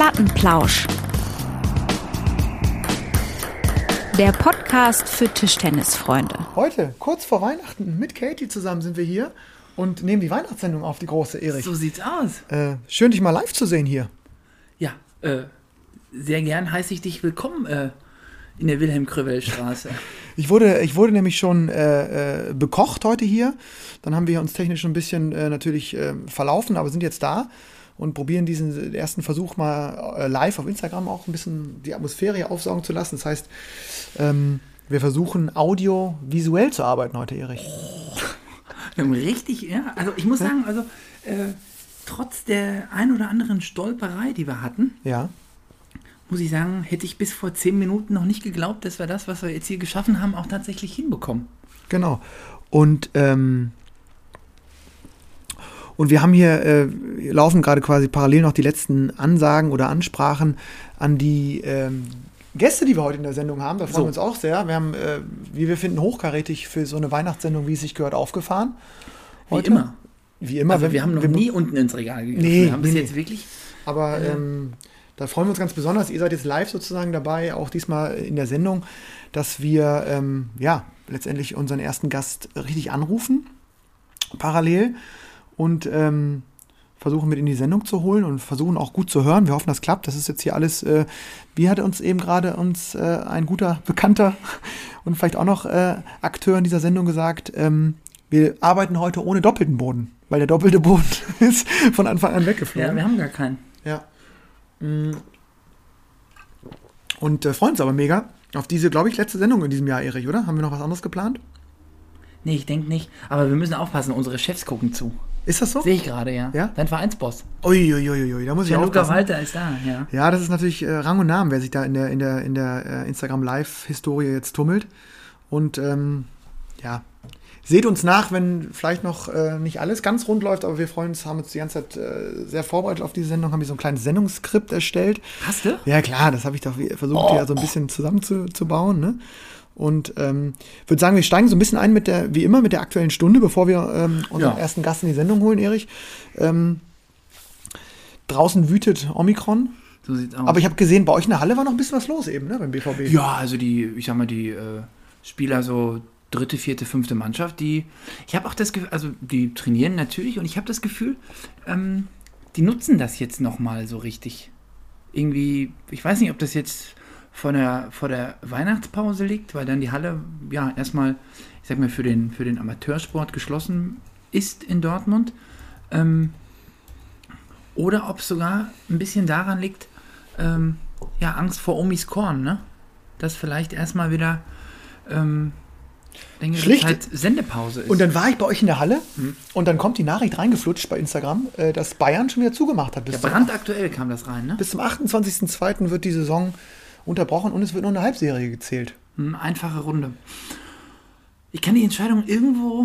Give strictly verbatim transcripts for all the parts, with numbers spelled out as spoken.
Plattenplausch. Der Podcast für Tischtennisfreunde. Heute, kurz vor Weihnachten, mit Katie zusammen sind wir hier und nehmen die Weihnachtssendung auf, die große, Erich. So sieht's aus. Äh, schön, dich mal live zu sehen hier. Ja, äh, sehr gern heiße ich dich willkommen äh, in der Wilhelm-Krövel-Straße. Ich wurde, ich wurde nämlich schon äh, äh, bekocht heute hier. Dann haben wir uns technisch ein bisschen äh, natürlich äh, verlaufen, aber sind jetzt da und probieren diesen ersten Versuch mal äh, live auf Instagram auch ein bisschen die Atmosphäre hier aufsaugen zu lassen. Das heißt, ähm, wir versuchen audiovisuell zu arbeiten heute, Erich. Oh, richtig, ja. Also ich muss sagen, also äh, trotz der ein oder anderen Stolperei, die wir hatten, ja. muss ich sagen, hätte ich bis vor zehn Minuten noch nicht geglaubt, dass wir das, was wir jetzt hier geschaffen haben, auch tatsächlich hinbekommen. Genau. Und ähm, Und wir haben hier, äh, laufen gerade quasi parallel noch die letzten Ansagen oder Ansprachen an die ähm, Gäste, die wir heute in der Sendung haben. Da freuen So. wir uns auch sehr. Wir haben, äh, wie wir finden, hochkarätig für so eine Weihnachtssendung, wie es sich gehört, aufgefahren. Heute. Wie immer. Wie immer. Also wenn, wir haben noch wir, nie unten ins Regal gegriffen. Nee, wir haben nee, es nee. jetzt wirklich... Aber äh, ähm, da freuen wir uns ganz besonders. Ihr seid jetzt live sozusagen dabei, auch diesmal in der Sendung, dass wir ähm, ja letztendlich unseren ersten Gast richtig anrufen, parallel. Und ähm, versuchen mit in die Sendung zu holen und versuchen auch gut zu hören. Wir hoffen, das klappt. Das ist jetzt hier alles, äh, wie hat uns eben gerade uns äh, ein guter Bekannter und vielleicht auch noch äh, Akteur in dieser Sendung gesagt, ähm, wir arbeiten heute ohne doppelten Boden, weil der doppelte Boden ist von Anfang an weggeflogen. Ja, wir haben gar keinen. Ja. Und äh, freuen uns aber mega auf diese, glaube ich, letzte Sendung in diesem Jahr, Erich, oder? Haben wir noch was anderes geplant? Nee, ich denke nicht. Aber wir müssen aufpassen, unsere Chefs gucken zu. Ist das so? Sehe ich gerade, ja. Ja? Dein Vereinsboss. Uiuiuiui, da muss ich Gianluca aufpassen. Walter ist da, ja. Ja, das ist natürlich äh, Rang und Namen, wer sich da in der, in der, in der äh, Instagram-Live-Historie jetzt tummelt. Und ähm, ja, seht uns nach, wenn vielleicht noch äh, nicht alles ganz rund läuft, aber wir freuen uns, haben uns die ganze Zeit äh, sehr vorbereitet auf diese Sendung, haben hier so ein kleines Sendungsskript erstellt. Hast du? Ja klar, das habe ich doch versucht, Oh. hier so ein bisschen zusammenzubauen, ne? Und ähm, würde sagen, wir steigen so ein bisschen ein mit der, wie immer, mit der aktuellen Stunde, bevor wir ähm, unseren Ja. ersten Gast in die Sendung holen, Erich. Ähm, draußen wütet Omikron. So sieht's aus. Aber ich habe gesehen, bei euch in der Halle war noch ein bisschen was los eben, ne, beim B V B. Ja, also die, ich sag mal, die äh, Spieler so dritte, vierte, fünfte Mannschaft, die, ich habe auch das Gefühl, also die trainieren natürlich und ich habe das Gefühl, ähm, die nutzen das jetzt nochmal so richtig. Irgendwie, ich weiß nicht, ob das jetzt vor der, vor der Weihnachtspause liegt, weil dann die Halle ja erstmal, ich sag mal, für den, für den Amateursport geschlossen ist in Dortmund. Ähm, oder ob es sogar ein bisschen daran liegt, ähm, ja, Angst vor Omis Korn, ne? Dass vielleicht erstmal wieder ähm, längere Schlicht. Zeit Sendepause ist. Und dann war ich bei euch in der Halle Hm. und dann kommt die Nachricht reingeflutscht bei Instagram, äh, dass Bayern schon wieder zugemacht hat. Bis, ja, zum, brandaktuell kam das rein, ne? bis zum achtundzwanzigsten zweiten wird die Saison unterbrochen und es wird nur eine Halbserie gezählt. Hm, einfache Runde. Ich kann die Entscheidung irgendwo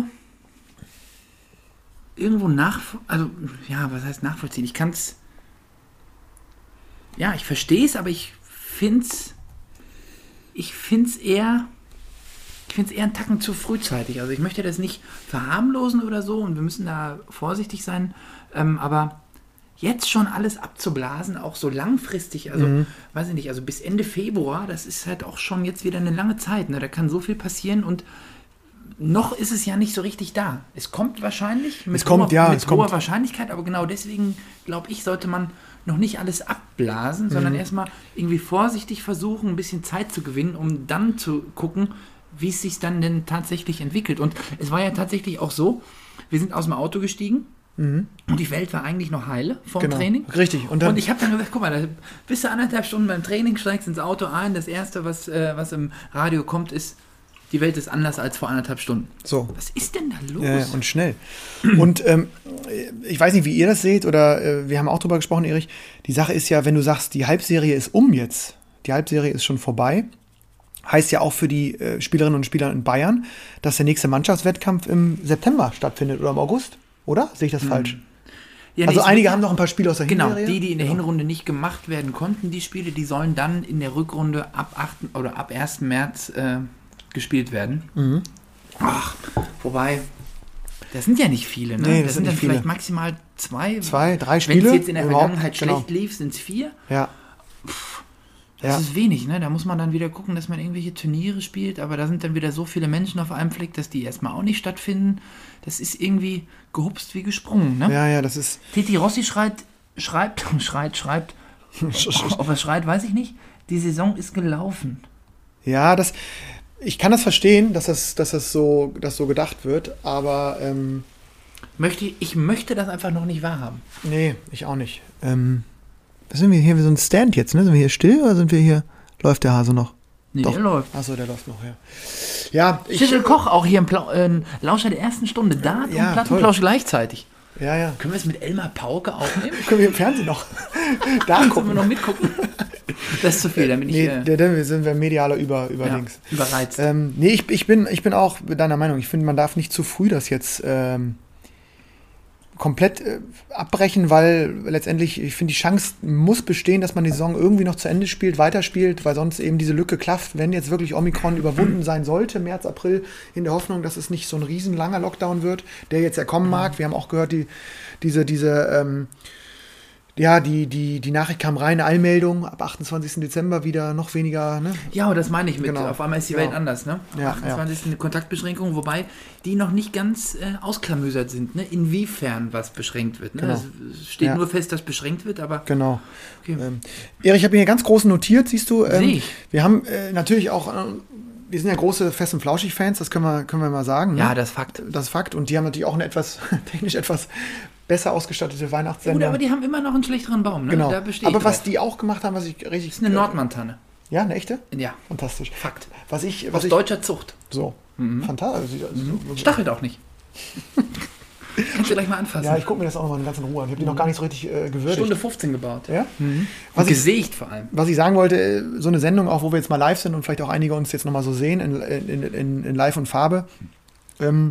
irgendwo nach, also ja, was heißt nachvollziehen? Ich kann es, ja, ich verstehe es, aber ich finde es, ich finde es eher, ich finde es eher einen Tacken zu frühzeitig. Also ich möchte das nicht verharmlosen oder so und wir müssen da vorsichtig sein, ähm, aber jetzt schon alles abzublasen, auch so langfristig, also Mhm. weiß ich nicht, also bis Ende Februar, das ist halt auch schon jetzt wieder eine lange Zeit, ne? Da kann so viel passieren und noch ist es ja nicht so richtig da. Es kommt wahrscheinlich mit, Es kommt, hoher, ja, mit es hoher kommt. Wahrscheinlichkeit, aber genau deswegen, glaube ich, sollte man noch nicht alles abblasen, sondern Mhm. erstmal irgendwie vorsichtig versuchen, ein bisschen Zeit zu gewinnen, um dann zu gucken, wie es sich dann denn tatsächlich entwickelt. Und es war ja tatsächlich auch so, wir sind aus dem Auto gestiegen, Mhm. und die Welt war eigentlich noch heile vom Genau. Training. Richtig. Und Und, dann, ich habe dann gesagt, guck mal, da bist du anderthalb Stunden beim Training, steigst ins Auto ein. Das Erste, was, äh, was im Radio kommt, ist, die Welt ist anders als vor anderthalb Stunden. so. Was ist denn da los? Ja, und schnell. Und ähm, ich weiß nicht, wie ihr das seht, oder äh, wir haben auch drüber gesprochen, Erich. Die Sache ist ja, wenn du sagst, die Halbserie ist um jetzt, die Halbserie ist schon vorbei, heißt ja auch für die äh, Spielerinnen und Spieler in Bayern, dass der nächste Mannschaftswettkampf im September stattfindet oder im August, oder? Sehe ich das falsch? Ja, nee, Also es einige wird- haben noch ein paar Spiele aus der Genau, Hinserie. die, die in der Genau. Hinrunde nicht gemacht werden konnten, die Spiele, die sollen dann in der Rückrunde ab achten oder ab ersten März äh, gespielt werden. Ach, wobei, das sind ja nicht viele, ne? Nee, das das sind sind dann nicht viele. vielleicht maximal zwei. Zwei, drei Wenn Spiele. es jetzt in der überhaupt, Vergangenheit genau. schlecht lief, sind es vier. Ja. Das Ja. ist wenig, ne? Da muss man dann wieder gucken, dass man irgendwelche Turniere spielt, aber da sind dann wieder so viele Menschen auf einem Fleck, dass die erstmal auch nicht stattfinden. Das ist irgendwie gehupst wie gesprungen, ne? Ja, ja, das ist. Titi Rossi schreit, schreibt, schreit, schreibt. Ob er schreit, weiß ich nicht. Die Saison ist gelaufen. Ja, das. Ich kann das verstehen, dass das, dass das so, dass so gedacht wird, aber ähm, Möchte, ich möchte das einfach noch nicht wahrhaben. nee, ich auch nicht. Ähm, sind wir hier wie so ein Stand jetzt, ne? Sind wir hier still oder sind wir hier? Läuft der Hase noch? Nee, Doch. der läuft. Achso, der läuft noch, ja. Ja, ich. Schüssel Koch auch hier im Plau äh, Lauscher der ersten Stunde. Dart Ja, und Plattenplausch gleichzeitig. Ja, ja. Können wir es mit Elmar Pauke aufnehmen? Können wir im Fernsehen noch da Können wir gucken? noch mitgucken? Das ist zu viel, damit ich Nee, äh, da da sind wir medialer über, ja, überlinks. überreizt. Ähm, nee, ich, ich, bin, ich bin auch deiner Meinung. Ich finde, man darf nicht zu früh das jetzt ähm, komplett äh, abbrechen, weil letztendlich, ich finde, die Chance muss bestehen, dass man die Saison irgendwie noch zu Ende spielt, weiterspielt, weil sonst eben diese Lücke klafft, wenn jetzt wirklich Omikron überwunden sein sollte, März, April, in der Hoffnung, dass es nicht so ein riesenlanger Lockdown wird, der jetzt ja kommen mag. Wir haben auch gehört, die, diese, diese ähm, ja, die, die, die Nachricht kam rein, Eilmeldung, ab achtundzwanzigsten Dezember wieder noch weniger, ne? Ja, aber das meine ich mit, Genau. auf einmal ist die Ja. Welt anders, ne? Ja, achtundzwanzigste Kontaktbeschränkung, wobei die noch nicht ganz äh, ausklamüsert sind, ne? Inwiefern was beschränkt wird. Ne? Genau. Es steht Ja. nur fest, dass beschränkt wird, aber Genau. okay. Ähm, Erich, ich habe hier ganz groß notiert, siehst du. Ähm, Sehe ich. Wir haben äh, natürlich auch, äh, wir sind ja große Fest- und Flauschig-Fans, das können wir, können wir mal sagen. Ne? ja, das ist Fakt. Das ist Fakt. Und die haben natürlich auch eine etwas, technisch etwas besser ausgestattete Gut, Weihnachtssender. aber die haben immer noch einen schlechteren Baum, ne? genau. Da bestehe ich Aber was drauf. die auch gemacht haben, was ich richtig... Das ist eine Nordmantanne. Ja, eine echte? Ja, Fantastisch. Fakt. Was ich... Was Aus ich deutscher Zucht. so. Mhm. Fantastisch. Also, Stachelt auch nicht. Kannst du gleich mal anfassen. ja, ich gucke mir das auch nochmal ganz in Ruhe an. Ich habe die noch gar nicht so richtig äh, gewürdigt. Stunde fünfzehn gebaut. Ja? Und Was ich, gesägt vor allem. was ich sagen wollte, äh, so eine Sendung, auch wo wir jetzt mal live sind und vielleicht auch einige uns jetzt nochmal so sehen, in, in, in, in Live und Farbe. Ähm,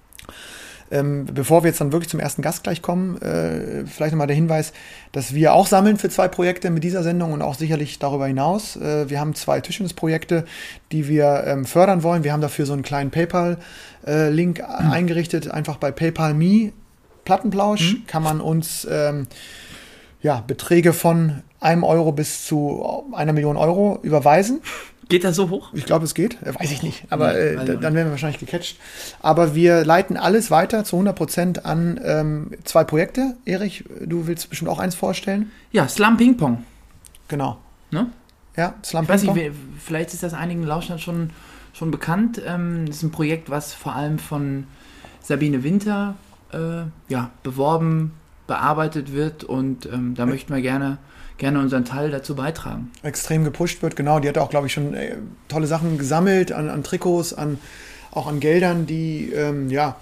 ähm, bevor wir jetzt dann wirklich zum ersten Gast gleich kommen, äh, vielleicht nochmal der Hinweis, dass wir auch sammeln für zwei Projekte mit dieser Sendung und auch sicherlich darüber hinaus. Äh, wir haben zwei Tischtennisprojekte, die wir ähm, fördern wollen. Wir haben dafür so einen kleinen PayPal-Link äh, mhm. eingerichtet, einfach bei PayPal punkt me Plattenplausch mhm. kann man uns ähm, ja, Beträge von einem Euro bis zu einer Million Euro überweisen. Geht das so hoch? Ich glaube, es geht. Äh, weiß ich nicht. Aber Nee, äh, also da, dann werden wir wahrscheinlich gecatcht. Aber wir leiten alles weiter zu hundert Prozent an ähm, zwei Projekte. Erich, du willst bestimmt auch eins vorstellen. Ja, Slam Ping Pong. Genau. Ne? Ja, Slam Ich weiß nicht, Ping wer- vielleicht ist das einigen Lauschern schon, schon bekannt. Ähm, das ist ein Projekt, was vor allem von Sabine Winter äh, ja, beworben, bearbeitet wird und ähm, da möchten wir gerne, gerne unseren Teil dazu beitragen. extrem gepusht wird. Genau, die hat auch, glaube ich, schon äh, tolle Sachen gesammelt an, an Trikots, an, auch an Geldern, die, ähm, ja,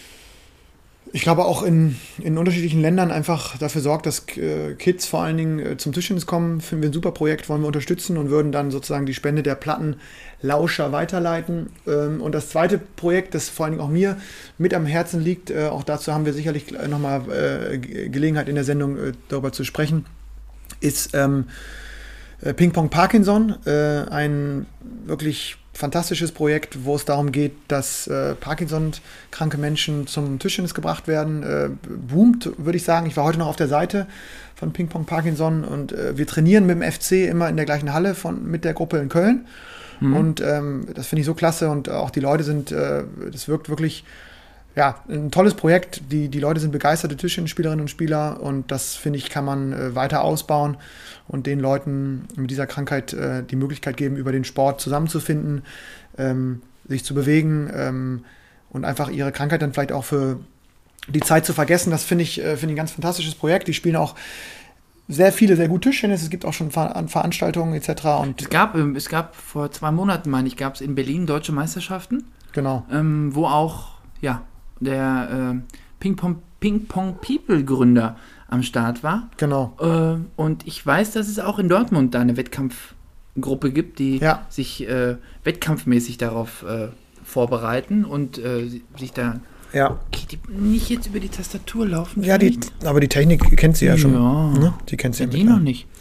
ich glaube auch in, in unterschiedlichen Ländern einfach dafür sorgt, dass äh, Kids vor allen Dingen äh, zum Tischtennis kommen. Finden wir ein super Projekt, wollen wir unterstützen und würden dann sozusagen die Spende der Plattenlauscher weiterleiten. Ähm, und das zweite Projekt, das vor allen Dingen auch mir mit am Herzen liegt, äh, auch dazu haben wir sicherlich nochmal äh, Ge- Gelegenheit in der Sendung äh, darüber zu sprechen, ist ähm, äh, Ping Pong Parkinson, äh, ein wirklich fantastisches Projekt, wo es darum geht, dass äh, Parkinson-kranke Menschen zum Tischtennis gebracht werden. Äh, boomt, würde ich sagen. Ich war heute noch auf der Seite von Ping Pong Parkinson und äh, wir trainieren mit dem F C immer in der gleichen Halle von, mit der Gruppe in Köln. Mhm. Und ähm, das finde ich so klasse und auch die Leute sind, äh, das wirkt wirklich, ja, ein tolles Projekt. Die, die Leute sind begeisterte Tischtennisspielerinnen und Spieler und das, finde ich, kann man äh, weiter ausbauen und den Leuten mit dieser Krankheit äh, die Möglichkeit geben, über den Sport zusammenzufinden, ähm, sich zu bewegen ähm, und einfach ihre Krankheit dann vielleicht auch für die Zeit zu vergessen. Das finde ich, äh, finde ich ein ganz fantastisches Projekt. Die spielen auch sehr viele, sehr gut Tischtennis. Es gibt auch schon Ver Veranstaltungen et cetera. Und Es gab, ähm, es gab vor zwei Monaten, meine ich, gab es in Berlin deutsche Meisterschaften, genau. ähm, wo auch ja, der äh, Ping Pong, Ping Pong People Gründer am Start war. Genau. Äh, und ich weiß, dass es auch in Dortmund da eine Wettkampfgruppe gibt, die Ja. sich äh, wettkampfmäßig darauf äh, vorbereiten und äh, sich da Ja. okay, die nicht jetzt über die Tastatur laufen. Ja, die, vielleicht? aber die Technik kennt sie ja schon. Ja. Ne? Die kennt sie Ja, ja die mit. noch nicht.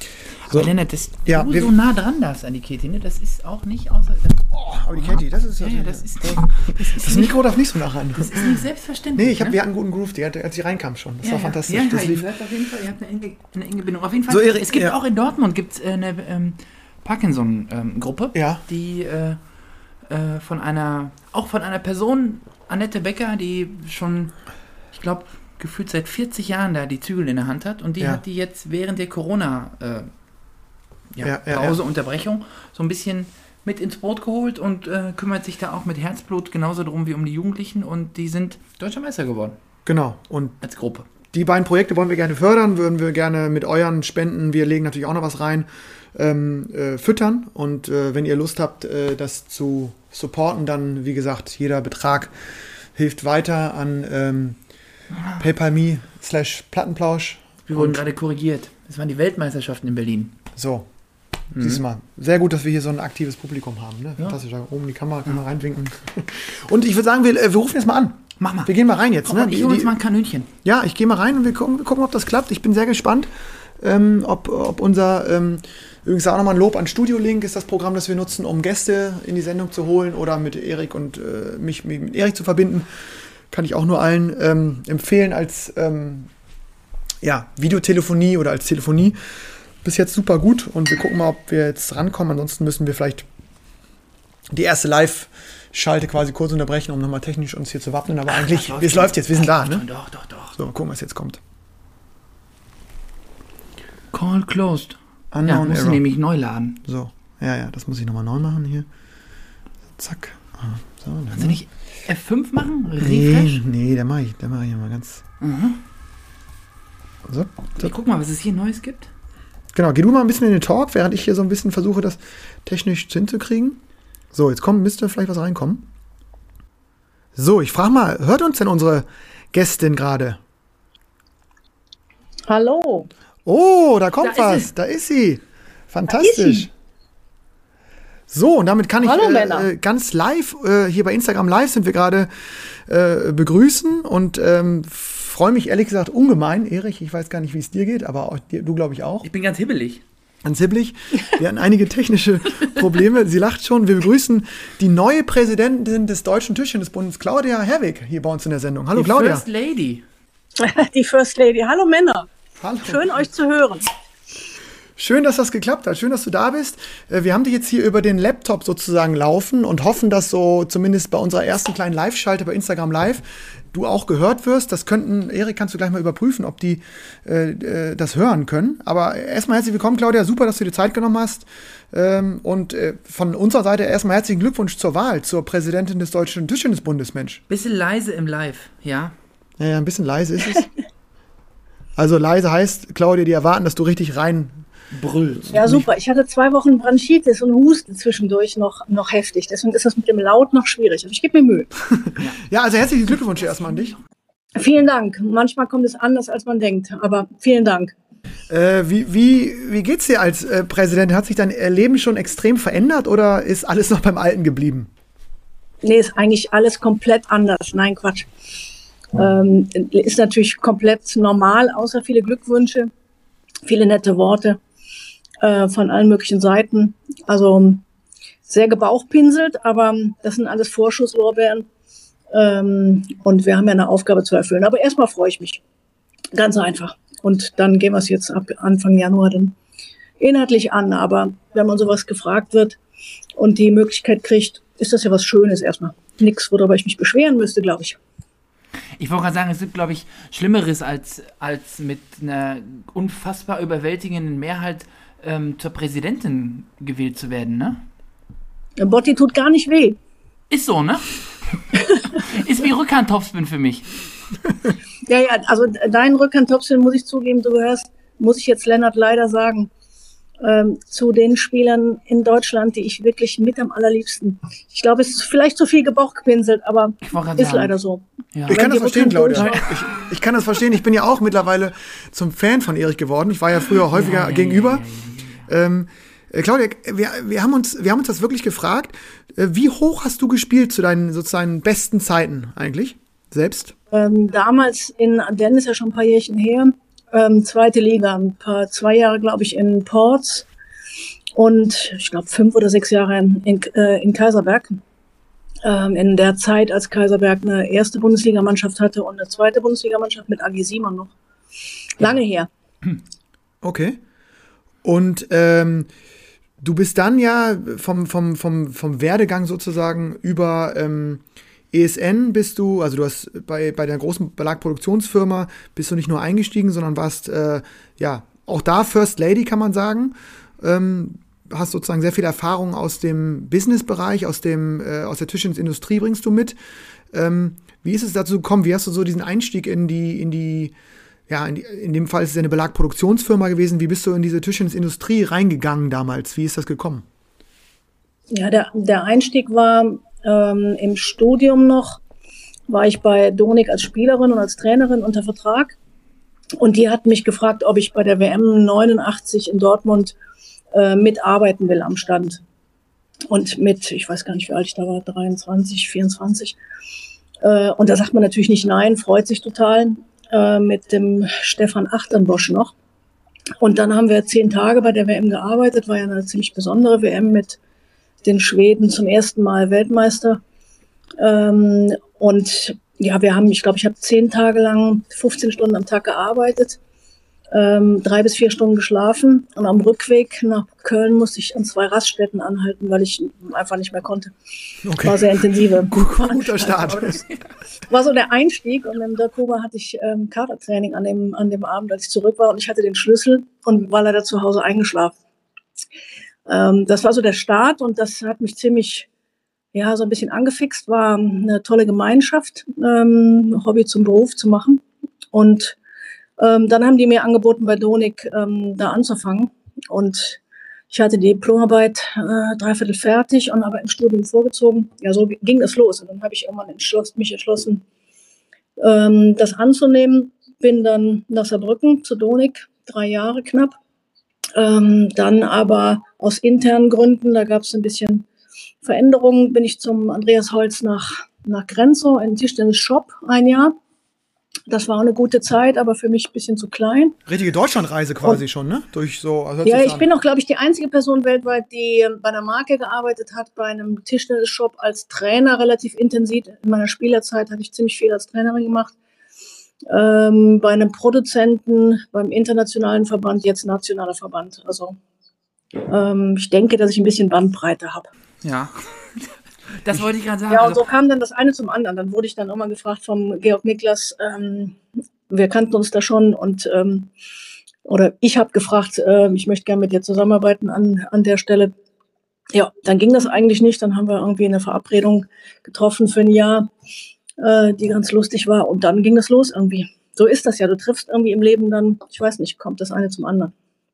So. Aber Lennart, dass Ja, du wir- so nah dran darfst an die Katie, ne? Das ist auch nicht außer... Das, Oh, aber die Katie, das ist ja, ja, das ist, das ist, Das nicht, Mikro darf nicht so nah ran. das ist nicht selbstverständlich. Nee, ich hab, ne? wir hatten einen guten Groove, die hatte, als sie reinkam schon. Das ja, war ja. fantastisch. Ja, ja, das ihr lief. hört auf jeden Fall, ihr habt eine enge, eine enge Bindung. Auf jeden Fall, So, Erik, es gibt ja. auch in Dortmund gibt's, äh, eine ähm, Parkinson-Gruppe, Ja. die äh, äh, von einer, auch von einer Person, Annette Becker, die schon, ich glaube, gefühlt seit vierzig Jahren da die Zügel in der Hand hat. Und die Ja. hat die jetzt während der Corona äh, ja, Ja, ja, Pause, ja. Unterbrechung, so ein bisschen mit ins Boot geholt und äh, kümmert sich da auch mit Herzblut genauso darum wie um die Jugendlichen. Und die sind Deutscher Meister geworden Genau. Und als Gruppe. die beiden Projekte wollen wir gerne fördern, würden wir gerne mit euren Spenden, wir legen natürlich auch noch was rein, ähm, äh, füttern. Und äh, wenn ihr Lust habt, äh, das zu supporten, dann, wie gesagt, jeder Betrag hilft weiter an ähm, PayPal.me slash Plattenplausch. Wir wurden Und- gerade korrigiert. Das waren die Weltmeisterschaften in Berlin. So, siehst du mal. Sehr gut, dass wir hier so ein aktives Publikum haben. Ne? Ja. Fantastisch. Da oben die Kamera, können wir reinwinken. Und ich würde sagen, wir, äh, wir rufen jetzt mal an. Mach mal. Wir gehen mal rein jetzt. Komm, Ne? und ich Die- hol uns die- mal ein Kanönchen. Ja, ich gehe mal rein und wir gucken, wir gucken, ob das klappt. Ich bin sehr gespannt, ähm, ob, ob unser, ähm, übrigens auch nochmal ein Lob an Studio Link ist das Programm, das wir nutzen, um Gäste in die Sendung zu holen oder mit Erik und äh, mich, mich mit Erik zu verbinden. Kann ich auch nur allen ähm, empfehlen als ähm, ja, Videotelefonie oder als Telefonie. Bis jetzt super gut und wir gucken mal, ob wir jetzt rankommen. Ansonsten müssen wir vielleicht die erste Live-Schalte quasi kurz unterbrechen, um nochmal technisch uns hier zu wappnen. Aber eigentlich, das es läuft jetzt, wir sind da. Ne? Doch, doch, doch. So, gucken, was jetzt kommt. Call closed. Ja, Unknown musst du Error. nämlich neu laden. So, ja, ja, das muss ich nochmal neu machen hier. Zack. Ah, so, dann Kannst du nicht F fünf machen? Nee, Refresh? nee, der mache ich, der mache ich mal ganz. Mhm. So, so. Ich guck mal, was es hier Neues gibt. Genau, geh du mal ein bisschen in den Talk, während ich hier so ein bisschen versuche, das technisch hinzukriegen. So, jetzt kommt, müsste vielleicht was reinkommen. So, ich frage mal, hört uns denn unsere Gästin gerade? Hallo. Oh, da kommt Da ist was, sie. da ist sie. Fantastisch. So, und damit kann ich Hallo, äh, Männer. äh, ganz live, äh, hier bei Instagram Live sind wir gerade äh, begrüßen und ähm, freue mich ehrlich gesagt ungemein, Erich, ich weiß gar nicht, wie es dir geht, aber auch, dir, du glaube ich auch. Ich bin ganz hibbelig. Ganz hibbelig. Wir hatten einige technische Probleme. Sie lacht schon. Wir begrüßen die neue Präsidentin des Deutschen Tischtennisbundes, Claudia Herwig, hier bei uns in der Sendung. Hallo Die Claudia. First Lady. Die First Lady. Hallo Männer. Hallo. Schön euch zu hören. Schön, dass das geklappt hat. Schön, dass du da bist. Äh, Wir haben dich jetzt hier über den Laptop sozusagen laufen und hoffen, dass so zumindest bei unserer ersten kleinen Live-Schalte bei Instagram Live du auch gehört wirst. Das könnten, Erik, kannst du gleich mal überprüfen, ob die äh, äh, das hören können. Aber erstmal herzlich willkommen, Claudia. Super, dass du dir Zeit genommen hast. Ähm, und äh, von unserer Seite erstmal herzlichen Glückwunsch zur Wahl, zur Präsidentin des Deutschen Tischtennisbundes, Mensch. Bisschen leise im Live, ja. Ja, ja, ein bisschen leise ist es. Also leise heißt, Claudia, die erwarten, dass du richtig rein Brüllt. Ja, super. Ich hatte zwei Wochen Bronchitis und Husten zwischendurch noch, noch heftig. Deswegen ist das mit dem Laut noch schwierig. Aber ich gebe mir Mühe. Ja, also herzlichen Glückwunsch erstmal an dich. Vielen Dank. Manchmal kommt es anders, als man denkt. Aber vielen Dank. Äh, wie, wie, wie geht's dir als äh, Präsident? Hat sich dein Leben schon extrem verändert oder ist alles noch beim Alten geblieben? Nee, ist eigentlich alles komplett anders. Nein, Quatsch. Ähm, ist natürlich komplett normal, außer viele Glückwünsche, viele nette Worte äh, von allen möglichen Seiten. Also sehr gebauchpinselt, aber das sind alles Vorschusslorbeeren. Ähm, und wir haben ja eine Aufgabe zu erfüllen. Aber erstmal freue ich mich. Ganz einfach. Und dann gehen wir es jetzt ab Anfang Januar dann inhaltlich an. Aber wenn man sowas gefragt wird und die Möglichkeit kriegt, ist das ja was Schönes erstmal. Nichts, worüber ich mich beschweren müsste, glaube ich. Ich wollte gerade sagen, es gibt, glaube ich, Schlimmeres, als, als mit einer unfassbar überwältigenden Mehrheit ähm, zur Präsidentin gewählt zu werden, ne? Botti tut gar nicht weh. Ist so, ne? Ist wie Rückhandtopspin für mich. Ja, ja, also dein Rückhandtopspin, muss ich zugeben, du gehörst, muss ich jetzt Lennart leider sagen, ähm, zu den Spielern in Deutschland, die ich wirklich mit am allerliebsten. Ich glaube, es ist vielleicht zu viel gebauchgepinselt, aber Ich wollte gerade ist sagen. leider so. Ja. Ich kann das die verstehen, Rückhand Claudia. Ich, ich kann das verstehen. Ich bin ja auch mittlerweile zum Fan von Erich geworden. Ich war ja früher häufiger Ja, ja, gegenüber. ja, ja, ja, ja. Ähm, äh, Claudia, wir, wir, haben uns, wir haben uns das wirklich gefragt. Äh, wie hoch hast du gespielt zu deinen sozusagen besten Zeiten eigentlich? Selbst? Ähm, damals in Ardennen, ist ja schon ein paar Jährchen her, ähm, zweite Liga, ein paar, zwei Jahre, glaube ich, in Ports und ich glaube fünf oder sechs Jahre in, in, äh, in Kaiserberg. Ähm, in der Zeit, als Kaiserberg eine erste Bundesligamannschaft hatte und eine zweite Bundesligamannschaft mit A G Simon noch. Lange her. Okay. Und ähm, du bist dann ja vom, vom, vom, vom Werdegang sozusagen über ähm, E S N bist du, also du hast bei, bei der großen Belagproduktionsfirma bist du nicht nur eingestiegen, sondern warst äh, ja auch da First Lady, kann man sagen. Ähm, hast sozusagen sehr viel Erfahrung aus dem Businessbereich, aus dem äh, aus der Tischtennisindustrie bringst du mit. Ähm, wie ist es dazu gekommen? Wie hast du so diesen Einstieg in die in die ja in, die, in dem Fall ist es eine Belagproduktionsfirma gewesen. Wie bist du in diese Tischtennisindustrie reingegangen damals? Wie ist das gekommen? Ja, der der Einstieg war ähm, im Studium noch. War ich bei Donik als Spielerin und als Trainerin unter Vertrag und die hat mich gefragt, ob ich bei der W M neunundachtzig in Dortmund mitarbeiten will am Stand. Und mit, ich weiß gar nicht, wie alt ich da war, dreiundzwanzig, vierundzwanzig. Äh, und da sagt man natürlich nicht nein, freut sich total, äh, mit dem Stefan Achternbosch noch. Und dann haben wir zehn Tage bei der W M gearbeitet, war ja eine ziemlich besondere W M mit den Schweden zum ersten Mal Weltmeister. Ähm, und ja, wir haben, ich glaube, ich habe zehn Tage lang fünfzehn Stunden am Tag gearbeitet. Ähm, drei bis vier Stunden geschlafen und am Rückweg nach Köln musste ich an zwei Raststätten anhalten, weil ich einfach nicht mehr konnte. Okay. War sehr intensive. Guter Start. War so der Einstieg und im Dakuba hatte ich ähm, Kadertraining an dem, an dem Abend, als ich zurück war und ich hatte den Schlüssel und war leider zu Hause eingeschlafen. Ähm, das war so der Start und das hat mich ziemlich, ja, so ein bisschen angefixt, war eine tolle Gemeinschaft, ähm, Hobby zum Beruf zu machen und Ähm, dann haben die mir angeboten, bei Donik ähm, da anzufangen. Und ich hatte die Diplomarbeit äh, dreiviertel fertig und aber im Studium vorgezogen. Ja, so ging es los. Und dann habe ich irgendwann entschlossen, mich entschlossen, ähm, das anzunehmen. Bin dann nach Saarbrücken zu Donik, drei Jahre knapp. Ähm, dann aber aus internen Gründen, da gab es ein bisschen Veränderungen, bin ich zum Andreas Holz nach, nach Grenzow in den Tischtennis-Shop ein Jahr. Das war eine gute Zeit, aber für mich ein bisschen zu klein. Richtige Deutschlandreise quasi und, schon, ne? Durch so. Also ja, ich an. bin auch, glaube ich, die einzige Person weltweit, die bei einer Marke gearbeitet hat, bei einem Tischtennis-Shop als Trainer relativ intensiv. In meiner Spielerzeit habe ich ziemlich viel als Trainerin gemacht. Ähm, bei einem Produzenten, beim internationalen Verband, jetzt nationaler Verband. Also ähm, ich denke, dass ich ein bisschen Bandbreite habe. Ja. Das wollte ich gerade sagen. Ja, und so kam dann das eine zum anderen. Dann wurde ich dann auch mal gefragt vom Georg Niklas, ähm, wir kannten uns da schon und ähm, oder ich habe gefragt, äh, ich möchte gerne mit dir zusammenarbeiten an, an der Stelle. Ja, dann ging das eigentlich nicht. Dann haben wir irgendwie eine Verabredung getroffen für ein Jahr, äh, die ganz lustig war. Und dann ging es los irgendwie. So ist das ja. Du triffst irgendwie im Leben dann, ich weiß nicht, kommt das eine zum anderen.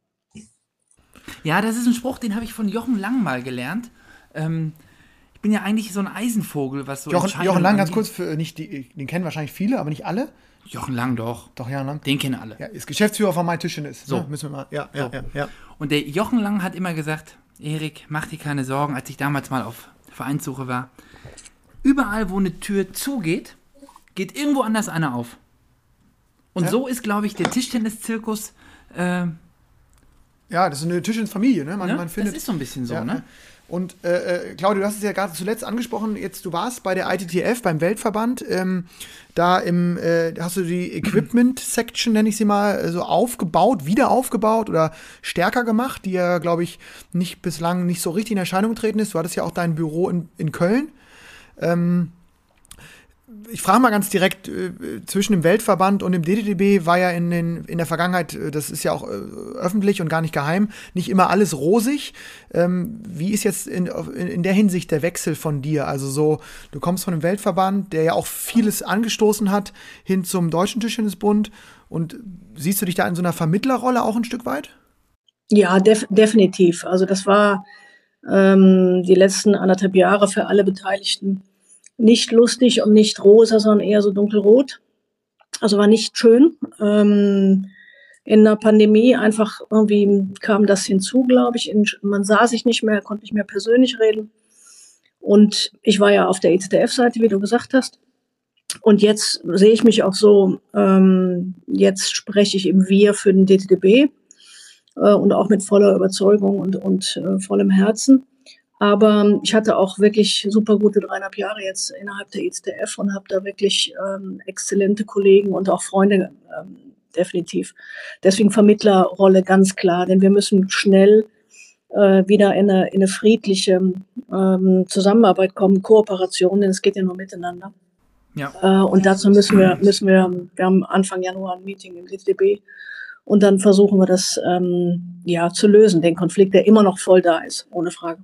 Ja, das ist ein Spruch, den habe ich von Jochen Lang mal gelernt. Ähm, Ich bin ja eigentlich so ein Eisenvogel, was so Jochen, Jochen Lang, ganz angeht. kurz, für nicht die, den kennen wahrscheinlich viele, aber nicht alle. Jochen Lang doch. Doch, Jochen Lang. Den kennen alle. Ja, ist Geschäftsführer von Mein Tischtennis. So. Ne? Müssen wir mal, ja, ja, So. ja, ja. Und der Jochen Lang hat immer gesagt, Erik, mach dir keine Sorgen, als ich damals mal auf Vereinssuche war. Überall, wo eine Tür zugeht, geht irgendwo anders eine auf. Und Ja. so ist, glaube ich, der Tischtennis-Zirkus, äh, Ja, das ist eine Tischtennisfamilie, ne? Man, ne? man findet, das ist so ein bisschen so, ja, ne? Und äh, äh, Claudio, du hast es ja gerade zuletzt angesprochen, jetzt du warst bei der I T T F, beim Weltverband, ähm, da im, äh, hast du die Equipment-Section, nenne ich sie mal, äh, so aufgebaut, wieder aufgebaut oder stärker gemacht, die ja, glaube ich, nicht bislang nicht so richtig in Erscheinung getreten ist. Du hattest ja auch dein Büro in, in Köln. Ähm, Ich frage mal ganz direkt, äh, zwischen dem Weltverband und dem D T D B war ja in, den, in der Vergangenheit, äh, das ist ja auch äh, öffentlich und gar nicht geheim, nicht immer alles rosig. Ähm, wie ist jetzt in, in, in der Hinsicht der Wechsel von dir? Also so, du kommst von dem Weltverband, der ja auch vieles angestoßen hat, hin zum Deutschen Tischtennisbund. Und siehst du dich da in so einer Vermittlerrolle auch ein Stück weit? Ja, def- definitiv. Also das war ähm, die letzten anderthalb Jahre für alle Beteiligten nicht lustig und nicht rosa, sondern eher so dunkelrot. Also war nicht schön. Ähm, in der Pandemie einfach irgendwie kam das hinzu, glaube ich. In, man sah sich nicht mehr, konnte nicht mehr persönlich reden. Und ich war ja auf der E Z T F-Seite, wie du gesagt hast. Und jetzt sehe ich mich auch so, ähm, jetzt spreche ich im Wir für den D T D B äh, und auch mit voller Überzeugung und, und äh, vollem Herzen. Aber ich hatte auch wirklich super gute dreieinhalb Jahre jetzt innerhalb der I Z D F und habe da wirklich ähm, exzellente Kollegen und auch Freunde, ähm, definitiv. Deswegen Vermittlerrolle ganz klar, denn wir müssen schnell äh, wieder in eine, in eine friedliche ähm, Zusammenarbeit kommen, Kooperation, denn es geht ja nur miteinander. Ja. Äh, und dazu müssen wir, müssen wir, wir haben Anfang Januar ein Meeting im D T D B und dann versuchen wir das ähm, ja, zu lösen, den Konflikt, der immer noch voll da ist, ohne Frage.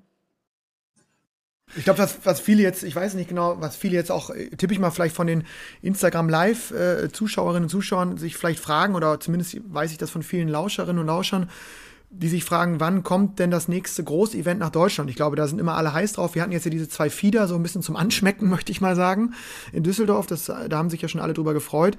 Ich glaube, was, was viele jetzt, ich weiß nicht genau, was viele jetzt auch, tippe ich mal, vielleicht von den Instagram-Live-Zuschauerinnen und Zuschauern sich vielleicht fragen, oder zumindest weiß ich das von vielen Lauscherinnen und Lauschern, die sich fragen, wann kommt denn das nächste Großevent nach Deutschland? Ich glaube, da sind immer alle heiß drauf. Wir hatten jetzt ja diese zwei Fieder so ein bisschen zum Anschmecken, möchte ich mal sagen, in Düsseldorf. Das, da haben sich ja schon alle drüber gefreut.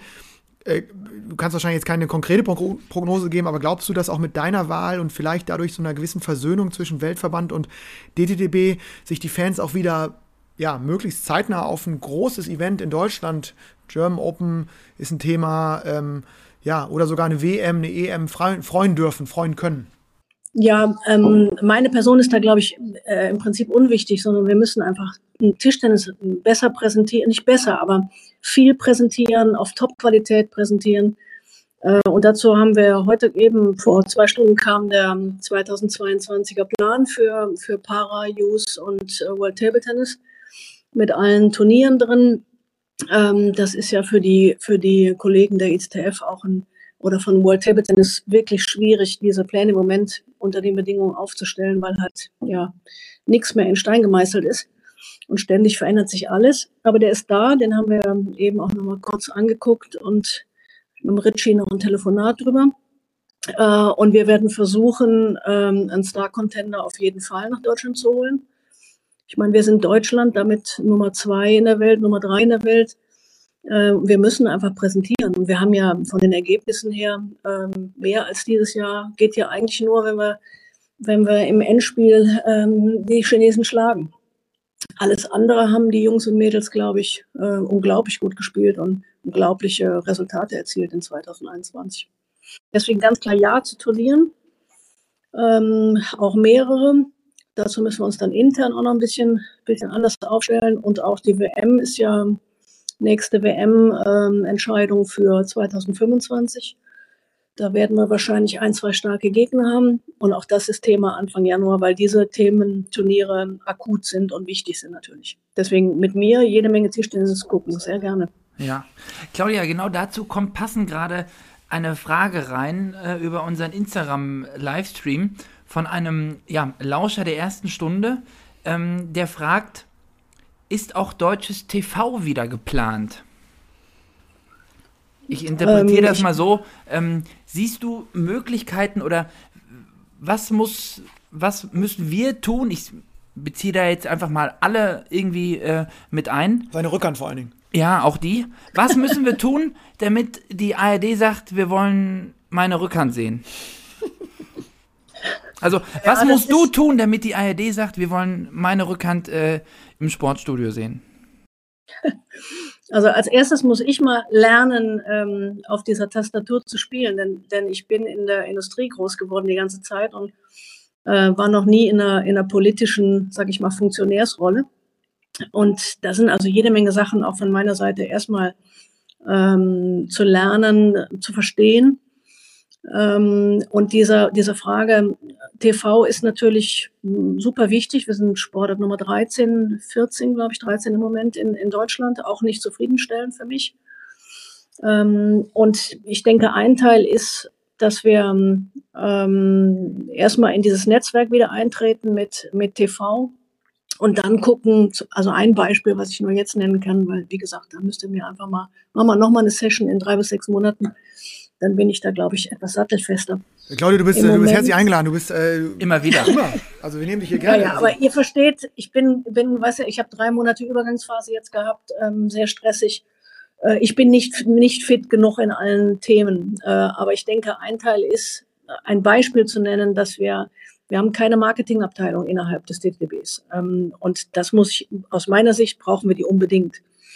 Du kannst wahrscheinlich jetzt keine konkrete Prognose geben, aber glaubst du, dass auch mit deiner Wahl und vielleicht dadurch so einer gewissen Versöhnung zwischen Weltverband und D T D B sich die Fans auch wieder, ja, möglichst zeitnah auf ein großes Event in Deutschland, German Open ist ein Thema, ähm, ja, oder sogar eine W M, eine E M freuen dürfen, freuen können? Ja, ähm, meine Person ist da, glaube ich, äh, im Prinzip unwichtig, sondern wir müssen einfach Tischtennis besser präsentieren, nicht besser, aber viel präsentieren, auf Top-Qualität präsentieren. Äh, und dazu haben wir heute eben, vor zwei Stunden kam der zweitausendzweiundzwanziger Plan für, für Para, Youth und äh, World Table Tennis mit allen Turnieren drin. Ähm, das ist ja für die, für die Kollegen der I Z D F auch ein oder von World Table Tennis wirklich schwierig, diese Pläne im Moment unter den Bedingungen aufzustellen, weil halt ja nichts mehr in Stein gemeißelt ist und ständig verändert sich alles. Aber der ist da, den haben wir eben auch nochmal kurz angeguckt und mit dem Ritchie noch ein Telefonat drüber. Äh, und wir werden versuchen, ähm, einen Star-Contender auf jeden Fall nach Deutschland zu holen. Ich meine, wir sind Deutschland, damit Nummer zwei in der Welt, Nummer drei in der Welt. Wir müssen einfach präsentieren. Und wir haben ja von den Ergebnissen her ähm, mehr als dieses Jahr. Geht ja eigentlich nur, wenn wir, wenn wir im Endspiel ähm, die Chinesen schlagen. Alles andere haben die Jungs und Mädels, glaube ich, äh, unglaublich gut gespielt und unglaubliche Resultate erzielt in zweitausendeinundzwanzig. Deswegen ganz klar Ja zu Turnieren. Ähm, auch mehrere. Dazu müssen wir uns dann intern auch noch ein bisschen, bisschen anders aufstellen. Und auch die W M ist ja nächste W M-Entscheidung ähm, für zweitausendfünfundzwanzig. Da werden wir wahrscheinlich ein, zwei starke Gegner haben. Und auch das ist Thema Anfang Januar, weil diese Themen, Turniere akut sind und wichtig sind natürlich. Deswegen mit mir jede Menge Tischtennis gucken, sehr gerne. Ja, Claudia, genau dazu kommt passend gerade eine Frage rein äh, über unseren Instagram-Livestream von einem ja, Lauscher der ersten Stunde, ähm, der fragt, ist auch deutsches T V wieder geplant? Ich interpretiere ähm, das ich, mal so. Ähm, siehst du Möglichkeiten oder was muss, was müssen wir tun? Ich beziehe da jetzt einfach mal alle irgendwie äh, mit ein. Seine Rückhand vor allen Dingen. Ja, auch die. Was müssen wir tun, damit die A R D sagt, wir wollen meine Rückhand sehen? Also, was ja, musst du tun, damit die A R D sagt, wir wollen meine Rückhand äh, im Sportstudio sehen? Also als erstes muss ich mal lernen, ähm, auf dieser Tastatur zu spielen, denn, denn ich bin in der Industrie groß geworden die ganze Zeit und äh, war noch nie in einer, in einer politischen, sag ich mal, Funktionärsrolle. Und da sind also jede Menge Sachen auch von meiner Seite erstmal ähm, zu lernen, zu verstehen. Ähm, und diese, diese Frage T V ist natürlich super wichtig. Wir sind Sportart Nummer dreizehn, vierzehn, glaube ich, dreizehn im Moment in, in Deutschland. Auch nicht zufriedenstellend für mich. Ähm, und ich denke, ein Teil ist, dass wir ähm, erstmal in dieses Netzwerk wieder eintreten mit, mit T V und dann gucken, also ein Beispiel, was ich nur jetzt nennen kann, weil, wie gesagt, da müsst ihr mir einfach mal, machen wir nochmal eine Session in drei bis sechs Monaten. Dann bin ich da, glaube ich, etwas sattelfester. Claudia, du bist, äh, du bist herzlich eingeladen. Du bist äh, immer wieder. Immer. Also wir nehmen dich hier gerne. Ja, ja, aber ihr versteht, ich bin, bin, weißt du, ich habe drei Monate Übergangsphase jetzt gehabt, ähm, sehr stressig. Äh, ich bin nicht, nicht fit genug in allen Themen. Äh, aber ich denke, ein Teil ist, ein Beispiel zu nennen, dass wir, wir haben keine Marketingabteilung innerhalb des D T D Bs. Ähm, und das muss ich, aus meiner Sicht brauchen wir die unbedingt.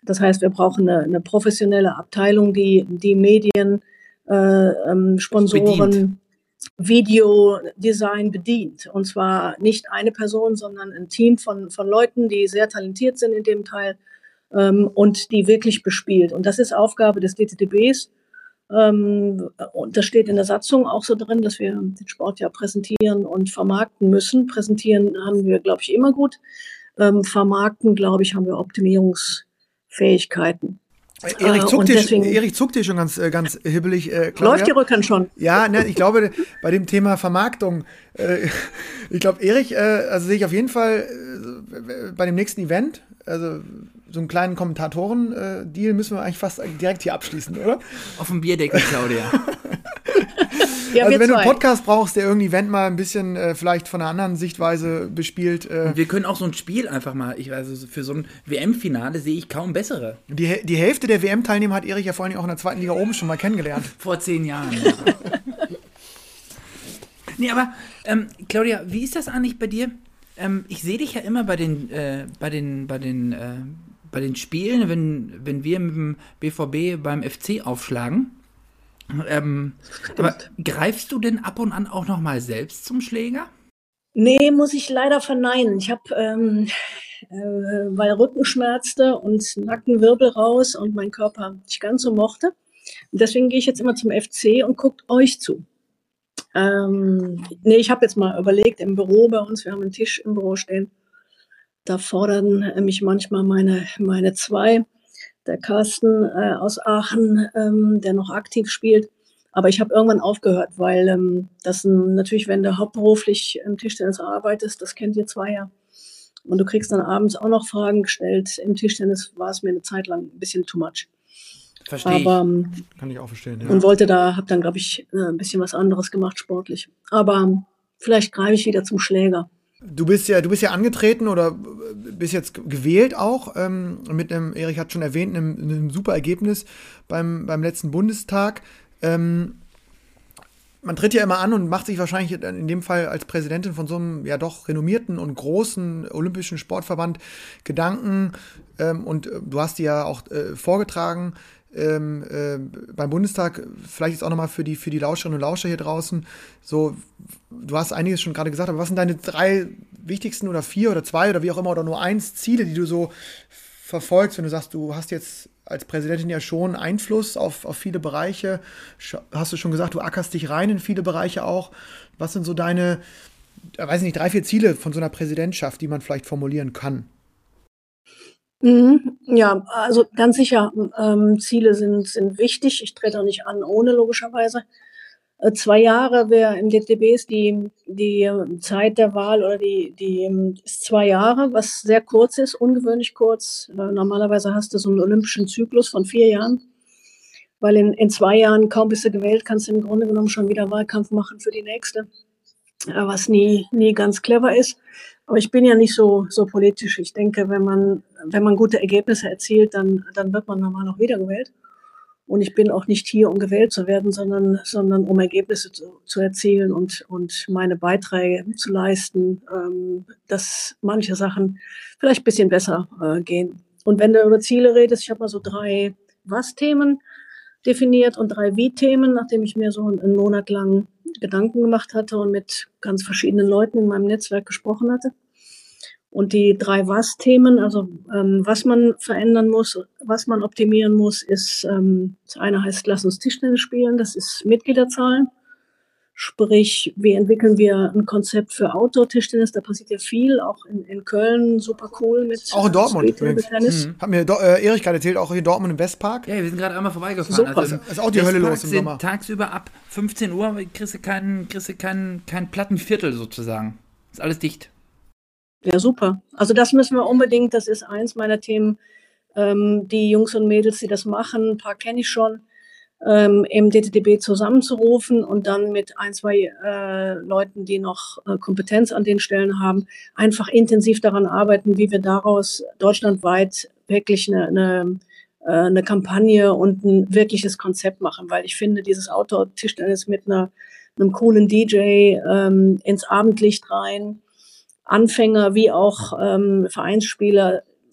Das heißt, wir brauchen eine, eine professionelle Abteilung, die die Medien, äh, ähm, Sponsoren, bedient. Videodesign bedient. Und zwar nicht eine Person, sondern ein Team von, von Leuten, die sehr talentiert sind in dem Teil ähm, und die wirklich bespielt. Und das ist Aufgabe des D T D Bs. Ähm, und das steht in der Satzung auch so drin, dass wir den Sport ja präsentieren und vermarkten müssen. Präsentieren haben wir, glaube ich, immer gut. Ähm, vermarkten, glaube ich, haben wir Optimierungsfähigkeiten. Erich zuckt, dir, Erich zuckt dir schon ganz, ganz hibbelig, äh, Claudia. Läuft die Rücken schon. Ja, ne, ich glaube, bei dem Thema Vermarktung, äh, ich glaube, Erich, äh, also sehe ich auf jeden Fall äh, bei dem nächsten Event, also so einen kleinen Kommentatoren-Deal müssen wir eigentlich fast direkt hier abschließen, oder? Auf dem Bierdeckel, Claudia. Ja, also wenn zwei. du einen Podcast brauchst, der irgendein Event mal ein bisschen äh, vielleicht von einer anderen Sichtweise bespielt. Äh, Und wir können auch so ein Spiel einfach mal, ich also für so ein W M-Finale sehe ich kaum bessere. Die, die Hälfte der W M-Teilnehmer hat Erich ja vor allem auch in der zweiten Liga oben schon mal kennengelernt. Vor zehn Jahren. Ja. Nee, aber ähm, Claudia, wie ist das eigentlich bei dir? Ähm, ich sehe dich ja immer bei den, äh, bei den, bei den, äh, bei den Spielen, wenn, wenn wir mit dem B V B beim F C aufschlagen. Ähm, aber greifst du denn ab und an auch noch mal selbst zum Schläger? Nee, muss ich leider verneinen. Ich habe, ähm, äh, weil Rücken schmerzte und Nackenwirbel raus und mein Körper nicht ganz so mochte. Und deswegen gehe ich jetzt immer zum F C und guckt euch zu. Ähm, nee, ich habe jetzt mal überlegt, im Büro bei uns, wir haben einen Tisch im Büro stehen, da fordern mich manchmal meine, meine zwei, der Carsten äh, aus Aachen, ähm, der noch aktiv spielt. Aber ich habe irgendwann aufgehört, weil ähm, das ein, natürlich, wenn du hauptberuflich im Tischtennis arbeitest, das kennt ihr zwei ja, und du kriegst dann abends auch noch Fragen gestellt. Im Tischtennis war es mir eine Zeit lang ein bisschen too much. Verstehe ich. Aber, Kann ich auch verstehen, ja. Und wollte da, habe dann, glaube ich, ein bisschen was anderes gemacht, sportlich. Aber vielleicht greife ich wieder zum Schläger. Du bist ja, du bist ja angetreten oder bist jetzt gewählt auch ähm, mit einem, Erich hat schon erwähnt, einem, einem super Ergebnis beim, beim letzten Bundestag. Ähm, man tritt ja immer an und macht sich wahrscheinlich in dem Fall als Präsidentin von so einem ja doch renommierten und großen olympischen Sportverband Gedanken ähm, und du hast die ja auch äh, vorgetragen ähm, äh, beim Bundestag, vielleicht jetzt auch nochmal für die, für die Lauscherinnen und Lauscher hier draußen, so, du hast einiges schon gerade gesagt, aber was sind deine drei wichtigsten oder vier oder zwei oder wie auch immer oder nur eins Ziele, die du so verfolgst, wenn du sagst, du hast jetzt als Präsidentin ja schon Einfluss auf, auf viele Bereiche, hast du schon gesagt, du ackerst dich rein in viele Bereiche auch. Was sind so deine, weiß nicht, drei, vier Ziele von so einer Präsidentschaft, die man vielleicht formulieren kann? Mhm, ja, also ganz sicher, ähm, Ziele sind, sind wichtig. Ich trete auch nicht an ohne, logischerweise. Äh, zwei Jahre wäre im D T B ist die, die Zeit der Wahl oder die, die ist zwei Jahre, was sehr kurz ist, ungewöhnlich kurz. Äh, normalerweise hast du so einen olympischen Zyklus von vier Jahren, weil in, in zwei Jahren, kaum bist du gewählt, kannst du im Grunde genommen schon wieder Wahlkampf machen für die nächste, äh, was nie, nie ganz clever ist. Aber ich bin ja nicht so, so politisch. Ich denke, wenn man, wenn man gute Ergebnisse erzielt, dann, dann wird man normal auch wiedergewählt. Und ich bin auch nicht hier, um gewählt zu werden, sondern, sondern um Ergebnisse zu, zu erzielen und, und meine Beiträge zu leisten, ähm, dass manche Sachen vielleicht ein bisschen besser äh, gehen. Und wenn du über Ziele redest, ich habe mal so drei Was-Themen definiert und drei Wie-Themen, nachdem ich mir so einen, einen Monat lang Gedanken gemacht hatte und mit ganz verschiedenen Leuten in meinem Netzwerk gesprochen hatte. Und die drei Was-Themen, also ähm, was man verändern muss, was man optimieren muss, ist, ähm, das eine heißt, lass uns Tischtennis spielen, das ist Mitgliederzahlen. Sprich, wie entwickeln wir ein Konzept für Outdoor-Tischtennis, da passiert ja viel, auch in, in Köln, super cool mit auch in Dortmund Tennis. Mhm. Hat mir Do- äh, Erich gerade erzählt, auch in Dortmund im Westpark. Ja, wir sind gerade einmal vorbeigefahren. Super. Also ist auch die Hölle los im sind Sommer. Tagsüber ab fünfzehn Uhr kriegst du kein, kriegst du kein, kein Plattenviertel sozusagen. Ist alles dicht. Ja, super. Also das müssen wir unbedingt, das ist eins meiner Themen. Ähm, die Jungs und Mädels, die das machen, ein paar kenne ich schon, ähm, im D T D B zusammenzurufen und dann mit ein, zwei äh, Leuten, die noch äh, Kompetenz an den Stellen haben, einfach intensiv daran arbeiten, wie wir daraus deutschlandweit wirklich eine, eine, äh, eine Kampagne und ein wirkliches Konzept machen. Weil ich finde, dieses Outdoor-Tischtennis mit einer, einem coolen D J ähm, ins Abendlicht rein, Anfänger wie auch ähm, Vereinsspieler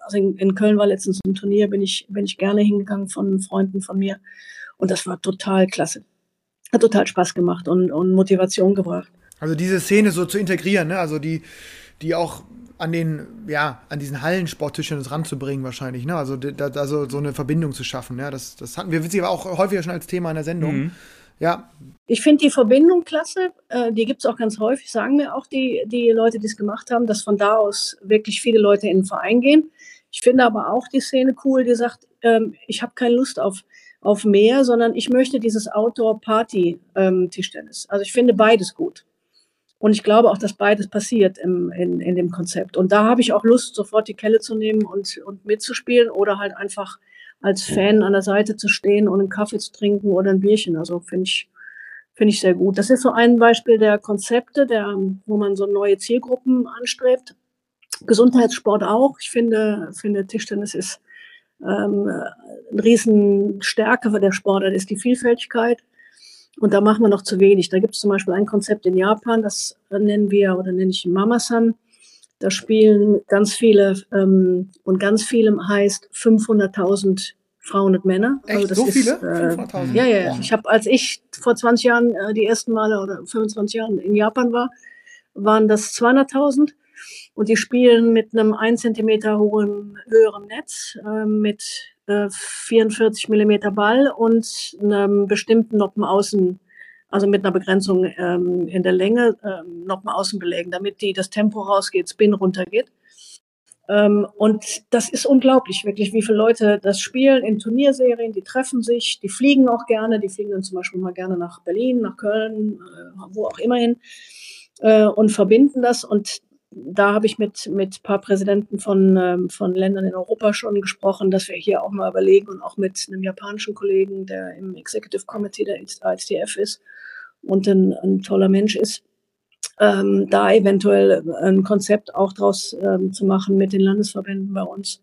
also in, in Köln war letztens ein Turnier, bin ich, bin ich gerne hingegangen von Freunden von mir. Und das war total klasse. Hat total Spaß gemacht und, und Motivation gebracht. Also diese Szene so zu integrieren, ne? Also die, die auch an den, ja, an diesen Hallensporttischern ranzubringen wahrscheinlich, ne? Also da, also so eine Verbindung zu schaffen, ja. Das, das hatten wir witzig, aber auch häufiger schon als Thema in der Sendung. Mhm. Ja. Ich finde die Verbindung klasse. Äh, die gibt es auch ganz häufig, sagen mir auch die, die Leute, die es gemacht haben, dass von da aus wirklich viele Leute in den Verein gehen. Ich finde aber auch die Szene cool, die sagt, ähm, ich habe keine Lust auf, auf mehr, sondern ich möchte dieses Outdoor-Party-Tischtennis. Ähm, also ich finde beides gut. Und ich glaube auch, dass beides passiert im, in, in dem Konzept. Und da habe ich auch Lust, sofort die Kelle zu nehmen und, und mitzuspielen oder halt einfach als Fan an der Seite zu stehen und einen Kaffee zu trinken oder ein Bierchen. Also finde ich, finde ich sehr gut. Das ist so ein Beispiel der Konzepte, der, wo man so neue Zielgruppen anstrebt. Gesundheitssport auch. Ich finde, finde Tischtennis ist ähm, eine Riesenstärke für der Sportart, ist die Vielfältigkeit. Und da machen wir noch zu wenig. Da gibt es zum Beispiel ein Konzept in Japan, das nennen wir oder nenne ich Mama-san. Da spielen ganz viele ähm, und ganz vielem heißt fünfhunderttausend Frauen und Männer. Echt? Also das so ist, viele? Äh, fünfhunderttausend? Ja, ja, ja. Ich habe, als ich vor zwanzig Jahren äh, die ersten Male oder fünfundzwanzig Jahren in Japan war, waren das zweihunderttausend. Und die spielen mit einem ein Zentimeter hohen, höheren Netz, äh, mit äh, vierundvierzig Millimeter Ball und einem bestimmten Noppenaußen, also mit einer Begrenzung ähm, in der Länge, ähm, Noppenaußen belegen, damit die, das Tempo rausgeht, Spin runtergeht. Ähm, und das ist unglaublich, wirklich, wie viele Leute das spielen in Turnierserien, die treffen sich, die fliegen auch gerne, die fliegen dann zum Beispiel mal gerne nach Berlin, nach Köln, äh, wo auch immer hin, äh, und verbinden das. Und da habe ich mit mit ein paar Präsidenten von, ähm, von Ländern in Europa schon gesprochen, dass wir hier auch mal überlegen und auch mit einem japanischen Kollegen, der im Executive Committee der I S T F ist und ein, ein toller Mensch ist, ähm, da eventuell ein Konzept auch draus ähm, zu machen mit den Landesverbänden bei uns.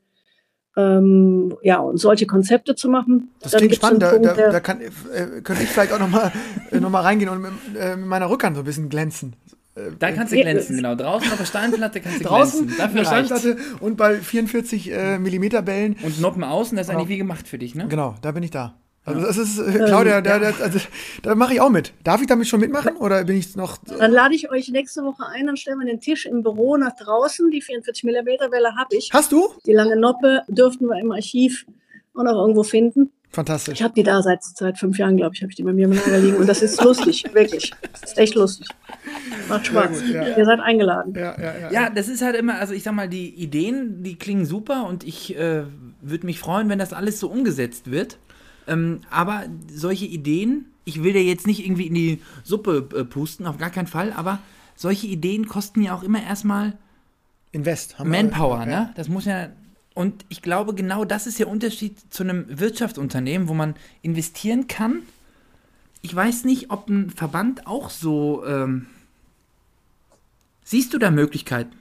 Ähm, ja, und solche Konzepte zu machen. Das klingt spannend, da, da, da kann, äh, könnte ich vielleicht auch nochmal äh, noch mal reingehen und mit, äh, mit meiner Rückhand so ein bisschen glänzen. Da kannst du glänzen, genau. Draußen auf der Steinplatte kannst du Draußen glänzen. Dafür Steinplatte und bei vierundvierzig äh, Millimeter Bällen. Und Noppen außen, das ist eigentlich wie gemacht für dich, ne? Genau, da bin ich da. Also das ist, äh, Claudia, ähm, da, da, also, da mache ich auch mit. Darf ich damit schon mitmachen oder bin ich noch... Äh dann lade ich euch nächste Woche ein, dann stellen wir den Tisch im Büro nach draußen. Die vierundvierzig Millimeter Bälle habe ich. Hast du? Die lange Noppe dürften wir im Archiv auch noch irgendwo finden. Fantastisch. Ich habe die da seit, seit fünf Jahren, glaube ich, habe ich die bei mir im Lager liegen. Und das ist lustig, wirklich. Das ist echt lustig. Macht Spaß. Gut, ja. Ihr seid eingeladen. Ja, ja, ja, ja, das ist halt immer, also ich sag mal, die Ideen, die klingen super und ich äh, würde mich freuen, wenn das alles so umgesetzt wird. Ähm, aber solche Ideen, ich will dir jetzt nicht irgendwie in die Suppe äh, pusten, auf gar keinen Fall, aber solche Ideen kosten ja auch immer erstmal Invest. Haben Manpower, wir, ne? ja. Das muss ja... Und ich glaube, genau das ist der Unterschied zu einem Wirtschaftsunternehmen, wo man investieren kann. Ich weiß nicht, ob ein Verband auch so... Ähm, siehst du da Möglichkeiten?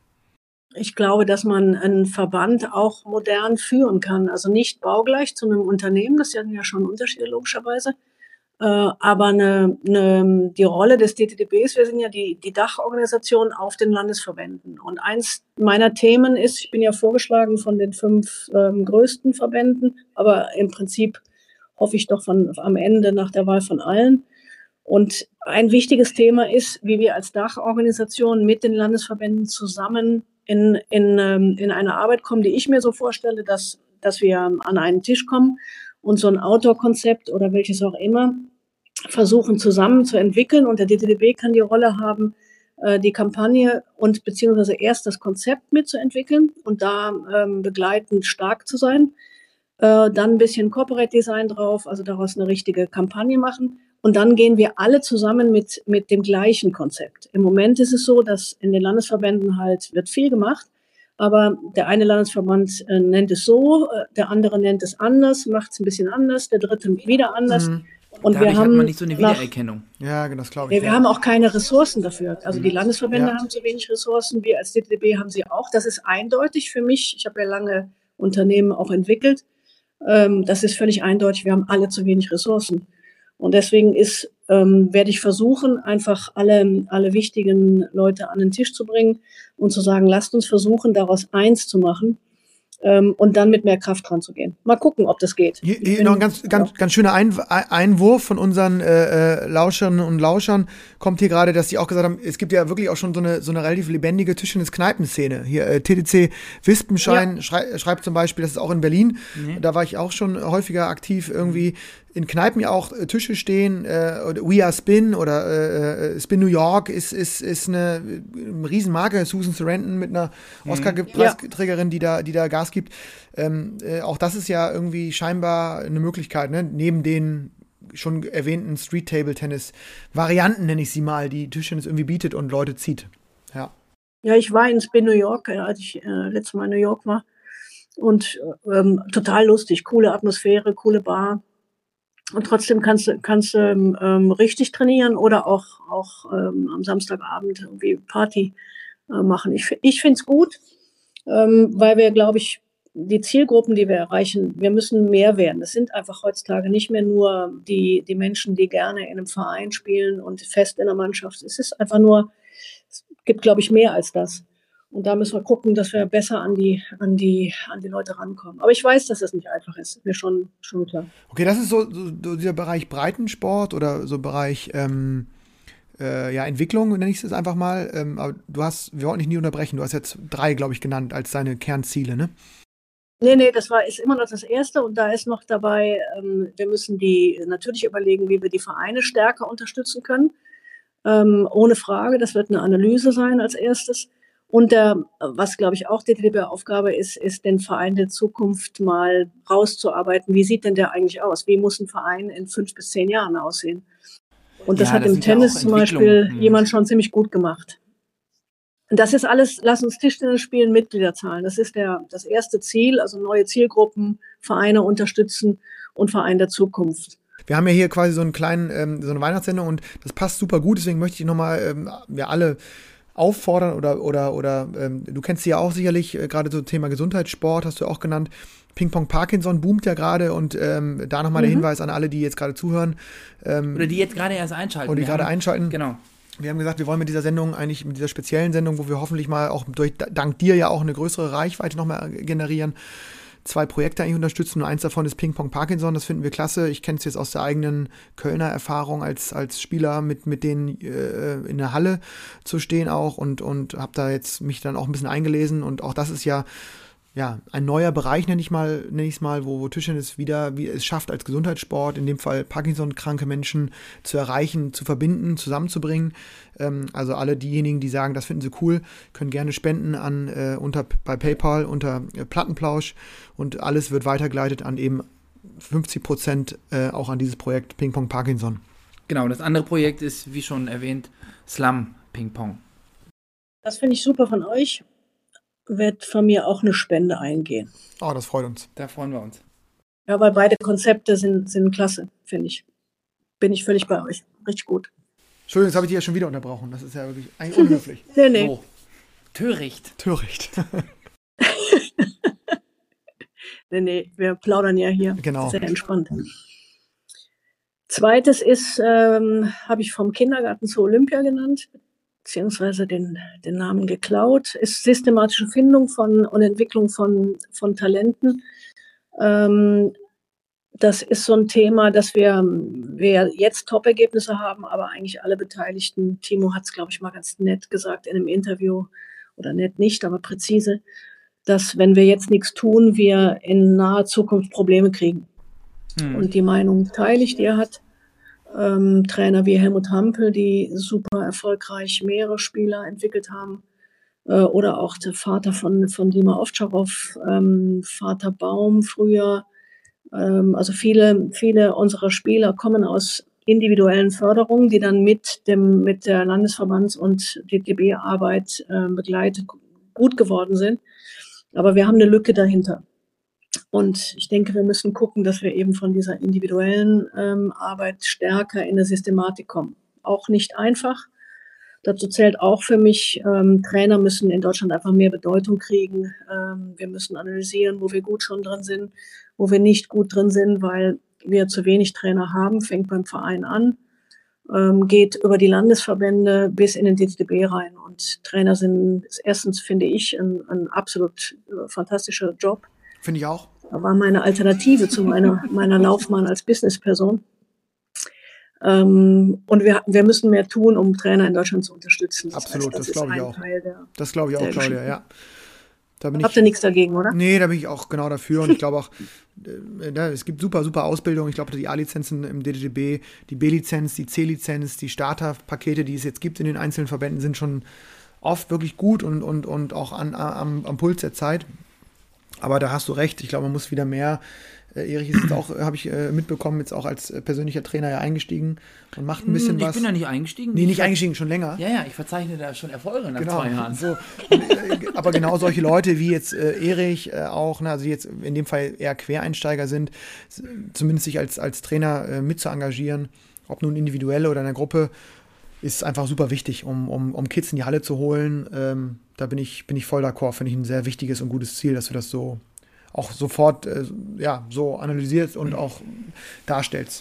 Ich glaube, dass man einen Verband auch modern führen kann. Also nicht baugleich zu einem Unternehmen, das sind ja schon Unterschiede logischerweise. Äh, aber eine, eine, die Rolle des D T D Bs, wir sind ja die, die Dachorganisation auf den Landesverbänden. Und eins meiner Themen ist, ich bin ja vorgeschlagen von den fünf ähm, größten Verbänden, aber im Prinzip hoffe ich doch von, am Ende nach der Wahl von allen. Und ein wichtiges Thema ist, wie wir als Dachorganisation mit den Landesverbänden zusammen in, in, in eine Arbeit kommen, die ich mir so vorstelle, dass, dass wir an einen Tisch kommen und so ein Outdoor-Konzept oder welches auch immer versuchen zusammen zu entwickeln. Und der D T D B kann die Rolle haben, die Kampagne und beziehungsweise erst das Konzept mitzuentwickeln und da ähm, begleitend stark zu sein. Äh, dann ein bisschen Corporate Design drauf, also daraus eine richtige Kampagne machen. Und dann gehen wir alle zusammen mit, mit dem gleichen Konzept. Im Moment ist es so, dass in den Landesverbänden halt wird viel gemacht. Aber der eine Landesverband äh, nennt es so, äh, der andere nennt es anders, macht es ein bisschen anders, der dritte wieder anders. Mhm. Und Dadurch wir haben hat man nicht so eine Wiedererkennung. Nach, ja, genau, das glaube ich. Wir, wir ja. haben auch keine Ressourcen dafür. Also die Landesverbände ja. haben so wenig Ressourcen, wir als D T D B haben sie auch. Das ist eindeutig für mich. Ich habe ja lange Unternehmen auch entwickelt. Ähm, das ist völlig eindeutig, wir haben alle zu wenig Ressourcen. Und deswegen ist, ähm, werde ich versuchen, einfach alle, alle wichtigen Leute an den Tisch zu bringen und zu sagen, lasst uns versuchen, daraus eins zu machen. ähm, und dann mit mehr Kraft dran zu gehen. Mal gucken, ob das geht. Hier, hier noch ein ganz, ganz, ganz schöner ein Einwurf von unseren äh, Lauscherinnen und Lauschern kommt hier gerade, dass die auch gesagt haben, es gibt ja wirklich auch schon so eine, so eine relativ lebendige Tischtennis-Kneipenszene. Hier äh, T D C Wispenschein ja. schrei schreibt zum Beispiel, das ist auch in Berlin, mhm. da war ich auch schon häufiger aktiv, irgendwie in Kneipen ja auch äh, Tische stehen, äh, We Are Spin oder äh, Spin New York ist, ist, ist eine, eine Riesenmarke, Susan Sarandon mit einer mhm. Oscar-Preisträgerin, die da, die da Gas gibt. Ähm, äh, auch das ist ja irgendwie scheinbar eine Möglichkeit, ne? Neben den schon erwähnten Street-Table-Tennis-Varianten, nenne ich sie mal, die Tischtennis irgendwie bietet und Leute zieht. Ja, ja ich war in Spin New York, als ich äh, letztes Mal in New York war und ähm, total lustig, coole Atmosphäre, coole Bar. Und trotzdem kannst du kannst du ähm, richtig trainieren oder auch, auch ähm, am Samstagabend irgendwie Party äh, machen. Ich, ich finde es gut, ähm, weil wir, glaube ich, die Zielgruppen, die wir erreichen, wir müssen mehr werden. Es sind einfach heutzutage nicht mehr nur die, die Menschen, die gerne in einem Verein spielen und fest in der Mannschaft. Es ist einfach nur, es gibt, glaube ich, mehr als das. Und da müssen wir gucken, dass wir besser an die, an die, an die Leute rankommen. Aber ich weiß, dass das nicht einfach ist. Ist mir schon, schon klar. Okay, das ist so, so, so dieser Bereich Breitensport oder so Bereich ähm, äh, ja, Entwicklung, nenne ich es jetzt einfach mal. Ähm, aber du hast, wir wollten dich nie unterbrechen, du hast jetzt drei, glaube ich, genannt als deine Kernziele, ne? Nee, nee, das war, ist immer noch das Erste. Und da ist noch dabei, ähm, wir müssen die natürlich überlegen, wie wir die Vereine stärker unterstützen können. Ähm, ohne Frage, das wird eine Analyse sein als erstes. Und der, was, glaube ich, auch die D D B-Aufgabe ist, ist, den Verein der Zukunft mal rauszuarbeiten. Wie sieht denn der eigentlich aus? Wie muss ein Verein in fünf bis zehn Jahren aussehen? Und das ja, hat das im Tennis ja zum Beispiel mhm. jemand schon ziemlich gut gemacht. Und das ist alles, lass uns Tischtennis spielen, Mitgliederzahlen. Das ist der, das erste Ziel, also neue Zielgruppen, Vereine unterstützen und Verein der Zukunft. Wir haben ja hier quasi so einen kleinen, ähm, so eine Weihnachtssendung und das passt super gut, deswegen möchte ich nochmal ähm, ja, alle auffordern oder, oder, oder ähm, du kennst sie ja auch sicherlich, äh, gerade so Thema Gesundheitssport, hast du auch genannt. Ping-Pong Parkinson boomt ja gerade und ähm, da nochmal mhm. der Hinweis an alle, die jetzt gerade zuhören. Ähm, oder die jetzt gerade erst einschalten. Oder die gerade einschalten. Genau. Wir haben gesagt, wir wollen mit dieser Sendung, eigentlich mit dieser speziellen Sendung, wo wir hoffentlich mal auch durch, dank dir ja auch eine größere Reichweite nochmal generieren, zwei Projekte eigentlich unterstützen. Und eins davon ist Ping-Pong Parkinson, das finden wir klasse. Ich kenne es jetzt aus der eigenen Kölner Erfahrung als, als Spieler, mit, mit denen äh, in der Halle zu stehen auch und, und habe da jetzt mich dann auch ein bisschen eingelesen. Und auch das ist ja, ja ein neuer Bereich, nenne ich mal, nenne ich es mal, wo, wo Tischtennis wieder, wie es schafft, als Gesundheitssport, in dem Fall Parkinson-kranke Menschen zu erreichen, zu verbinden, zusammenzubringen. Ähm, also alle diejenigen, die sagen, das finden sie cool, können gerne spenden an äh, unter bei PayPal unter äh, Plattenplausch und alles wird weitergeleitet an eben fünfzig Prozent äh, auch an dieses Projekt Ping-Pong Parkinson. Genau, das andere Projekt ist, wie schon erwähnt, Slam Ping Pong. Das finde ich super von euch. Wird von mir auch eine Spende eingehen. Oh, das freut uns. Da freuen wir uns. Ja, weil beide Konzepte sind, sind klasse, finde ich. Bin ich völlig bei euch. Richtig gut. Entschuldigung, jetzt habe ich dich ja schon wieder unterbrochen. Das ist ja wirklich eigentlich unhöflich. nee, nee. So. Töricht. Töricht. nee, nee, wir plaudern ja hier. Genau. Sehr entspannt. Zweites ist, ähm, habe ich vom Kindergarten zur Olympia genannt, beziehungsweise den, den Namen geklaut, ist systematische Findung von und Entwicklung von, von Talenten. Ähm, das ist so ein Thema, dass wir, wir jetzt Top-Ergebnisse haben, aber eigentlich alle Beteiligten, Timo hat es, glaube ich, mal ganz nett gesagt in einem Interview, oder nett nicht, aber präzise, dass wenn wir jetzt nichts tun, wir in naher Zukunft Probleme kriegen. Hm. Und die Meinung teile ich, die er hat. Ähm, Trainer wie Helmut Hampel, die super erfolgreich mehrere Spieler entwickelt haben. Äh, oder auch der Vater von, von Dima Ovtcharov, ähm, Vater Baum früher. Ähm, also viele, viele unserer Spieler kommen aus individuellen Förderungen, die dann mit dem, mit der Landesverbands- und D D B-Arbeit äh, begleitet gut geworden sind. Aber wir haben eine Lücke dahinter. Und ich denke, wir müssen gucken, dass wir eben von dieser individuellen ähm, Arbeit stärker in eine Systematik kommen. Auch nicht einfach. Dazu zählt auch für mich, ähm, Trainer müssen in Deutschland einfach mehr Bedeutung kriegen. Ähm, wir müssen analysieren, wo wir gut schon drin sind, wo wir nicht gut drin sind, weil wir zu wenig Trainer haben, fängt beim Verein an, ähm, geht über die Landesverbände bis in den D D B rein. Und Trainer sind erstens, finde ich, ein, ein absolut äh, fantastischer Job. Finde ich auch. Das war meine Alternative zu meiner, meiner Laufbahn als Businessperson. Ähm, und wir, wir müssen mehr tun, um Trainer in Deutschland zu unterstützen. Das Absolut, heißt, das, das glaube ich auch. Der, das glaube ich auch, Claudia, ja. Da bin Habt ich, ihr nichts dagegen, oder? Nee, da bin ich auch genau dafür. Und ich glaube auch, äh, es gibt super, super Ausbildung. Ich glaube, die A-Lizenzen im D D D B, die B-Lizenz, die C-Lizenz, die Starterpakete, die es jetzt gibt in den einzelnen Verbänden, sind schon oft wirklich gut und, und, und auch an, am, am Puls der Zeit. Aber da hast du recht. Ich glaube, man muss wieder mehr. Äh, Erich ist jetzt auch, habe ich äh, mitbekommen, jetzt auch als äh, persönlicher Trainer ja eingestiegen und macht ein bisschen ich was. Ich bin da nicht eingestiegen. Nee, nicht ich eingestiegen, schon länger. Ja, ja, ich verzeichne da schon Erfolge nach genau, zwei Jahren. So. Und, äh, aber genau solche Leute wie jetzt äh, Erich äh, auch, ne, also die jetzt in dem Fall eher Quereinsteiger sind, zumindest sich als, als Trainer äh, mit zu engagieren, ob nun individuell oder in der Gruppe, ist einfach super wichtig, um, um, um Kids in die Halle zu holen. Ähm, da bin ich, bin ich voll d'accord, finde ich ein sehr wichtiges und gutes Ziel, dass du das so auch sofort äh, ja, so analysierst und auch darstellst.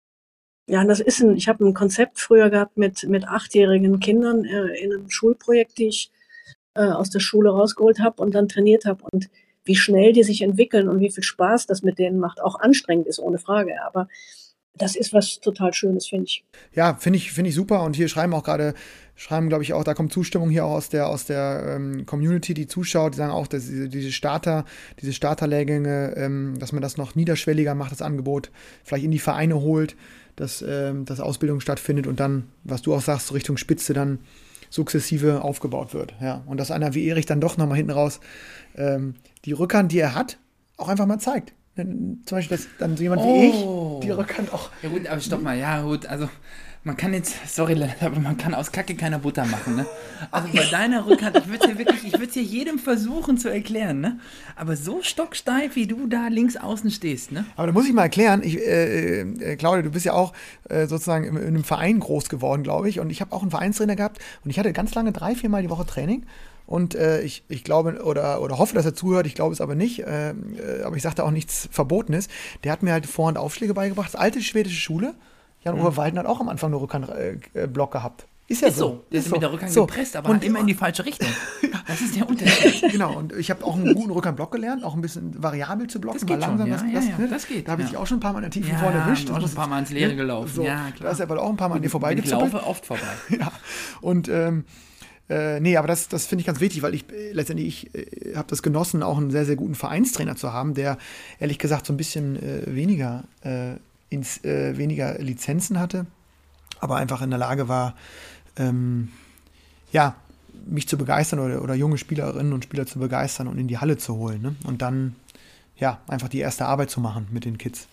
Ja, das ist ein, ich habe ein Konzept früher gehabt mit, mit achtjährigen Kindern äh, in einem Schulprojekt, die ich äh, aus der Schule rausgeholt habe und dann trainiert habe. Und wie schnell die sich entwickeln und wie viel Spaß das mit denen macht, auch anstrengend ist, ohne Frage. Aber das ist was total Schönes, finde ich. Ja, finde ich, finde ich super. Und hier schreiben auch gerade, schreiben, glaube ich, auch, da kommt Zustimmung hier auch aus der, aus der ähm, Community, die zuschaut, die sagen auch, dass diese, diese Starter, diese Starterlehrgänge, ähm, dass man das noch niederschwelliger macht, das Angebot, vielleicht in die Vereine holt, dass, ähm, dass Ausbildung stattfindet und dann, was du auch sagst, Richtung Spitze dann sukzessive aufgebaut wird. Ja. Und dass einer wie Erich dann doch nochmal hinten raus ähm, die Rückhand, die er hat, auch einfach mal zeigt. Zum Beispiel, dass dann so jemand Oh. wie ich die Rückhand auch. Ja gut, aber stopp mal, ja gut, also man kann jetzt, sorry, Lennart, aber man kann aus Kacke keine Butter machen, ne? Also bei deiner Rückhand, ich würde es ja wirklich, ich würde es ja jedem versuchen zu erklären, ne? Aber so stocksteif, wie du da links außen stehst, ne? Aber da muss ich mal erklären, ich, äh, äh, Claudia, du bist ja auch äh, sozusagen in, in einem Verein groß geworden, glaube ich. Und ich habe auch einen Vereinstrainer gehabt und ich hatte ganz lange drei, viermal die Woche Training. Und äh, ich, ich glaube oder, oder hoffe, dass er zuhört, ich glaube es aber nicht, äh, äh, aber ich sagte auch nichts Verbotenes. Der hat mir halt Vor- und Aufschläge beigebracht. Das alte schwedische Schule. Jan-Uwe mhm. Waldner hat auch am Anfang nur Rückhandblock äh, gehabt. Ist ja ist so. so. Der ist ist so. mit der Rückhand so. gepresst, aber und hat immer in die falsche Richtung. Ja. Das ist der Unterschied. Genau, und ich habe auch einen guten Rückhandblock gelernt, auch ein bisschen variabel zu blocken. Das geht mal langsam, schon, ja, das, ja, das, ja, ne? das geht. Da habe ich ja. dich auch schon ein paar Mal in der tiefen ja, vorne erwischt. auch schon ein paar Mal ins Leere gelaufen. So, Ja, klar. Da ist er aber auch ein paar Mal an dir Ich vorbeigezuppelt. laufe oft vorbei. Ja, und ähm, Äh, nee, aber das, das finde ich ganz wichtig, weil ich äh, letztendlich, ich äh, habe das genossen, auch einen sehr, sehr guten Vereinstrainer zu haben, der ehrlich gesagt so ein bisschen äh, weniger, äh, ins, äh, weniger Lizenzen hatte, aber einfach in der Lage war, ähm, ja, mich zu begeistern oder, oder junge Spielerinnen und Spieler zu begeistern und in die Halle zu holen, ne? Und dann, ja, einfach die erste Arbeit zu machen mit den Kids.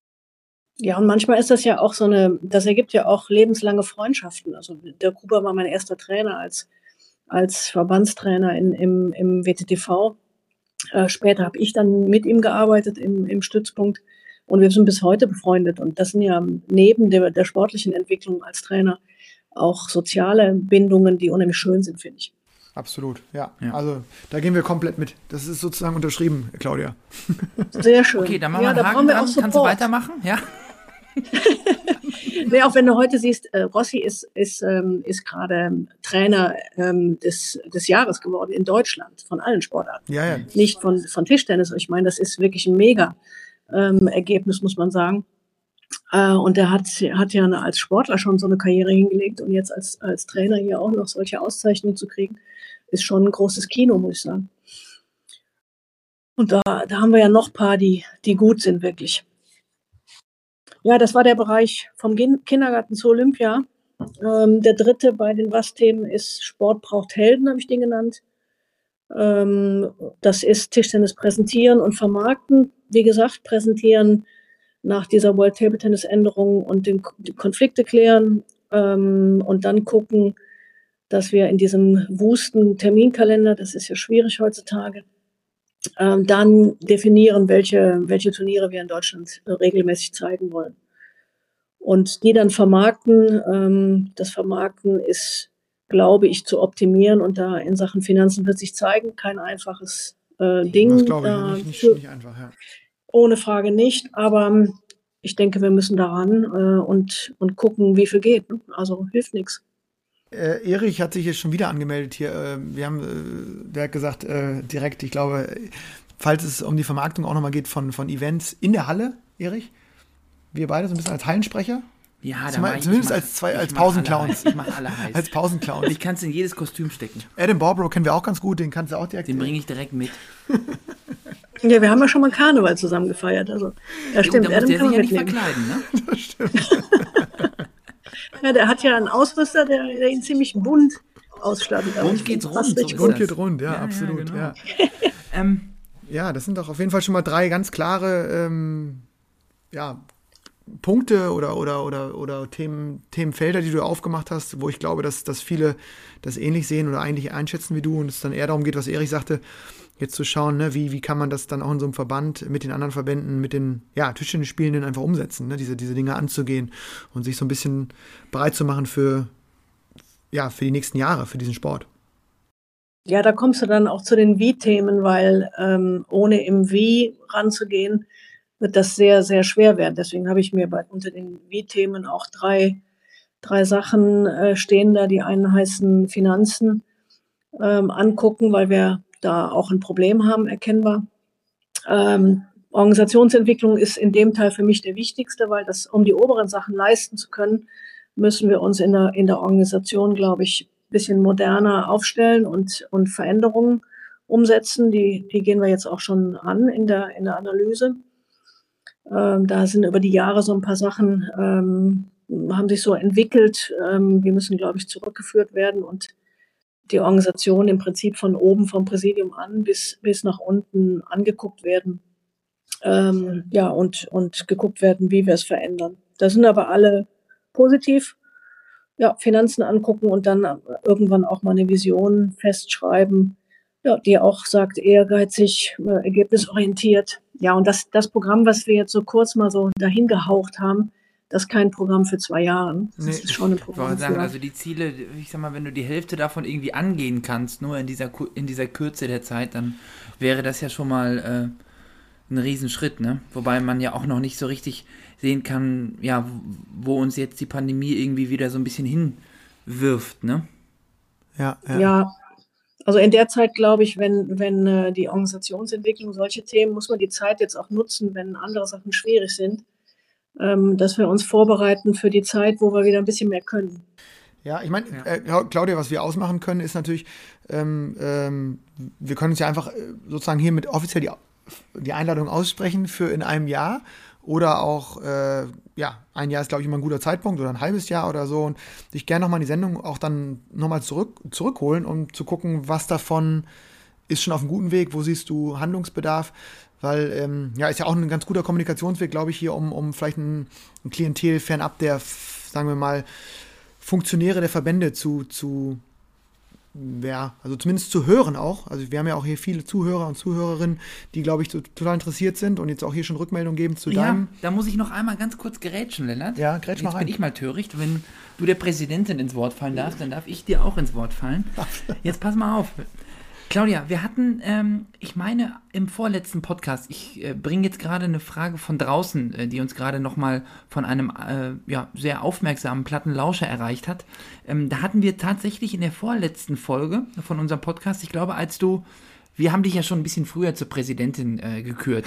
Ja, und manchmal ist das ja auch so eine, das ergibt ja auch lebenslange Freundschaften. Also der Gruber war mein erster Trainer als als Verbandstrainer in, im, im W T T V. Äh, später habe ich dann mit ihm gearbeitet im, im Stützpunkt und wir sind bis heute befreundet. Und das sind ja neben der, der sportlichen Entwicklung als Trainer auch soziale Bindungen, die unheimlich schön sind, finde ich. Absolut, ja. ja. Also da gehen wir komplett mit. Das ist sozusagen unterschrieben, Claudia. Sehr schön. Okay, dann machen ja, wir einen da Haken wir dran. auch Kannst du weitermachen? Ja. Nee, auch wenn du heute siehst, äh, Rossi ist, ist, ähm, ist gerade Trainer ähm, des, des Jahres geworden in Deutschland, von allen Sportarten. Ja, ja. Nicht von, von Tischtennis. Ich meine, das ist wirklich ein mega ähm, Ergebnis, muss man sagen. Äh, und er hat, hat ja als Sportler schon so eine Karriere hingelegt und jetzt als, als Trainer hier auch noch solche Auszeichnungen zu kriegen, ist schon ein großes Kino, muss ich sagen. Und da, da haben wir ja noch ein paar, die, die gut sind, wirklich. Ja, das war der Bereich vom Kindergarten zur Olympia. Ähm, der dritte bei den W A S-Themen ist Sport braucht Helden, habe ich den genannt. Ähm, das ist Tischtennis präsentieren und vermarkten. Wie gesagt, präsentieren nach dieser World Table Tennis Änderung und den, die Konflikte klären ähm, und dann gucken, dass wir in diesem wusten Terminkalender, das ist ja schwierig heutzutage, Ähm, dann definieren, welche, welche Turniere wir in Deutschland äh, regelmäßig zeigen wollen. Und die dann vermarkten. Ähm, das Vermarkten ist, glaube ich, zu optimieren und da in Sachen Finanzen wird sich zeigen. Kein einfaches äh, Ding. Das glaube ich, äh, nicht, nicht, für, nicht einfach, ja. Ohne Frage nicht, aber ähm, ich denke, wir müssen daran äh, und, und gucken, wie viel geht. Ne? Also hilft nichts. Äh, Erich hat sich jetzt schon wieder angemeldet hier. Äh, wir haben, äh, der hat gesagt, äh, direkt, ich glaube, falls es um die Vermarktung auch nochmal geht von, von Events in der Halle, Erich. Wir beide so ein bisschen als Hallensprecher. Ja, Zum, da zumindest ich, als, zwei, ich als mach alle Pausenclowns. heiß. Ich mache alle heiß. Als Pausenclowns. Und ich kann es in jedes Kostüm stecken. Adam Barbrough kennen wir auch ganz gut, den kannst du auch direkt. Den bringe ich direkt mit. Ja, wir haben ja schon mal Karneval zusammen gefeiert. Also, ja, stimmt. Da muss Adam der kann sich man ja nicht mitnehmen. verkleiden, ne? Das stimmt. Ja, der hat ja einen Ausrüster, der, der ihn ziemlich bunt ausstattet. Aber Bunt ich geht's finde, passt rund, so richtig ist Rund gut. das. geht rund, ja, Ja, ja, absolut. genau. Ja, Ähm, ja, das sind doch auf jeden Fall schon mal drei ganz klare ähm, ja, Punkte oder, oder, oder, oder Themen, Themenfelder, die du aufgemacht hast, wo ich glaube, dass, dass viele das ähnlich sehen oder eigentlich einschätzen wie du und es dann eher darum geht, was Erich sagte, jetzt zu schauen, ne, wie, wie kann man das dann auch in so einem Verband mit den anderen Verbänden, mit den ja, Tischtennisspielenden einfach umsetzen, ne, diese, diese Dinge anzugehen und sich so ein bisschen bereit zu machen für, ja, für die nächsten Jahre, für diesen Sport. Ja, da kommst du dann auch zu den Wie-Themen, weil ähm, ohne im Wie ranzugehen, wird das sehr, sehr schwer werden. Deswegen habe ich mir bei, unter den Wie-Themen auch drei, drei Sachen äh, stehen da. Die einen heißen Finanzen ähm, angucken, weil wir da auch ein Problem haben, erkennbar. Ähm, Organisationsentwicklung ist in dem Teil für mich der wichtigste, weil das, um die oberen Sachen leisten zu können, müssen wir uns in der, in der Organisation, glaube ich, ein bisschen moderner aufstellen und, und Veränderungen umsetzen. Die, die gehen wir jetzt auch schon an in der, in der Analyse. Ähm, da sind über die Jahre so ein paar Sachen, ähm, haben sich so entwickelt. Ähm, die müssen, glaube ich, zurückgeführt werden und die Organisation im Prinzip von oben, vom Präsidium an bis, bis nach unten angeguckt werden. Ähm, ja, und, und geguckt werden, wie wir es verändern. Da sind aber alle positiv. Ja, Finanzen angucken und dann irgendwann auch mal eine Vision festschreiben, ja, die auch sagt, ehrgeizig, äh, ergebnisorientiert. Ja, und das, das Programm, was wir jetzt so kurz mal so dahin gehaucht haben, das ist kein Programm für zwei Jahre. Das Nee. ist schon ein Ich Programm wollte sagen, für... also die Ziele, ich sag mal, wenn du die Hälfte davon irgendwie angehen kannst, nur in dieser, Ku- in dieser Kürze der Zeit, dann wäre das ja schon mal äh, ein Riesenschritt, ne? Wobei man ja auch noch nicht so richtig sehen kann, ja, wo uns jetzt die Pandemie irgendwie wieder so ein bisschen hinwirft, ne? Ja, ja. Ja, also in der Zeit, glaube ich, wenn, wenn äh, die Organisationsentwicklung, solche Themen, muss man die Zeit jetzt auch nutzen, wenn andere Sachen schwierig sind, ähm, dass wir uns vorbereiten für die Zeit, wo wir wieder ein bisschen mehr können. Ja, ich meine, Ja. äh, Claudia, was wir ausmachen können, ist natürlich, ähm, ähm, wir können uns ja einfach äh, sozusagen hiermit offiziell die, die Einladung aussprechen für in einem Jahr oder auch, äh, ja, ein Jahr ist, glaube ich, immer ein guter Zeitpunkt oder ein halbes Jahr oder so und dich gerne nochmal in die Sendung auch dann nochmal zurück, zurückholen, um zu gucken, was davon ist schon auf einem guten Weg, wo siehst du Handlungsbedarf, weil, ähm, ja, ist ja auch ein ganz guter Kommunikationsweg, glaube ich, hier, um, um vielleicht ein, ein Klientel fernab der, sagen wir mal, Funktionäre der Verbände zu, zu, ja, also zumindest zu hören auch. Also wir haben ja auch hier viele Zuhörer und Zuhörerinnen, die, glaube ich, so total interessiert sind und jetzt auch hier schon Rückmeldung geben zu Ja, deinem. da muss ich noch einmal ganz kurz gerätschen, Lennart. Ja, grätsch mal Jetzt rein. bin ich mal töricht. Wenn du der Präsidentin ins Wort fallen darfst, dann darf ich dir auch ins Wort fallen. Jetzt pass mal auf. Claudia, wir hatten, ähm, ich meine, im vorletzten Podcast, ich äh, bringe jetzt gerade eine Frage von draußen, äh, die uns gerade nochmal von einem äh, ja, sehr aufmerksamen Plattenlauscher erreicht hat. Ähm, da hatten wir tatsächlich in der vorletzten Folge von unserem Podcast, ich glaube, als du, wir haben dich ja schon ein bisschen früher zur Präsidentin äh, gekürt.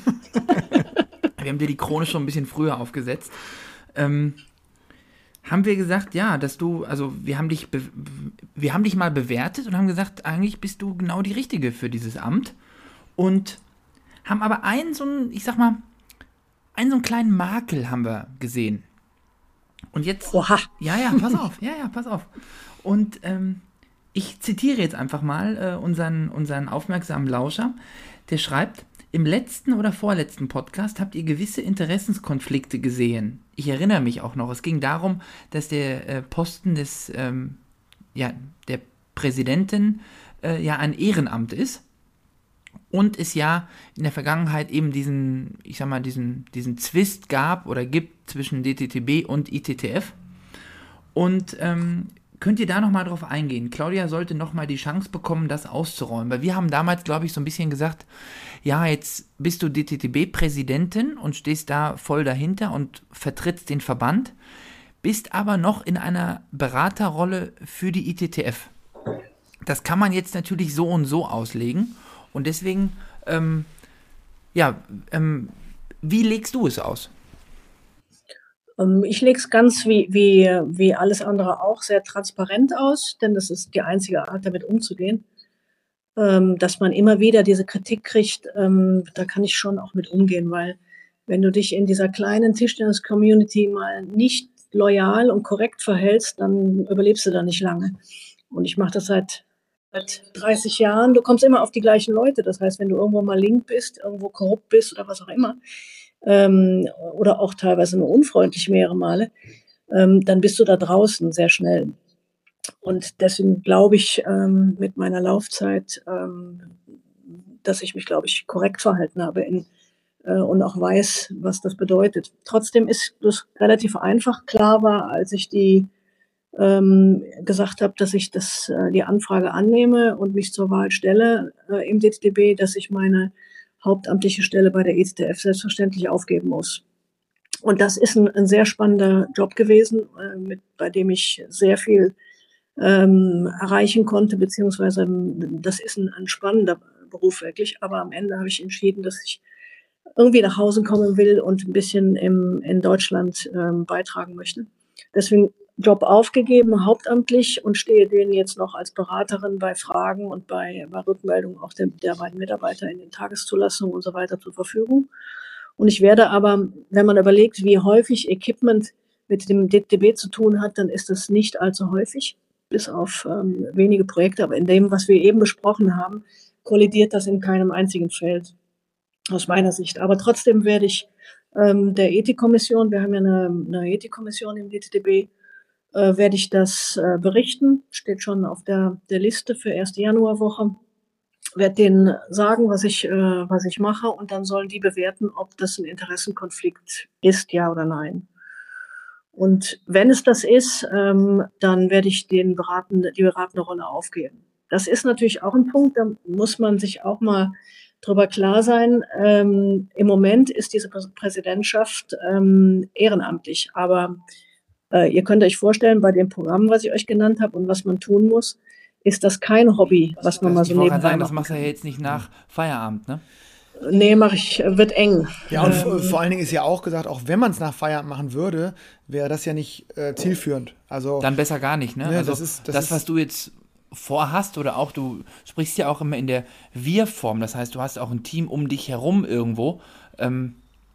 Wir haben dir die Krone schon ein bisschen früher aufgesetzt. Ähm, haben wir gesagt, ja, dass du, also wir haben dich, be- wir haben dich mal bewertet und haben gesagt, eigentlich bist du genau die Richtige für dieses Amt und haben aber einen so einen, ich sag mal, einen so einen kleinen Makel haben wir gesehen. Und jetzt, Oha. ja, ja, pass auf, ja, ja, pass auf. Und ähm, ich zitiere jetzt einfach mal äh, unseren, unseren aufmerksamen Lauscher, der schreibt, im letzten oder vorletzten Podcast habt ihr gewisse Interessenskonflikte gesehen. Ich erinnere mich auch noch. Es ging darum, dass der äh, Posten des, ähm, ja, der Präsidentin äh, ja ein Ehrenamt ist und es ja in der Vergangenheit eben diesen, ich sag mal, diesen, diesen Zwist gab oder gibt zwischen D T T B und I T T F. Und ähm, könnt ihr da nochmal drauf eingehen? Claudia sollte nochmal die Chance bekommen, das auszuräumen. Weil wir haben damals, glaube ich, so ein bisschen gesagt, ja, jetzt bist du D T T B-Präsidentin und stehst da voll dahinter und vertrittst den Verband, bist aber noch in einer Beraterrolle für die I T T F. Das kann man jetzt natürlich so und so auslegen und deswegen Ähm, ja, ähm, wie legst du es aus? Ähm, ich lege es ganz wie, wie, wie alles andere auch sehr transparent aus, denn das ist die einzige Art, damit umzugehen. Ähm, dass man immer wieder diese Kritik kriegt, ähm, da kann ich schon auch mit umgehen, weil wenn du dich in dieser kleinen Tischtennis-Community mal nicht loyal und korrekt verhältst, dann überlebst du da nicht lange. Und ich mache das seit, seit dreißig Jahren. Du kommst immer auf die gleichen Leute. Das heißt, wenn du irgendwo mal link bist, irgendwo korrupt bist oder was auch immer, ähm, oder auch teilweise nur unfreundlich mehrere Male, ähm, dann bist du da draußen sehr schnell. Und deswegen glaube ich ähm, mit meiner Laufzeit, ähm, dass ich mich, glaube ich, korrekt verhalten habe in, äh, und auch weiß, was das bedeutet. Trotzdem ist das relativ einfach. Klar war, als ich die ähm, gesagt habe, dass ich das, äh, die Anfrage annehme und mich zur Wahl stelle äh, im D T D B, dass ich meine hauptamtliche Stelle bei der E Z F selbstverständlich aufgeben muss. Und das ist ein, ein sehr spannender Job gewesen, äh, mit, bei dem ich sehr viel ähm, erreichen konnte, beziehungsweise das ist ein, ein spannender Beruf wirklich. Aber am Ende habe ich entschieden, dass ich irgendwie nach Hause kommen will und ein bisschen im, in Deutschland ähm, beitragen möchte. Deswegen Job aufgegeben, hauptamtlich, und stehe denen jetzt noch als Beraterin bei Fragen und bei, bei Rückmeldungen auch der, der beiden Mitarbeiter in den Tageszulassungen und so weiter zur Verfügung. Und ich werde aber, wenn man überlegt, wie häufig Equipment mit dem D T D B zu tun hat, dann ist das nicht allzu häufig, bis auf ähm, wenige Projekte. Aber in dem, was wir eben besprochen haben, kollidiert das in keinem einzigen Feld, aus meiner Sicht. Aber trotzdem werde ich ähm, der Ethikkommission, wir haben ja eine, eine Ethikkommission im D T D B, äh, werde ich das äh, berichten. Steht schon auf der, der Liste für erste Januarwoche. Werde denen sagen, was ich, äh, was ich mache, und dann sollen die bewerten, ob das ein Interessenkonflikt ist, ja oder nein. Und wenn es das ist, ähm, dann werde ich den beraten, die beratende Rolle aufgeben. Das ist natürlich auch ein Punkt, da muss man sich auch mal drüber klar sein. Ähm, im Moment ist diese Präsidentschaft ähm, ehrenamtlich, aber äh, ihr könnt euch vorstellen, bei dem Programm, was ich euch genannt habe und was man tun muss, ist das kein Hobby, was man Das, mal ich so wollte nebenbei gerade sagen, das machen machst du kann. ja jetzt nicht nach Feierabend, ne? Nee, mache ich, wird eng. Ja, und Ähm, vor, vor allen Dingen ist ja auch gesagt, auch wenn man es nach Feierabend machen würde, wäre das ja nicht äh, zielführend. Also Dann besser gar nicht, ne? Ne, also das ist- das das, ist- was du jetzt vorhast, oder auch du sprichst ja auch immer in der Wir-Form, das heißt, du hast auch ein Team um dich herum irgendwo. Ähm,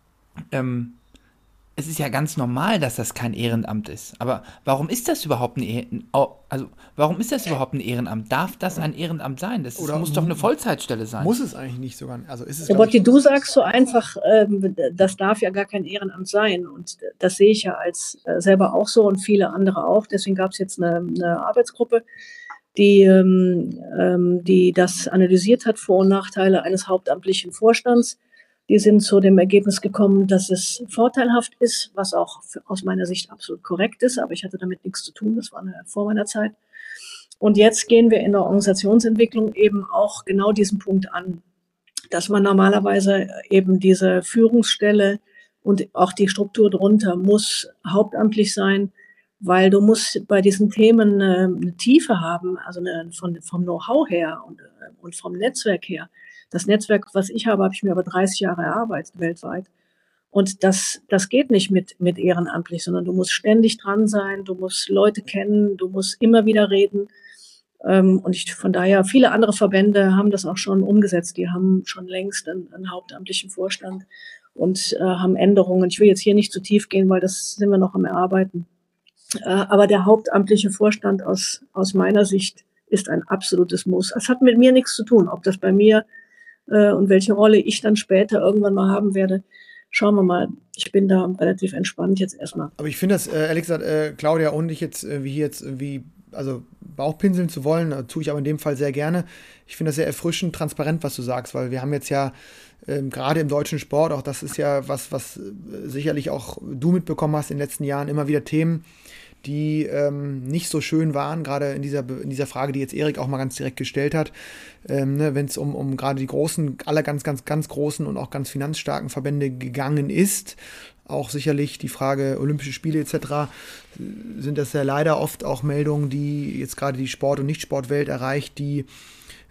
ähm, es ist ja ganz normal, dass das kein Ehrenamt ist. Aber warum ist das überhaupt ein Ehrenamt? Also, warum ist das überhaupt ein Ehrenamt? Darf das ein Ehrenamt sein? Das ist, Oder muss doch eine Vollzeitstelle sein. muss es eigentlich nicht sogar. Also ist es, Ja, glaub Botti, ich, du sagst so einfach, ähm, das darf ja gar kein Ehrenamt sein. Und das sehe ich ja als äh, selber auch so und viele andere auch. Deswegen gab es jetzt eine, eine Arbeitsgruppe, die, ähm, ähm, die das analysiert hat, Vor- und Nachteile eines hauptamtlichen Vorstands. Die sind zu dem Ergebnis gekommen, dass es vorteilhaft ist, was auch für, aus meiner Sicht absolut korrekt ist. Aber ich hatte damit nichts zu tun. Das war eine, vor meiner Zeit. Und jetzt gehen wir in der Organisationsentwicklung eben auch genau diesen Punkt an, dass man normalerweise eben diese Führungsstelle und auch die Struktur drunter muss hauptamtlich sein, weil du musst bei diesen Themen äh, eine Tiefe haben, also eine, von, vom Know-how her und, äh, und vom Netzwerk her. Das Netzwerk, was ich habe, habe ich mir über dreißig Jahre erarbeitet weltweit. Und das, das geht nicht mit, mit ehrenamtlich, sondern du musst ständig dran sein, du musst Leute kennen, du musst immer wieder reden. Ähm, und ich, von daher, viele andere Verbände haben das auch schon umgesetzt. Die haben schon längst einen, einen hauptamtlichen Vorstand und äh, haben Änderungen. Ich will jetzt hier nicht zu tief gehen, weil das sind wir noch am Erarbeiten. Äh, aber der hauptamtliche Vorstand aus, aus meiner Sicht ist ein absolutes Muss. Es hat mit mir nichts zu tun, ob das bei mir äh, und welche Rolle ich dann später irgendwann mal haben werde. Schauen wir mal. Ich bin da relativ entspannt jetzt erstmal. aber ich finde das, äh, ehrlich gesagt, äh, Claudia und ich jetzt, äh, wie hier jetzt irgendwie, also Bauchpinseln zu wollen, äh, tue ich aber in dem Fall sehr gerne. Ich finde das sehr erfrischend, transparent, was du sagst, weil wir haben jetzt ja ähm, gerade im deutschen Sport, auch das ist ja was, was äh, sicherlich auch du mitbekommen hast in den letzten Jahren, immer wieder Themen, die ähm, nicht so schön waren, gerade in dieser, in dieser Frage, die jetzt Erik auch mal ganz direkt gestellt hat, ähm, ne, wenn es um, um gerade die großen, alle ganz, ganz, ganz großen und auch ganz finanzstarken Verbände gegangen ist, auch sicherlich die Frage Olympische Spiele et cetera, sind das ja leider oft auch Meldungen, die jetzt gerade die Sport- und Nicht-Sportwelt erreicht, die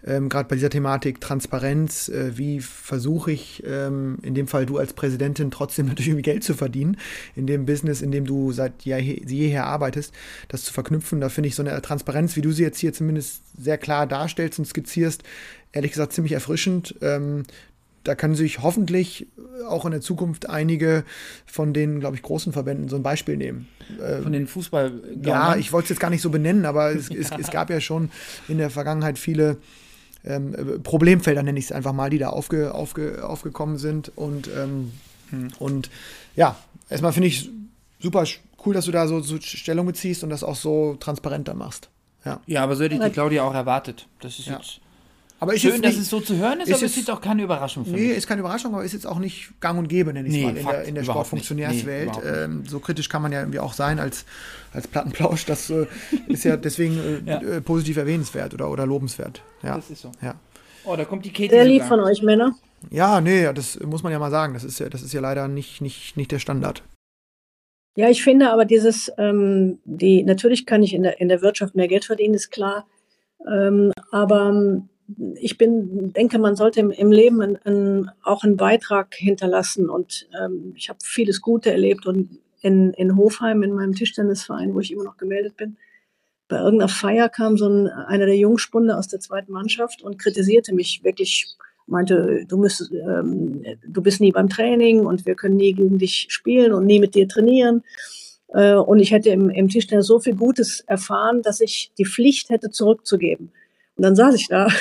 ähm, gerade bei dieser Thematik Transparenz, äh, wie versuche ich, ähm, in dem Fall du als Präsidentin, trotzdem natürlich irgendwie Geld zu verdienen, in dem Business, in dem du seit je, jeher arbeitest, das zu verknüpfen. Da finde ich so eine Transparenz, wie du sie jetzt hier zumindest sehr klar darstellst und skizzierst, ehrlich gesagt ziemlich erfrischend. Ähm, Da können sich hoffentlich auch in der Zukunft einige von den, glaube ich, großen Verbänden so ein Beispiel nehmen. Von den Fußball. Ja, ich wollte es jetzt gar nicht so benennen, aber es, ja. es, es gab ja schon in der Vergangenheit viele ähm, Problemfelder, nenne ich es einfach mal, die da aufge, aufge, aufgekommen sind. Und, ähm, hm. und ja, erstmal finde ich super cool, dass du da so, so Stellung beziehst und das auch so transparent dann machst. Ja, ja, aber so hätte ich die Claudia auch erwartet. Das ist ja. jetzt... Aber Schön, nicht, dass es so zu hören ist, ist aber es ist auch keine Überraschung für mich. Nee, ist keine Überraschung, aber ist jetzt auch nicht gang und gäbe, nenne ich es nee, mal, in Fakt, der, in der Sportfunktionärswelt. Nee, ähm, so kritisch kann man ja irgendwie auch sein als, als Plattenplausch. Das äh, ist ja deswegen äh, ja. Äh, positiv erwähnenswert oder, oder lobenswert. Ja. Das ist so. Ja. Oh, da kommt die Katie. Sehr lieb von euch, Männer. Ja, nee, das muss man ja mal sagen. Das ist ja, das ist ja leider nicht, nicht, nicht der Standard. Ja, ich finde aber dieses, ähm, die, natürlich kann ich in der, in der Wirtschaft mehr Geld verdienen, ist klar. Ähm, aber ich bin, denke, man sollte im, im Leben ein, ein, auch einen Beitrag hinterlassen. Und ähm, ich habe vieles Gute erlebt. Und in, in Hofheim, in meinem Tischtennisverein, wo ich immer noch gemeldet bin, bei irgendeiner Feier kam so ein, einer der Jungspunde aus der zweiten Mannschaft und kritisierte mich wirklich, meinte, du müsstest, ähm, du bist nie beim Training und wir können nie gegen dich spielen und nie mit dir trainieren. Äh, und ich hätte im, im Tischtennis so viel Gutes erfahren, dass ich die Pflicht hätte, zurückzugeben. Und dann saß ich da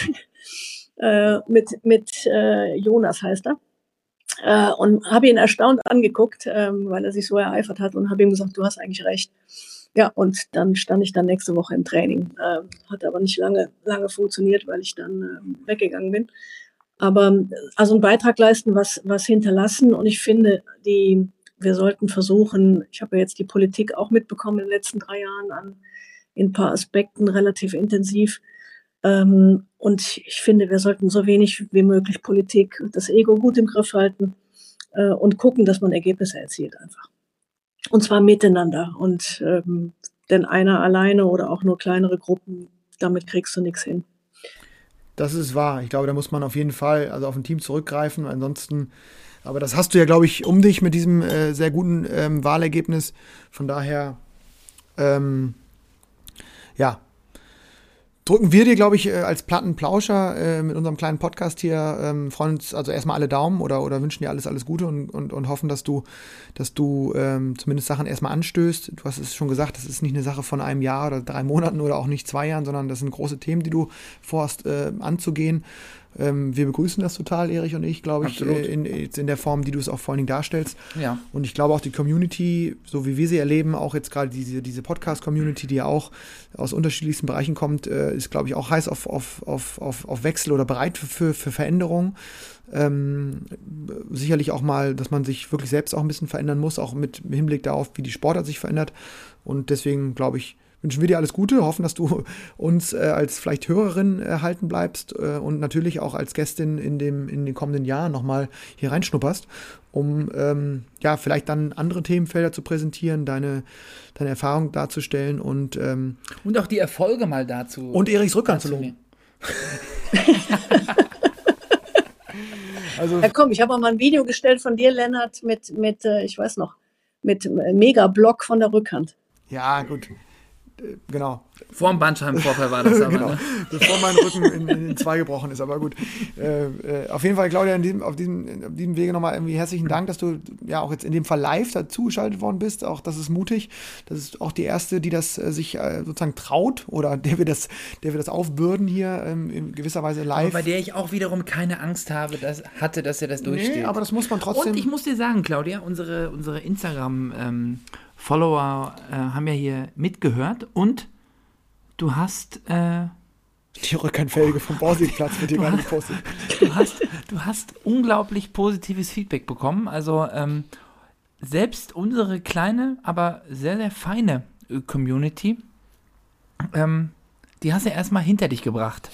äh, mit, mit äh, Jonas, heißt er, äh, und habe ihn erstaunt angeguckt, äh, weil er sich so ereifert hat und habe ihm gesagt, du hast eigentlich recht. Ja, und dann stand ich dann nächste Woche im Training. Äh, hat aber nicht lange, lange funktioniert, weil ich dann äh, weggegangen bin. Aber also einen Beitrag leisten, was, was hinterlassen. Und ich finde, die, wir sollten versuchen, ich habe ja jetzt die Politik auch mitbekommen in den letzten drei Jahren an, in ein paar Aspekten relativ intensiv. Ähm, und ich finde, wir sollten so wenig wie möglich Politik, das Ego gut im Griff halten äh, und gucken, dass man Ergebnisse erzielt einfach. Und zwar miteinander. Und ähm, denn einer alleine oder auch nur kleinere Gruppen, damit kriegst du nichts hin. Das ist wahr. Ich glaube, da muss man auf jeden Fall also auf ein Team zurückgreifen. Ansonsten, aber das hast du ja, glaube ich, um dich mit diesem äh, sehr guten ähm, Wahlergebnis. Von daher, ähm, ja, drücken wir dir, glaube ich, als Plattenplauscher äh, mit unserem kleinen Podcast hier, ähm, freuen uns also erstmal alle Daumen oder, oder wünschen dir alles, alles Gute und, und, und hoffen, dass du, dass du ähm, zumindest Sachen erstmal anstößt. Du hast es schon gesagt, das ist nicht eine Sache von einem Jahr oder drei Monaten oder auch nicht zwei Jahren, sondern das sind große Themen, die du vorhast äh, anzugehen. Ähm, wir begrüßen das total, Erich und ich, glaube ich, äh, in, in der Form, die du es auch vor allen Dingen darstellst. Ja. Und ich glaube auch die Community, so wie wir sie erleben, auch jetzt gerade diese, diese Podcast-Community, die ja auch aus unterschiedlichsten Bereichen kommt, äh, ist, glaube ich, auch heiß auf, auf, auf, auf, auf Wechsel oder bereit für, für Veränderung. Ähm, sicherlich auch mal, dass man sich wirklich selbst auch ein bisschen verändern muss, auch mit Hinblick darauf, wie die Sportart sich verändert. Und deswegen, glaube ich, wünschen wir dir alles Gute, hoffen, dass du uns äh, als vielleicht Hörerin erhalten bleibst äh, und natürlich auch als Gästin in, dem, in den kommenden Jahren nochmal hier reinschnupperst, um ähm, ja vielleicht dann andere Themenfelder zu präsentieren, deine, deine Erfahrung darzustellen und ähm, und auch die Erfolge mal dazu. Und Erichs Rückgang zu loben. Also, ja, komm, ich habe auch mal ein Video gestellt von dir, Lennart, mit, mit äh, ich weiß noch, mit Mega-Block von der Rückhand. Ja, gut. Genau. Vor dem Bandscheibenvorfall war das aber. Genau. Ne? Bevor mein Rücken in, in, in zwei gebrochen ist, aber gut. Äh, äh, auf jeden Fall, Claudia, in diesem, auf, diesem, auf diesem Wege nochmal irgendwie herzlichen Dank, dass du ja auch jetzt in dem Fall live dazugeschaltet worden bist. Auch das ist mutig. Das ist auch die erste, die das äh, sich äh, sozusagen traut oder der wir das, der wir das aufbürden hier ähm, in gewisser Weise live. Aber bei der ich auch wiederum keine Angst habe, dass, hatte, dass er das durchsteht. Nee, aber das muss man trotzdem. Und ich muss dir sagen, Claudia, unsere, unsere Instagram ähm, Follower äh, haben ja hier mitgehört und du hast äh, die Rückhandfelge vom Borsigplatz mit dir gerade gepostet. Du hast, du hast unglaublich positives Feedback bekommen. Also ähm, selbst unsere kleine, aber sehr, sehr feine äh, Community, ähm, die hast du ja erstmal hinter dich gebracht.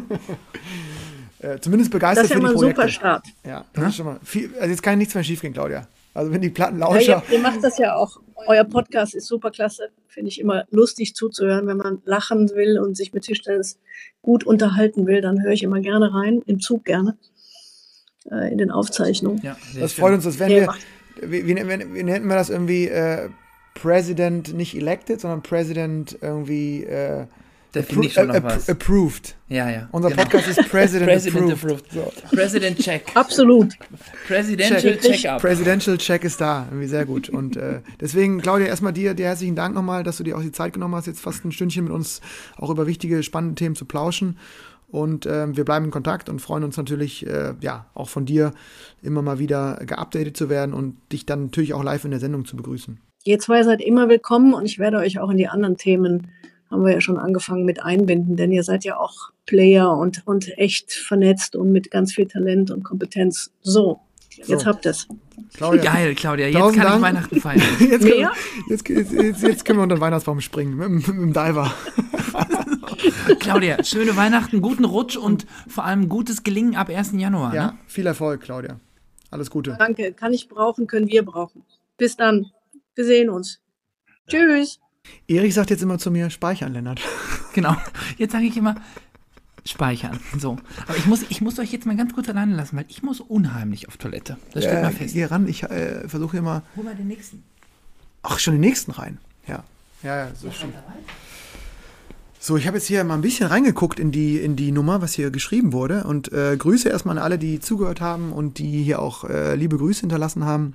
äh, zumindest begeistert für die Projekte. Das ist ja mal ein super Start. Ja, das ja? ist schon mal viel, also jetzt kann nichts mehr schief gehen, Claudia. Also wenn die Plattenlauscher... Ja, ihr, ihr macht das ja auch euer Podcast ist super klasse. Finde ich immer lustig zuzuhören. Wenn man lachen will und sich mit Tischtennis gut unterhalten will, dann höre ich immer gerne rein, im Zug gerne, äh, in den Aufzeichnungen. Ja, das freut uns, das werden ja, wir, wie, wie, wie, wie nennen wir das irgendwie, äh, President nicht elected, sondern President irgendwie äh, Da finde ich schon noch appro- was. approved. Ja, ja. Unser genau. Podcast ist President, President approved. approved. So. President check. Absolut. Presidential Check. check-up. Presidential Check ist da, irgendwie sehr gut. Und äh, deswegen, Claudia, erstmal dir, dir herzlichen Dank nochmal, dass du dir auch die Zeit genommen hast, jetzt fast ein Stündchen mit uns auch über wichtige, spannende Themen zu plauschen. Und äh, wir bleiben in Kontakt und freuen uns natürlich, äh, ja, auch von dir immer mal wieder geupdatet zu werden und dich dann natürlich auch live in der Sendung zu begrüßen. Ihr zwei seid immer willkommen und ich werde euch auch in die anderen Themen, haben wir ja schon angefangen, mit einbinden, denn ihr seid ja auch Player und, und echt vernetzt und mit ganz viel Talent und Kompetenz. So, jetzt So. habt ihr es. Claudia, Geil, Claudia. Jetzt Tausend kann ich Dank. Weihnachten feiern. jetzt, können, Mehr? jetzt, jetzt, jetzt, jetzt können wir unter den Weihnachtsbaum springen, mit, dem- mit dem Diver. Claudia, schöne Weihnachten, guten Rutsch und vor allem gutes Gelingen ab ersten Januar. Ja, Ne? viel Erfolg, Claudia. Alles Gute. Danke, kann ich brauchen, können wir brauchen. Bis dann, wir sehen uns. Tschüss. Erich sagt jetzt immer zu mir, speichern, Lennart. Genau. Jetzt sage ich immer, speichern. So. Aber ich muss, ich muss euch jetzt mal ganz kurz alleine lassen, weil ich muss unheimlich auf Toilette. Das steht Äh, mal fest. geh ran, ich äh, versuche immer. Hol mal den nächsten. Ach, schon den nächsten rein. Ja, ja, ja, so stimmt. So, ich habe jetzt hier mal ein bisschen reingeguckt in die, in die Nummer, was hier geschrieben wurde. Und äh, Grüße erstmal an alle, die zugehört haben und die hier auch äh, liebe Grüße hinterlassen haben.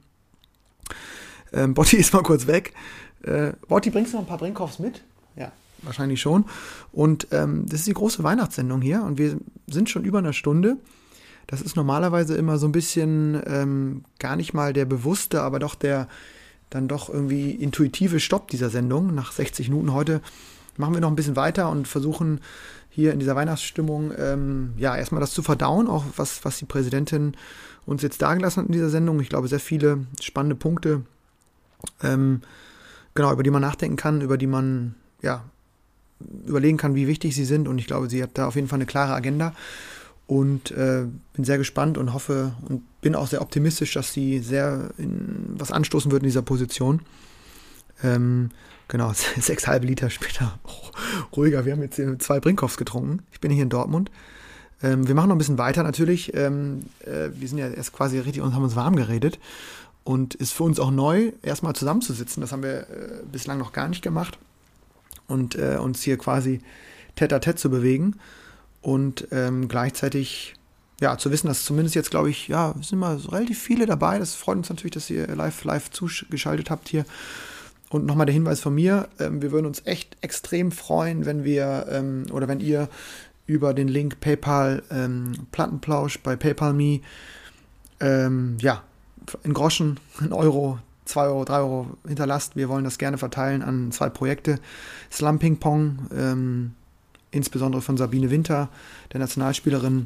Ähm, Botti ist mal kurz weg. Äh, Botti, bringst du noch ein paar Brinkhoffs mit? Ja, wahrscheinlich schon. Und ähm, das ist die große Weihnachtssendung hier und wir sind schon über eine Stunde. Das ist normalerweise immer so ein bisschen ähm, gar nicht mal der bewusste, aber doch der dann doch irgendwie intuitive Stopp dieser Sendung nach sechzig Minuten. Heute machen wir noch ein bisschen weiter und versuchen hier in dieser Weihnachtsstimmung ähm, ja erstmal das zu verdauen, auch was, was die Präsidentin uns jetzt dargelassen hat in dieser Sendung. Ich glaube, sehr viele spannende Punkte, ähm, genau, über die man nachdenken kann, über die man ja überlegen kann, wie wichtig sie sind. Und ich glaube, sie hat da auf jeden Fall eine klare Agenda. Und äh, bin sehr gespannt und hoffe und bin auch sehr optimistisch, dass sie sehr in was anstoßen wird in dieser Position. Ähm, genau, sechs halbe Liter später. Oh, ruhiger, wir haben jetzt hier zwei Brinkhoffs getrunken. Ich bin hier in Dortmund. Ähm, wir machen noch ein bisschen weiter natürlich. Ähm, äh, wir sind ja erst quasi richtig und haben uns warm geredet. Und ist für uns auch neu, erstmal zusammenzusitzen. Das haben wir äh, bislang noch gar nicht gemacht. Und äh, uns hier quasi tête-à-tête zu bewegen. Und ähm, gleichzeitig, ja, zu wissen, dass zumindest jetzt, glaube ich, ja, es sind mal so relativ viele dabei. Das freut uns natürlich, dass ihr live, live zugeschaltet habt hier. Und nochmal der Hinweis von mir, ähm, wir würden uns echt extrem freuen, wenn wir, ähm, oder wenn ihr über den Link PayPal ähm, Plattenplausch bei PayPal.me, ähm, ja, in Groschen, in Euro, zwei Euro, drei Euro hinterlasst. Wir wollen das gerne verteilen an zwei Projekte. Slam Ping Pong, ähm, insbesondere von Sabine Winter, der Nationalspielerin,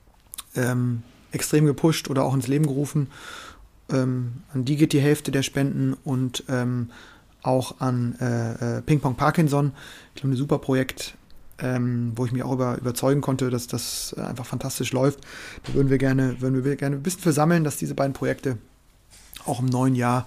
ähm, extrem gepusht oder auch ins Leben gerufen. Ähm, an die geht die Hälfte der Spenden und ähm, auch an äh, äh, Ping Pong Parkinson. Ich glaube, ein super Projekt, ähm, wo ich mich auch über, überzeugen konnte, dass das einfach fantastisch läuft. Da würden wir gerne, würden wir gerne ein bisschen für sammeln, dass diese beiden Projekte auch im neuen Jahr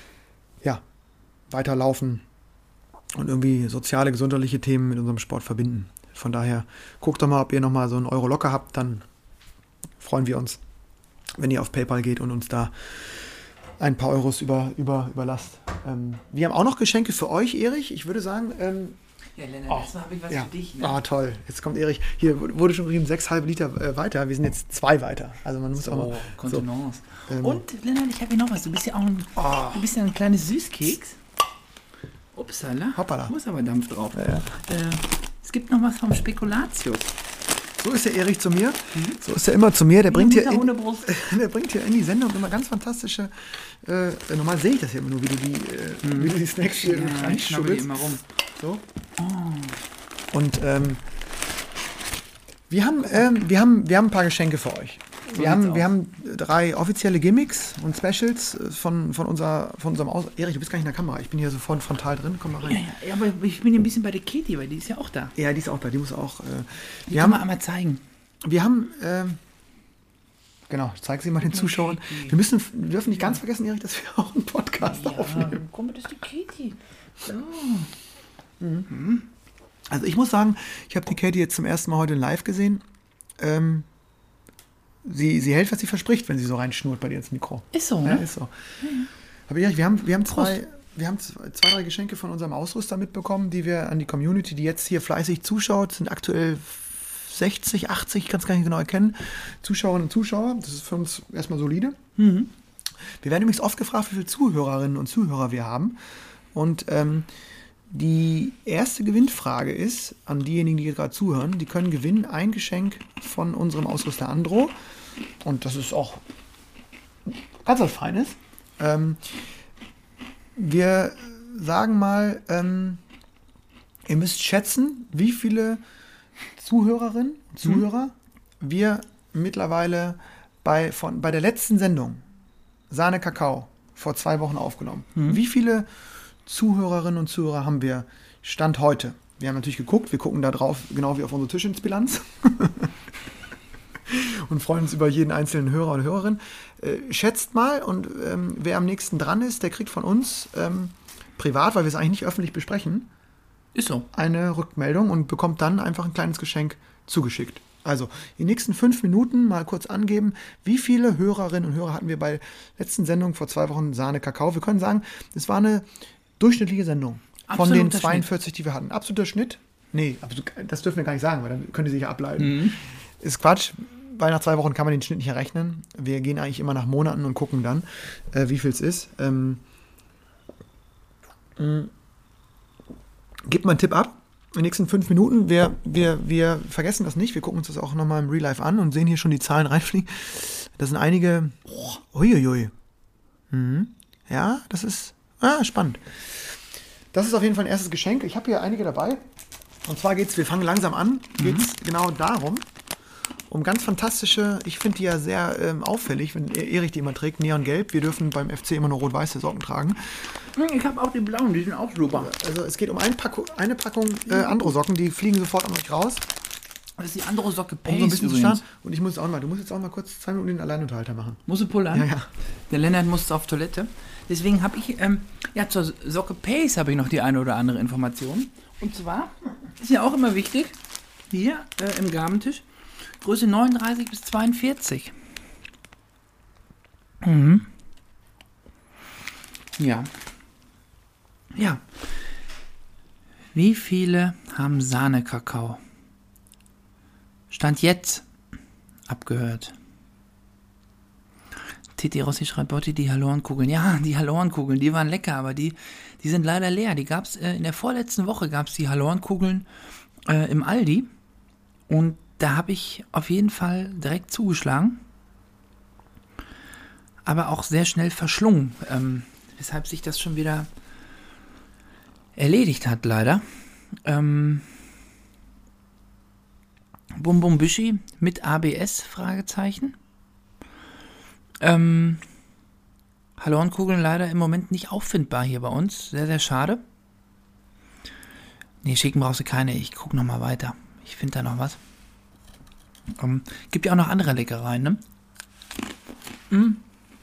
ja, weiterlaufen und irgendwie soziale, gesundheitliche Themen mit unserem Sport verbinden. Von daher, guckt doch mal, ob ihr nochmal so einen Euro locker habt, dann freuen wir uns, wenn ihr auf PayPal geht und uns da ein paar Euros über, über, überlasst. Ähm, wir haben auch noch Geschenke für euch, Erich. Ich würde sagen, ähm, Ja, Lennart, Oh, erstmal habe ich was ja. für dich. Ne? Ah, toll. Jetzt kommt Erich. Hier wurde schon geschrieben, sechs halbe Liter äh, weiter. Wir sind jetzt zwei weiter. Also man muss auch Oh, mal. Kontenance. So, ähm, Und, Lennart, ich habe hier noch was. Du bist ja auch ein, Oh. du bist ja ein kleines Süßkeks. Upsala. Hoppala. Da muss aber Dampf drauf. Ja, ja. Äh, es gibt noch was vom Spekulatius. So ist der Erich zu mir. So ist er immer zu mir. Der bringt, hier Mutter in, ohne Brust. der bringt hier in die Sendung immer ganz fantastische. Äh, normal sehe ich das ja immer nur, wie du die, äh, wie du die Snacks hier Ja, ich schnabbel die reinschüttelst. immer rum. So. Und ähm, wir, haben, ähm, wir, haben, wir haben ein paar Geschenke für euch. So Wir haben, sieht's wir aus. haben drei offizielle Gimmicks und Specials von, von, unser, von unserem Aus. Erich, du bist gar nicht in der Kamera. Ich bin hier so vorne frontal drin. Komm mal Ja, rein. ja, aber ich bin hier ein bisschen bei der Katie, weil die ist ja auch da. Ja, die ist auch da. Die muss auch. Äh, Die wir, kann man haben, einmal zeigen. wir haben ähm, genau. Zeig sie mal den Zuschauern. Wir müssen, wir dürfen nicht ganz vergessen, Erik, dass wir auch einen Podcast ja, aufnehmen. Komm, das ist die Katie. So. Mhm. Also ich muss sagen, ich habe die Katie jetzt zum ersten Mal heute live gesehen. Ähm, sie, sie hält, was sie verspricht, wenn sie so reinschnurrt bei dir ins Mikro. Ist so, ja, ne? Ist so. Mhm. Aber Erik, wir haben, wir haben zwei... Wir haben zwei, drei Geschenke von unserem Ausrüster mitbekommen, die wir an die Community, die jetzt hier fleißig zuschaut, sind aktuell sechzig, achtzig, ich kann es gar nicht genau erkennen, Zuschauerinnen und Zuschauer. Das ist für uns erstmal solide. Mhm. Wir werden übrigens oft gefragt, wie viele Zuhörerinnen und Zuhörer wir haben. Und ähm, die erste Gewinnfrage ist, an diejenigen, die gerade zuhören, die können gewinnen ein Geschenk von unserem Ausrüster Andro. Und das ist auch ganz was Feines. Ähm, Wir sagen mal, ähm, ihr müsst schätzen, wie viele Zuhörerinnen und Zuhörer mhm. wir mittlerweile bei, von, bei der letzten Sendung Sahne Kakao vor zwei Wochen aufgenommen. Mhm. Wie viele Zuhörerinnen und Zuhörer haben wir Stand heute? Wir haben natürlich geguckt, wir gucken da drauf, genau wie auf unsere Tischtennisbilanz. Und freuen uns über jeden einzelnen Hörer und Hörerin. Äh, schätzt mal, und ähm, wer am nächsten dran ist, der kriegt von uns ähm, privat, weil wir es eigentlich nicht öffentlich besprechen, ist so, eine Rückmeldung und bekommt dann einfach ein kleines Geschenk zugeschickt. Also die nächsten fünf Minuten mal kurz angeben, wie viele Hörerinnen und Hörer hatten wir bei der letzten Sendung vor zwei Wochen Sahne Kakao. Wir können sagen, es war eine durchschnittliche Sendung von Absoluter den zweiundvierzig, Schnitt. Die wir hatten. Absoluter Schnitt? Nee, das dürfen wir gar nicht sagen, weil dann könnt ihr sich ja ableiten. Mhm. Ist Quatsch. Weil nach zwei Wochen kann man den Schnitt nicht errechnen. Wir gehen eigentlich immer nach Monaten und gucken dann, äh, wie viel es ist. Ähm, mh, gebt mal einen Tipp ab. In den nächsten fünf Minuten. Wir, wir, wir vergessen das nicht. Wir gucken uns das auch nochmal im Real Life an und sehen hier schon die Zahlen reinfliegen. Das sind einige. Oh, uiuiui. Mhm. Ja, das ist ah, spannend. Das ist auf jeden Fall ein erstes Geschenk. Ich habe hier einige dabei. Und zwar geht's, wir fangen langsam an, geht es mhm. genau darum, um ganz fantastische, ich finde die ja sehr ähm, auffällig, wenn Erik die immer trägt, neongelb. Wir dürfen beim F C immer nur rot-weiße Socken tragen. Ich habe auch die blauen, die sind auch super. Also es geht um ein Packung, eine Packung äh, Andro-Socken, die fliegen sofort an euch raus. Das ist die Andro-Socke Pace um so ein bisschen übrigens. Zu und ich muss auch mal, du musst jetzt auch mal kurz zwei Minuten den Alleinunterhalter machen. Muss du pullern? Ja, ja. Der Lennart musste auf Toilette. Deswegen habe ich, ähm, ja, zur Socke Pace habe ich noch die eine oder andere Information. Und zwar ist ja auch immer wichtig, hier äh, im Gabentisch, Größe neununddreißig bis zweiundvierzig. Mhm. Ja. Ja. Wie viele haben Sahne-Kakao? Stand jetzt abgehört. Titi Rossi schreibt, Botti, die Hallorenkugeln. Ja, die Hallorenkugeln, die waren lecker, aber die, die sind leider leer. Die gab's, äh, in der vorletzten Woche gab es die Hallorenkugeln äh, im Aldi. Und da habe ich auf jeden Fall direkt zugeschlagen. Aber auch sehr schnell verschlungen. Ähm, weshalb sich das schon wieder erledigt hat, leider. Ähm, Bum Bum Büschi mit A B S, Fragezeichen. Ähm, Hallorenkugeln leider im Moment nicht auffindbar hier bei uns. Sehr, sehr schade. Nee, schicken brauchst du keine. Ich gucke nochmal weiter. Ich finde da noch was. Um, gibt ja auch noch andere Leckereien, ne? Mm.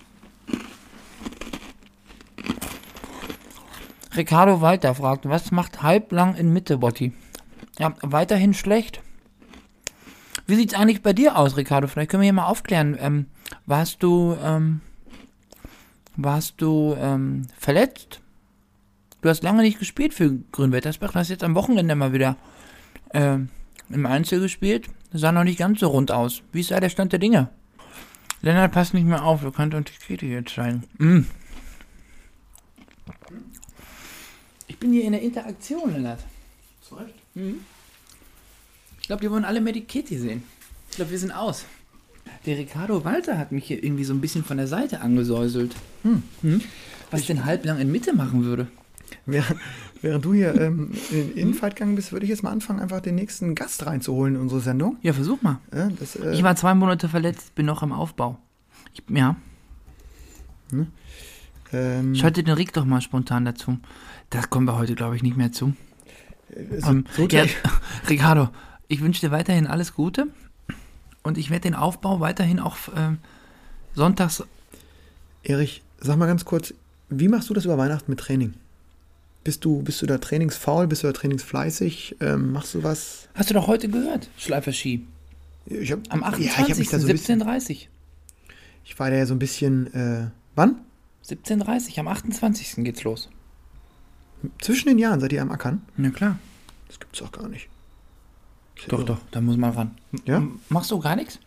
Ricardo Walter fragt, was macht halblang in Mitte, Botti? Ja, weiterhin schlecht. Wie sieht's eigentlich bei dir aus, Ricardo? Vielleicht können wir hier mal aufklären. Ähm, warst du, ähm, warst du ähm, verletzt? Du hast lange nicht gespielt für Grünwettersbach. Du hast jetzt am Wochenende mal wieder äh, im Einzel gespielt. Das sah noch nicht ganz so rund aus. Wie ist da der Stand der Dinge? Lennart, passt nicht mehr auf. Du kannst uns die Kette jetzt zeigen. Mm. Ich bin hier in der Interaktion, Lennart. Zu Recht. Mhm. Ich glaube, die wollen alle mehr die Kitty sehen. Ich glaube, wir sind aus. Der Ricardo Walter hat mich hier irgendwie so ein bisschen von der Seite angesäuselt. Hm. Hm? Was ich denn halblang in Mitte machen würde. Während, während du hier ähm, in den Infight gegangen bist, würde ich jetzt mal anfangen, einfach den nächsten Gast reinzuholen in unsere Sendung. Ja, versuch mal. Ja, das, äh, ich war zwei Monate verletzt, bin noch im Aufbau. Ich, ja. Hm? Ähm, Schaltet den Rick doch mal spontan dazu. Das kommen wir heute, glaube ich, nicht mehr zu. So, ähm, so ja, Ricardo, ich wünsche dir weiterhin alles Gute und ich werde den Aufbau weiterhin auch äh, sonntags. Erich, sag mal ganz kurz, wie machst du das über Weihnachten mit Training? Bist du, bist du da trainingsfaul, bist du da trainingsfleißig? Ähm, machst du was? Hast du doch heute gehört, Schleifer-Ski. Ich hab, Am ja, ich hab mich achtundzwanzigsten da so ein bisschen, siebzehn Uhr dreißig. ich war da ja so ein bisschen, äh, wann? siebzehn Uhr dreißig, am achtundzwanzigsten geht's los. Zwischen den Jahren seid ihr am Ackern? Na klar. Das gibt's doch gar nicht. Doch, doch, da muss man ran. Ja? M- Machst du gar nichts?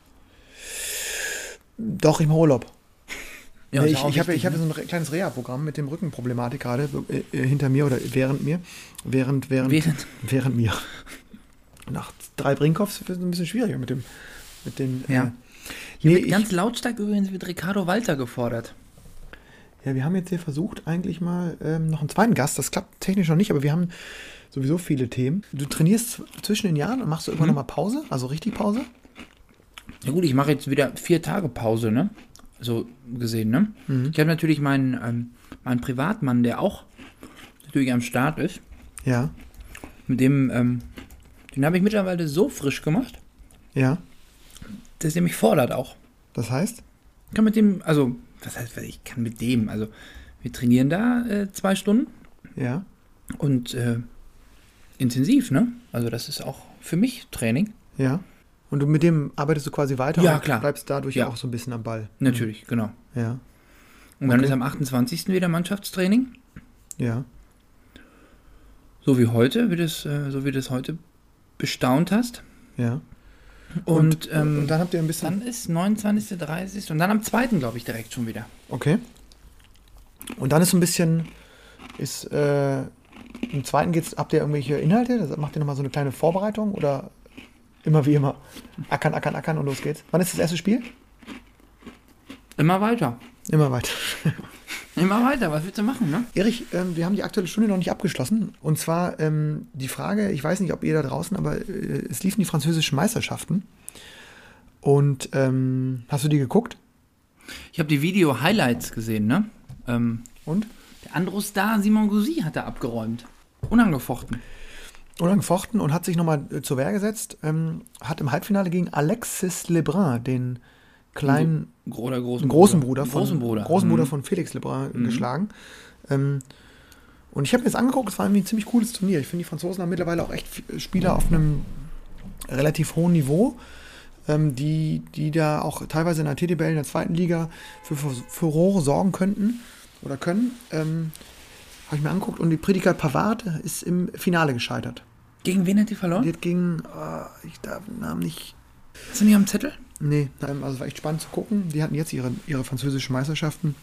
Doch, ich mache Urlaub. Ja, Nee, ist ich auch ich habe wichtig, ich hab ne? so ein re- kleines Reha-Programm mit dem Rückenproblematik gerade äh, äh, hinter mir oder während mir. Während, während, Während. während mir. Nach drei Brinkhoffs wird es ein bisschen schwieriger mit dem. Mit den, Ja. Äh, Hier nee, wird ich, ganz lautstark übrigens wird Ricardo Walter gefordert. ja, wir haben jetzt hier versucht, eigentlich mal ähm, noch einen zweiten Gast. Das klappt technisch noch nicht, aber wir haben sowieso viele Themen. Du trainierst z- zwischen den Jahren und machst du irgendwann Mhm. nochmal Pause? Also richtig Pause? Ja gut, ich mache jetzt wieder vier Tage Pause, ne? So gesehen, ne? Mhm. Ich habe natürlich meinen, ähm, meinen Privatmann, der auch natürlich am Start ist. Ja, Mit dem, ähm, den habe ich mittlerweile so frisch gemacht, ja. dass er mich fordert auch. Das heißt? Ich kann mit dem, also, was heißt, ich kann mit dem, also, wir trainieren da äh, zwei Stunden Ja, und äh, intensiv, ne? Also, das ist auch für mich Training. ja. Und du, mit dem arbeitest du quasi weiter Ja, und klar. bleibst dadurch Ja. auch so ein bisschen am Ball. Natürlich, genau. Ja, Und dann Okay. ist am achtundzwanzigsten wieder Mannschaftstraining. ja. So wie heute, wie das, äh, so wie du es heute bestaunt hast. Ja. Und, ähm, und dann habt ihr ein bisschen. dann ist neunundzwanzigsten dreißigsten und dann am zweiten glaube ich, direkt schon wieder. Okay. Und dann ist so ein bisschen. Ist, äh, im zweiten geht's, habt ihr irgendwelche Inhalte? Das, macht ihr nochmal so eine kleine Vorbereitung oder immer wie immer? Ackern, ackern, ackern und los geht's. Wann ist das erste Spiel? Immer weiter. Immer weiter. Immer weiter, was willst du machen, ne? Erich, ähm, wir haben die aktuelle Stunde noch nicht abgeschlossen. Und zwar ähm, die Frage, ich weiß nicht, ob ihr da draußen, aber äh, es liefen die französischen Meisterschaften. Und ähm, hast du die geguckt? Ich habe die Video-Highlights gesehen, ne? Ähm, Und? der Andro-Star Simon Gauzy hat er abgeräumt. Unangefochten. Unangefochten und hat sich nochmal äh, zur Wehr gesetzt. Ähm, hat im Halbfinale gegen Alexis Lebrun, den kleinen Gro- Oder großen, großen Bruder von, großen Bruder, großen Bruder Mhm. von Felix Lebrun Mhm. geschlagen. Ähm, und ich habe mir jetzt angeguckt, es war irgendwie ein ziemlich cooles Turnier. Ich finde, die Franzosen haben mittlerweile auch echt f- Spieler auf einem relativ hohen Niveau, ähm, die, die da auch teilweise in der T D B L in der zweiten Liga für Fu- Furore sorgen könnten oder können. Ähm, habe ich mir angeguckt und die Predikat Pavard ist im Finale gescheitert. Gegen wen hat die verloren? Die hat gegen, äh, ich darf den Namen nicht. Hast du nicht am Zettel? Nee, nein, also es war echt spannend zu gucken. Die hatten jetzt ihre, ihre französischen Meisterschaften.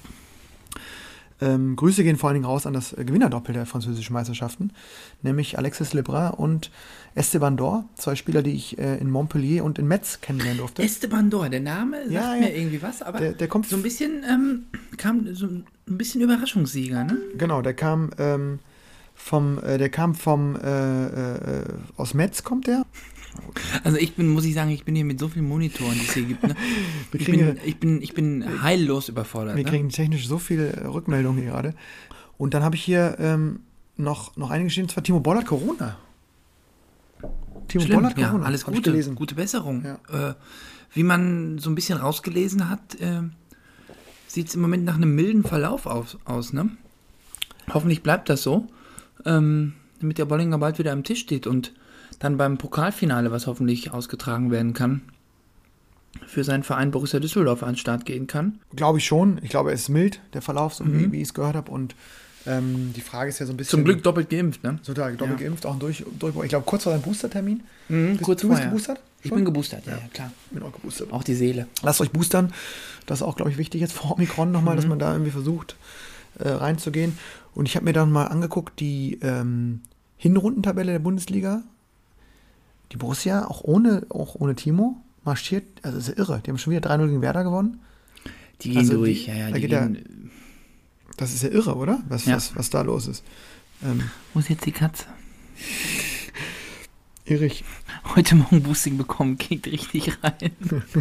Ähm, Grüße gehen vor allen Dingen raus an das äh, Gewinnerdoppel der französischen Meisterschaften, nämlich Alexis Lebrun und Esteban Dor, zwei Spieler, die ich äh, in Montpellier und in Metz kennenlernen durfte. Esteban Dor, der Name sagt Ja, ja. mir irgendwie was, aber Der, der kommt, so ein bisschen ähm, kam so ein bisschen Überraschungssieger, ne? genau, der kam ähm, vom, äh, der kam vom, äh, äh, aus Metz kommt der. Also ich bin, muss ich sagen, ich bin hier mit so vielen Monitoren, die es hier gibt, ne? Wir Ich kriegen, bin, ich bin, ich bin heillos überfordert. wir Ne? kriegen technisch so viele äh, Rückmeldungen hier gerade. Und dann habe ich hier ähm, noch, noch einige stehen, und zwar Timo Bollert Corona. Timo Schlimm, Bollert ja, Corona. alles hab ich Gute, gelesen. gute Besserung. Ja. Äh, wie man so ein bisschen rausgelesen hat, äh, sieht es im Moment nach einem milden Verlauf aus, aus ne? Hoffentlich bleibt das so, ähm, damit der Bollinger bald wieder am Tisch steht und dann beim Pokalfinale, was hoffentlich ausgetragen werden kann, für seinen Verein Borussia Düsseldorf an den Start gehen kann. Glaube ich schon. Ich glaube, es ist mild, der Verlauf, so Mhm. wie, wie ich es gehört habe. Und ähm, die Frage ist ja so ein bisschen. Zum Glück doppelt geimpft, ne? Total doppelt Ja. geimpft, auch ein durch, Durchbruch. Ich glaube, kurz vor seinem Boostertermin. Mhm, Bist, kurz du bist vorher. geboostert? Ich Schon? bin geboostert, ja, ja, klar. Ich bin auch geboostert. Auch die Seele. Lasst euch boostern. Das ist auch, glaube ich, wichtig jetzt vor Omikron nochmal, Mhm. dass man da irgendwie versucht äh, reinzugehen. Und ich habe mir dann mal angeguckt, die ähm, Hinrundentabelle der Bundesliga. Die Borussia, auch ohne, auch ohne Timo, marschiert. Also, das ist ja irre. Die haben schon wieder drei null gegen Werder gewonnen. Die gehen Also durch, die- ja, ja, da die geht der- gehen. Das ist ja irre, oder? Was, Ja. was, was da los ist. Ähm, Wo ist jetzt die Katze? Erich, Heute Morgen Boosting bekommen, geht richtig rein.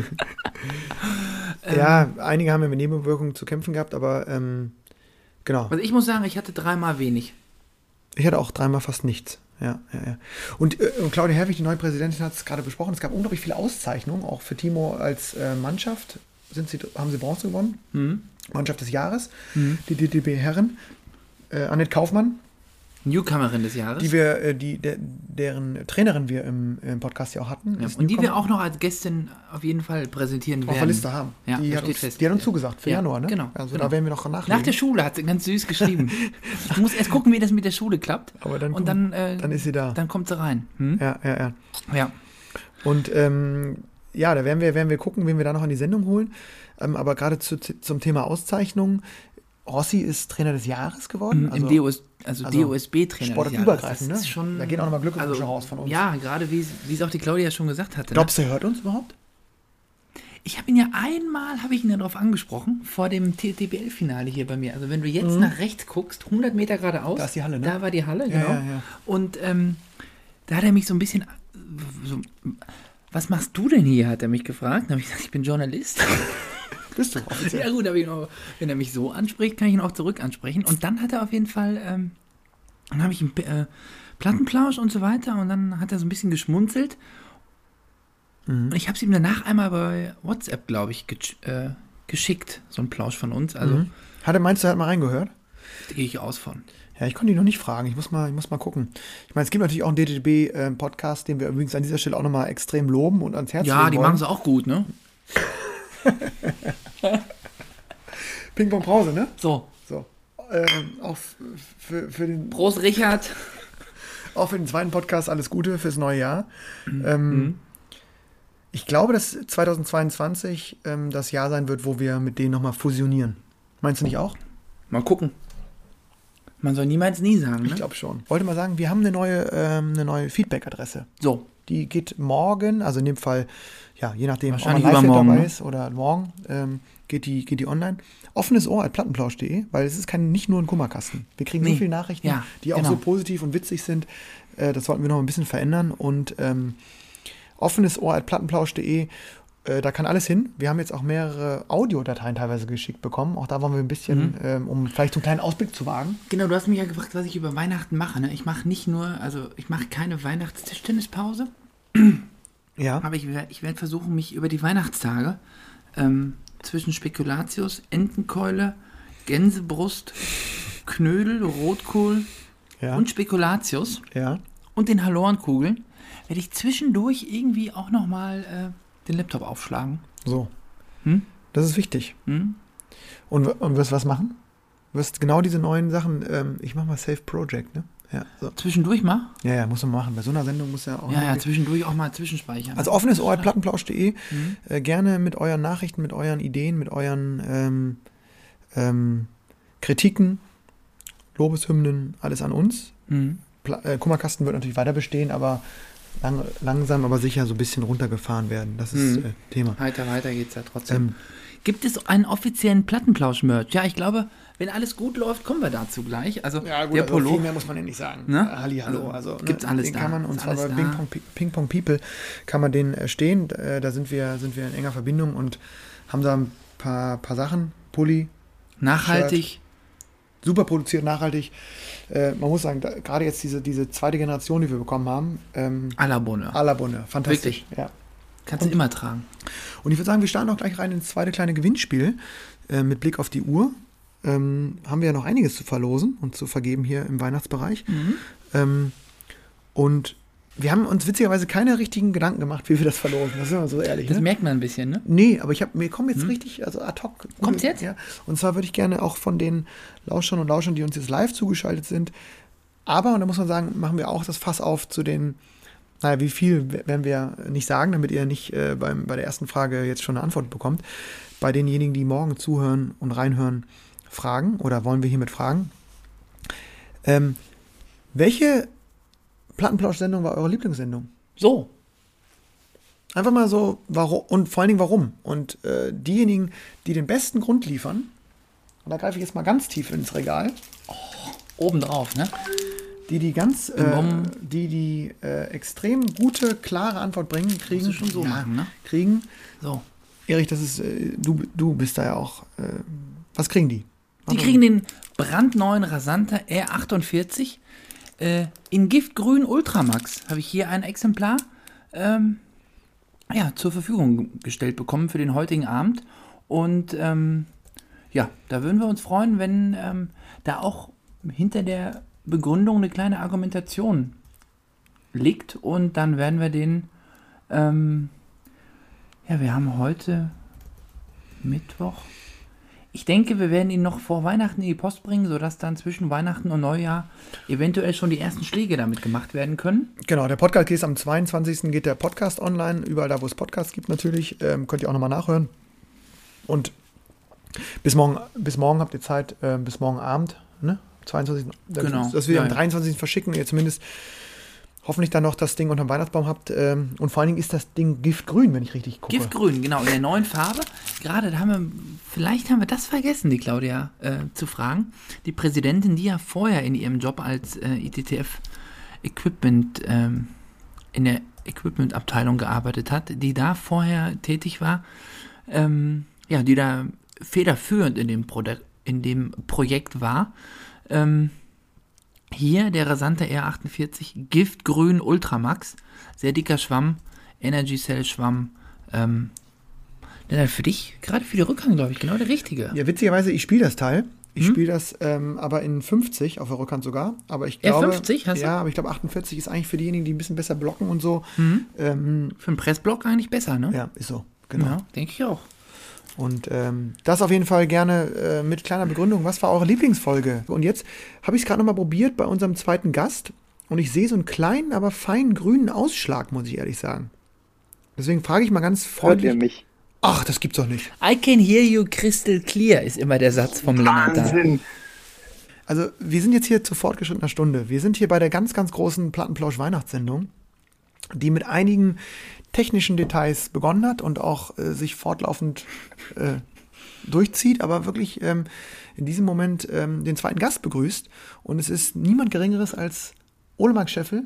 ja, einige haben ja mit Nebenwirkungen zu kämpfen gehabt, aber ähm, genau. Also ich muss sagen, ich hatte dreimal wenig. Ich hatte auch dreimal fast nichts. Ja, ja, ja. Und, äh, und Claudia Herwig, die neue Präsidentin, hat es gerade besprochen. Es gab unglaublich viele Auszeichnungen, auch für Timo als äh, Mannschaft. sind sie, haben sie Bronze gewonnen. Mhm. Mannschaft des Jahres. Mhm. Die D D B Herren. Äh, Annette Kaufmann. Newcomerin des Jahres. Die wir, äh, die, der, deren Trainerin wir im, im Podcast ja auch hatten. Ja, und die wir auch noch als Gästin auf jeden Fall präsentieren werden. Auf der Liste haben. Ja, die, hat steht uns, fest. die hat uns zugesagt für ja, Januar, ne? Genau. Also genau. da werden wir noch nachlegen. Nach der Schule hat sie ganz süß geschrieben. Ich muss erst gucken, wie das mit der Schule klappt. Aber dann, und kommt, dann, äh, dann ist sie da. Dann kommt sie rein. Hm? Ja, ja, ja. Ja. Und ähm, ja, da werden wir, werden wir gucken, wen wir da noch in die Sendung holen. Ähm, aber gerade zu, zum Thema Auszeichnungen. Rossi ist Trainer des Jahres geworden. Also, Im D O S, also, also D O S B-Trainer des Jahres. Sportartübergreifend, ne? Schon, da gehen auch nochmal Glückwünsche also, raus von uns. Ja, gerade wie es auch die Claudia schon gesagt hatte. Glaubst du, er hört uns überhaupt? Ich habe ihn ja einmal, habe ich ihn ja darauf angesprochen, vor dem T T B L-Finale hier bei mir. Also wenn du jetzt mhm. nach rechts guckst, hundert Meter geradeaus. Da ist die Halle, ne? Da war die Halle, ja, genau. Ja, ja. Und ähm, da hat er mich so ein bisschen, so, was machst du denn hier, hat er mich gefragt. Dann habe ich gesagt, ich bin Journalist. Bist du, offiziell. Ja gut, aber ich auch, wenn er mich so anspricht, kann ich ihn auch zurück ansprechen. Und dann hat er auf jeden Fall, ähm, dann habe ich einen äh, Plattenplausch und so weiter und dann hat er so ein bisschen geschmunzelt. Mhm. Und ich habe es ihm danach einmal bei WhatsApp, glaube ich, ge- äh, geschickt, so ein Plausch von uns. Also, mhm. Hat er, meinst du, er hat mal reingehört? Da gehe ich aus von. Ja, ich konnte ihn noch nicht fragen. Ich muss mal, ich muss mal gucken. Ich meine, es gibt natürlich auch einen D D B-Podcast, den wir übrigens an dieser Stelle auch nochmal extrem loben und ans Herz legen wollen. Ja, die machen es auch gut, ne? Ping-Pong-Brause, ne? So. So. Ähm, auch für, für den... Prost, Richard. Auch für den zweiten Podcast alles Gute fürs neue Jahr. Mhm. Ähm, ich glaube, dass zweitausendzweiundzwanzig ähm, das Jahr sein wird, wo wir mit denen nochmal fusionieren. Meinst du nicht auch? Mal gucken. Man soll niemals nie sagen, ne? Ich glaube schon. Wollte mal sagen, wir haben eine neue, ähm, eine neue Feedback-Adresse. So. Die geht morgen, also in dem Fall, ja, je nachdem, ob man live dabei ne? ist oder morgen, ähm, geht, die, geht die online. Offenes Ohr at plattenplausch punkt de, weil es ist kein, nicht nur ein Kummerkasten. Wir kriegen nee. so viele Nachrichten, ja, die auch genau. so positiv und witzig sind. Äh, das sollten wir noch ein bisschen verändern. Und ähm, offenes Ohr at plattenplausch punkt de, äh, da kann alles hin. Wir haben jetzt auch mehrere Audiodateien teilweise geschickt bekommen. Auch da wollen wir ein bisschen, mhm. ähm, um vielleicht so einen kleinen Ausblick zu wagen. Genau, du hast mich ja gefragt, was ich über Weihnachten mache. Ne? Ich mache nicht nur, also ich mache keine Weihnachtstischtennispause. Ja. Aber ich werde ich werd versuchen, mich über die Weihnachtstage ähm, zwischen Spekulatius, Entenkeule, Gänsebrust, Knödel, Rotkohl ja. und Spekulatius ja. und den Hallorenkugeln werde ich zwischendurch irgendwie auch nochmal äh, den Laptop aufschlagen. So. Hm? Das ist wichtig. Hm? Und, und wirst was machen? Du wirst genau diese neuen Sachen, ähm, ich mache mal Safe Project, ne? Ja, so. Zwischendurch mal? Ja, ja, muss man machen. Bei so einer Sendung muss ja auch... Ja, ja, zwischendurch auch mal zwischenspeichern. Also offenes Ohr at plattenplausch punkt de. Mhm. Äh, gerne mit euren Nachrichten, mit euren Ideen, mit euren ähm, ähm, Kritiken, Lobeshymnen, alles an uns. Mhm. Pla- äh, Kummerkasten wird natürlich weiter bestehen, aber lang, langsam, aber sicher so ein bisschen runtergefahren werden. Das ist Mhm. äh, Thema. Weiter, weiter geht's ja trotzdem. Ähm, Gibt es einen offiziellen Plattenplausch-Merch? Ja, ich glaube, wenn alles gut läuft, kommen wir dazu gleich. Also Ja, gut, der also Pullover. viel mehr muss man ja nicht sagen. Ne? Hallihallo. Also, Also, gibt's ne, alles den da. kann man, und Ist zwar bei alles Ping da. Pong, Ping Pong People kann man den äh, stehen. Äh, da sind wir, sind wir in enger Verbindung und haben da ein paar, paar Sachen. Pulli, Nachhaltig. super produziert, nachhaltig. Äh, man muss sagen, da, gerade jetzt diese, diese zweite Generation, die wir bekommen haben, ähm, à la Bonne. à la Bonne, fantastisch. Ja. Kannst du immer tragen. Und ich würde sagen, wir starten auch gleich rein ins zweite kleine Gewinnspiel. Äh, mit Blick auf die Uhr ähm, haben wir ja noch einiges zu verlosen und zu vergeben hier im Weihnachtsbereich. Mhm. Ähm, und wir haben uns witzigerweise keine richtigen Gedanken gemacht, wie wir das verlosen. Das ist immer so ehrlich. Das Ne? merkt man ein bisschen, ne? Nee, aber ich habe mir kommen jetzt Hm? richtig, also ad hoc. Kommt's jetzt? Ja. Und zwar würde ich gerne auch von den Lauschern und Lauschern, die uns jetzt live zugeschaltet sind, aber, und da muss man sagen, machen wir auch das Fass auf zu den, naja, wie viel werden wir nicht sagen, damit ihr nicht äh, beim, bei der ersten Frage jetzt schon eine Antwort bekommt. Bei denjenigen, die morgen zuhören und reinhören, fragen, oder wollen wir hiermit fragen, ähm, welche Plattenplausch-Sendung war eure Lieblingssendung? So. Einfach mal so, warum, und vor allen Dingen warum. Und äh, diejenigen, die den besten Grund liefern, und da greife ich jetzt mal ganz tief ins Regal, Obendrauf, ne? die die ganz, äh, Bum. die die äh, extrem gute, klare Antwort bringen, kriegen, Musst du schon so ja, machen, ne? kriegen, So. Erich, das ist, äh, du, du bist da ja auch, äh, was kriegen die? Die kriegen den brandneuen Rasanter R achtundvierzig äh, in Giftgrün Ultramax. Habe ich hier ein Exemplar ähm, ja, zur Verfügung gestellt bekommen für den heutigen Abend. Und ähm, ja, da würden wir uns freuen, wenn ähm, da auch hinter der Begründung eine kleine Argumentation liegt. Und dann werden wir den, ähm, ja, wir haben heute Mittwoch. Ich denke, wir werden ihn noch vor Weihnachten in die Post bringen, sodass dann zwischen Weihnachten und Neujahr eventuell schon die ersten Schläge damit gemacht werden können. Genau, der Podcast geht am zweiundzwanzigsten geht der Podcast online, überall da, wo es Podcasts gibt natürlich, ähm, könnt ihr auch nochmal nachhören. Und bis morgen, bis morgen habt ihr Zeit, äh, bis morgen Abend, ne? zweiundzwanzigsten Genau. Dass wir Ja, am ja. dreiundzwanzigsten verschicken und ihr zumindest hoffentlich dann noch das Ding unterm Weihnachtsbaum habt. Ähm, und vor allen Dingen ist das Ding giftgrün, wenn ich richtig gucke. Giftgrün, genau, in der neuen Farbe. Gerade da haben wir, vielleicht haben wir das vergessen, die Claudia äh, zu fragen. Die Präsidentin, die ja vorher in ihrem Job als äh, I T T F Equipment, ähm, in der Equipment-Abteilung gearbeitet hat, die da vorher tätig war, ähm, ja, die da federführend in dem, Produ- in dem Projekt war. Ähm, Hier der rasante R achtundvierzig, Giftgrün Ultramax, sehr dicker Schwamm, Energy Cell Schwamm. Ähm, der dann für dich, gerade für die Rückhand, glaube ich, genau der richtige. Ja, witzigerweise, ich spiele das Teil. Ich Hm? spiele das ähm, aber in fünfzig auf der Rückhand sogar. Aber ich R glaube, fünfzig hast du? ja, aber ich glaube achtundvierzig ist eigentlich für diejenigen, die ein bisschen besser blocken und so. Mhm. Ähm, Für einen Pressblock eigentlich besser, ne? ja, ist so. Genau. Ja, denke ich auch. Und ähm, das auf jeden Fall gerne äh, mit kleiner Begründung. Was war eure Lieblingsfolge? Und jetzt habe ich es gerade nochmal probiert bei unserem zweiten Gast und ich sehe so einen kleinen, aber feinen grünen Ausschlag, muss ich ehrlich sagen. Deswegen frage ich mal ganz Hört freundlich. ihr mich? Ach, das gibt's doch nicht. I can hear you crystal clear, ist immer der Satz vom Lennart da. Wahnsinn. Also wir sind jetzt hier zu fortgeschrittener Stunde. Wir sind hier bei der ganz, ganz großen Plattenplausch-Weihnachtssendung, die mit einigen technischen Details begonnen hat und auch äh, sich fortlaufend äh, durchzieht, aber wirklich ähm, in diesem Moment ähm, den zweiten Gast begrüßt. Und es ist niemand Geringeres als Ole Mark Scheffel,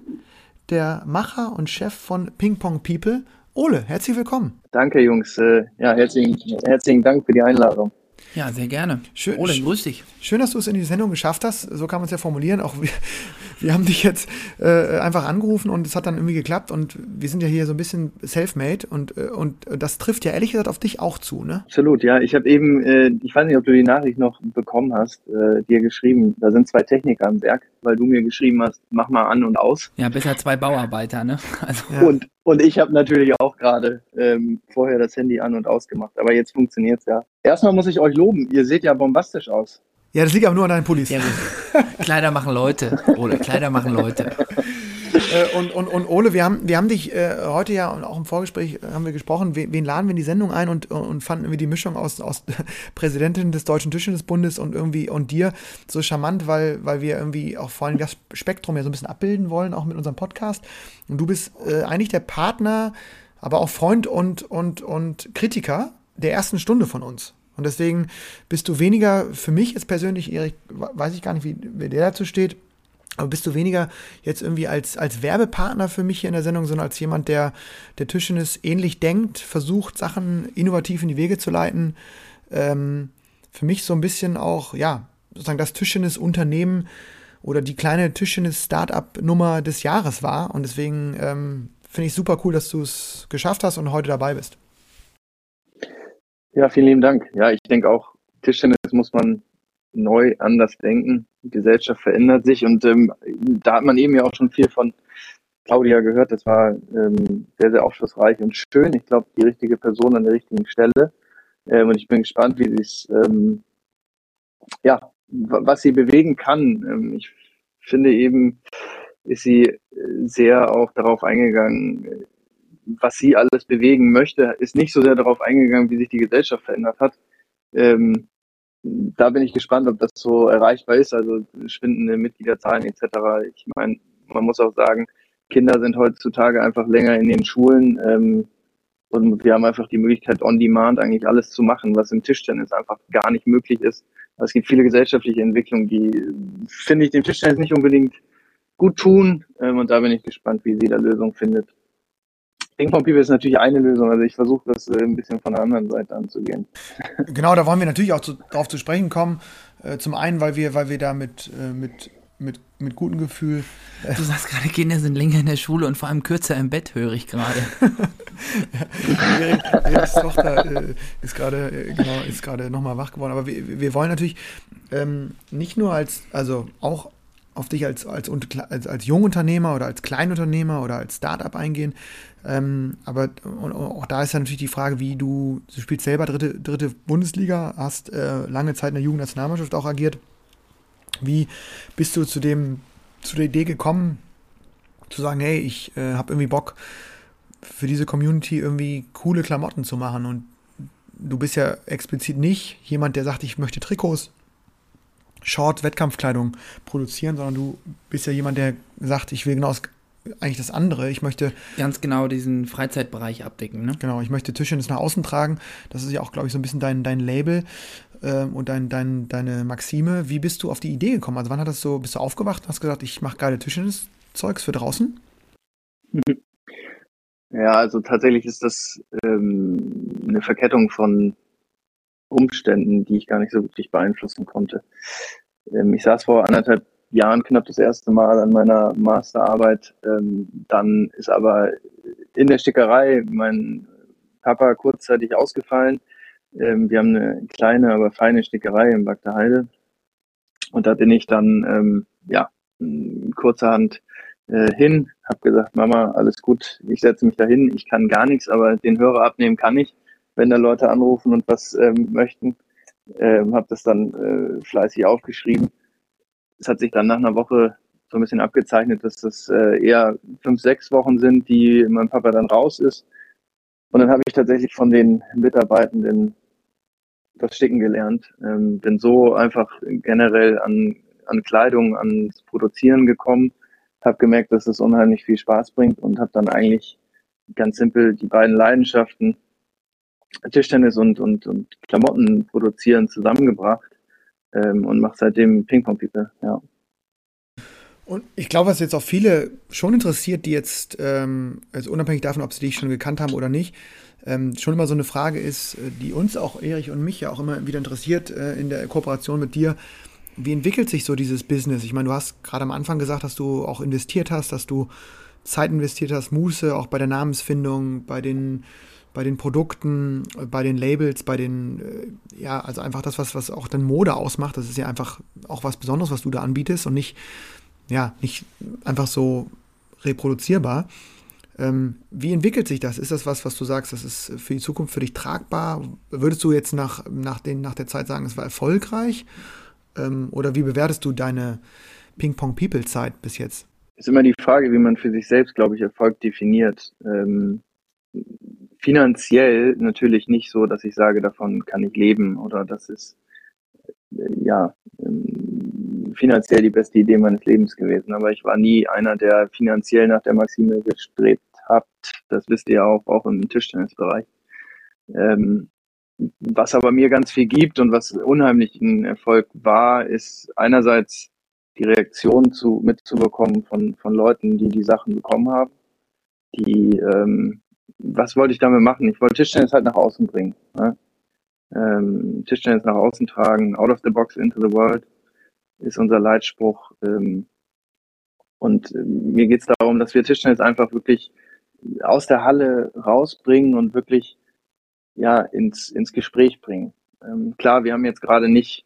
der Macher und Chef von Ping Pong People. Ole, herzlich willkommen. Danke, Jungs. Äh, Ja, herzlichen, herzlichen Dank für die Einladung. Ja, sehr gerne. Schön- Ole, grüß dich. Schön, dass du es in die Sendung geschafft hast. So kann man es ja formulieren. Auch wir, wir haben dich jetzt äh, einfach angerufen und es hat dann irgendwie geklappt. Und wir sind ja hier so ein bisschen self-made und, äh, und das trifft ja ehrlich gesagt auf dich auch zu, ne? Absolut, ja. Ich habe eben, äh, ich weiß nicht, ob du die Nachricht noch bekommen hast, äh, dir geschrieben, da sind zwei Techniker am Werk, weil du mir geschrieben hast, mach mal an und aus. Ja, besser zwei Bauarbeiter, ne? Also, Ja. Und, und ich habe natürlich auch gerade ähm, vorher das Handy an und ausgemacht, aber jetzt funktioniert's ja. Erstmal muss ich euch loben, ihr seht ja bombastisch aus. Ja, das liegt aber nur an deinen Pullis. sehr gut. Kleider machen Leute, Ole, Kleider machen Leute. Äh, und, und, und Ole, wir haben, wir haben dich äh, heute ja und auch im Vorgespräch äh, haben wir gesprochen, wen, wen laden wir in die Sendung ein und, und fanden irgendwie die Mischung aus, aus Präsidentin des Deutschen Tischtennisbundes und irgendwie und dir so charmant, weil, weil wir irgendwie auch vor allem das Spektrum ja so ein bisschen abbilden wollen, auch mit unserem Podcast. Und du bist äh, eigentlich der Partner, aber auch Freund und, und, und Kritiker der ersten Stunde von uns. Und deswegen bist du weniger, für mich jetzt persönlich, Erik, weiß ich gar nicht, wie, wie der dazu steht, aber bist du weniger jetzt irgendwie als, als Werbepartner für mich hier in der Sendung, sondern als jemand, der der Tischtennis ähnlich denkt, versucht, Sachen innovativ in die Wege zu leiten. Ähm, für mich so ein bisschen auch, ja, sozusagen das Tischtennis-Unternehmen oder die kleine Tischtennis-Startup-Nummer des Jahres war. Und deswegen ähm, finde ich super cool, dass du es geschafft hast und heute dabei bist. Ja, vielen lieben Dank. Ja, ich denke auch, Tischtennis muss man neu anders denken. Die Gesellschaft verändert sich und ähm, da hat man eben ja auch schon viel von Claudia gehört. Das war ähm, sehr, sehr aufschlussreich und schön. Ich glaube, die richtige Person an der richtigen Stelle. Ähm, und ich bin gespannt, wie sie es, ähm, ja, w- was sie bewegen kann. Ähm, ich finde eben, ist sie äh, sehr auch darauf eingegangen, äh, was sie alles bewegen möchte, ist nicht so sehr darauf eingegangen, wie sich die Gesellschaft verändert hat. Ähm, da bin ich gespannt, ob das so erreichbar ist, also schwindende Mitgliederzahlen et cetera. Ich meine, man muss auch sagen, Kinder sind heutzutage einfach länger in den Schulen ähm, und wir haben einfach die Möglichkeit, on demand eigentlich alles zu machen, was im Tischtennis einfach gar nicht möglich ist. Also es gibt viele gesellschaftliche Entwicklungen, die, finde ich, dem Tischtennis nicht unbedingt gut tun ähm, und da bin ich gespannt, wie sie da Lösungen findet. Ping Pong People ist natürlich eine Lösung, also ich versuche das äh, ein bisschen von der anderen Seite anzugehen. Genau, da wollen wir natürlich auch zu, darauf zu sprechen kommen. Äh, zum einen, weil wir, weil wir da mit, äh, mit, mit, mit gutem Gefühl. Du sagst gerade, Kinder sind länger in der Schule und vor allem kürzer im Bett, höre ich gerade. Eriks Tochter äh, ist gerade äh, genau, ist gerade nochmal wach geworden. Aber wir, wir wollen natürlich ähm, nicht nur als, also auch auf dich als, als, als, als Jungunternehmer oder als Kleinunternehmer oder als Startup eingehen. Ähm, aber und auch da ist ja natürlich die Frage, wie du, du spielst selber dritte, dritte Bundesliga, hast äh, lange Zeit in der Jugendnationalmannschaft auch agiert. Wie bist du zu dem, zu der Idee gekommen, zu sagen, hey, ich äh, habe irgendwie Bock, für diese Community irgendwie coole Klamotten zu machen, und du bist ja explizit nicht jemand, der sagt, ich möchte Trikots, Shorts, Wettkampfkleidung produzieren, sondern du bist ja jemand, der sagt, ich will genau das, eigentlich das andere, ich möchte ganz genau diesen Freizeitbereich abdecken, ne? Genau, ich möchte Tischtennis nach außen tragen, das ist ja auch, glaube ich, so ein bisschen dein, dein Label äh, und dein, dein, deine Maxime. Wie bist du auf die Idee gekommen? Also wann hat das so, bist du aufgewacht und hast gesagt, ich mache geile Tischtennis-Zeugs für draußen? Ja, also tatsächlich ist das ähm, eine Verkettung von Umständen, die ich gar nicht so wirklich beeinflussen konnte. Ähm, ich saß vor anderthalb Jahren knapp das erste Mal an meiner Masterarbeit. Ähm, dann ist aber in der Stickerei mein Papa kurzzeitig ausgefallen. Ähm, wir haben eine kleine, aber feine Stickerei in Bagda Heide. Und da bin ich dann, ähm, ja, kurzerhand äh, hin, habe gesagt, Mama, alles gut, ich setze mich da hin, ich kann gar nichts, aber den Hörer abnehmen kann ich, wenn da Leute anrufen und was ähm, möchten. Ähm, habe das dann äh, fleißig aufgeschrieben. Es hat sich dann nach einer Woche so ein bisschen abgezeichnet, dass das äh, eher fünf, sechs Wochen sind, die mein Papa dann raus ist. Und dann habe ich tatsächlich von den Mitarbeitenden das Sticken gelernt. Ähm, bin so einfach generell an, an Kleidung, ans Produzieren gekommen, habe gemerkt, dass es unheimlich viel Spaß bringt und habe dann eigentlich ganz simpel die beiden Leidenschaften Tischtennis und, und, und Klamotten produzieren zusammengebracht ähm, und mache seitdem Ping-Pong-People, ja. Und ich glaube, was jetzt auch viele schon interessiert, die jetzt, ähm, also unabhängig davon, ob sie dich schon gekannt haben oder nicht, ähm, schon immer so eine Frage ist, die uns auch, Erich und mich ja auch immer wieder interessiert äh, in der Kooperation mit dir. Wie entwickelt sich so dieses Business? Ich meine, du hast gerade am Anfang gesagt, dass du auch investiert hast, dass du Zeit investiert hast, Muße, auch bei der Namensfindung, bei den, bei den Produkten, bei den Labels, bei den, äh, ja, also einfach das, was, was auch dann Mode ausmacht. Das ist ja einfach auch was Besonderes, was du da anbietest und nicht, ja, nicht einfach so reproduzierbar. Ähm, wie entwickelt sich das? Ist das was, was du sagst, das ist für die Zukunft für dich tragbar? Würdest du jetzt nach, nach, den, nach der Zeit sagen, es war erfolgreich? Ähm, oder wie bewertest du deine Ping-Pong-People-Zeit bis jetzt? Ist immer die Frage, wie man für sich selbst, glaube ich, Erfolg definiert. Ähm, finanziell natürlich nicht so, dass ich sage, davon kann ich leben oder das ist äh, ja ähm, finanziell die beste Idee meines Lebens gewesen. Aber ich war nie einer, der finanziell nach der Maxime gestrebt hat. Das wisst ihr auch, auch im Tischtennisbereich. Ähm, was aber mir ganz viel gibt und was unheimlich ein Erfolg war, ist einerseits die Reaktion zu, mitzubekommen von, von Leuten, die die Sachen bekommen haben. Die, ähm, was wollte ich damit machen? Ich wollte Tischtennis halt nach außen bringen. Ne? Ähm, Tischtennis nach außen tragen, out of the box into the world ist unser Leitspruch. Ähm, und äh, mir geht es darum, dass wir Tischtennis einfach wirklich aus der Halle rausbringen und wirklich ja ins, ins Gespräch bringen. Ähm, klar, wir haben jetzt gerade nicht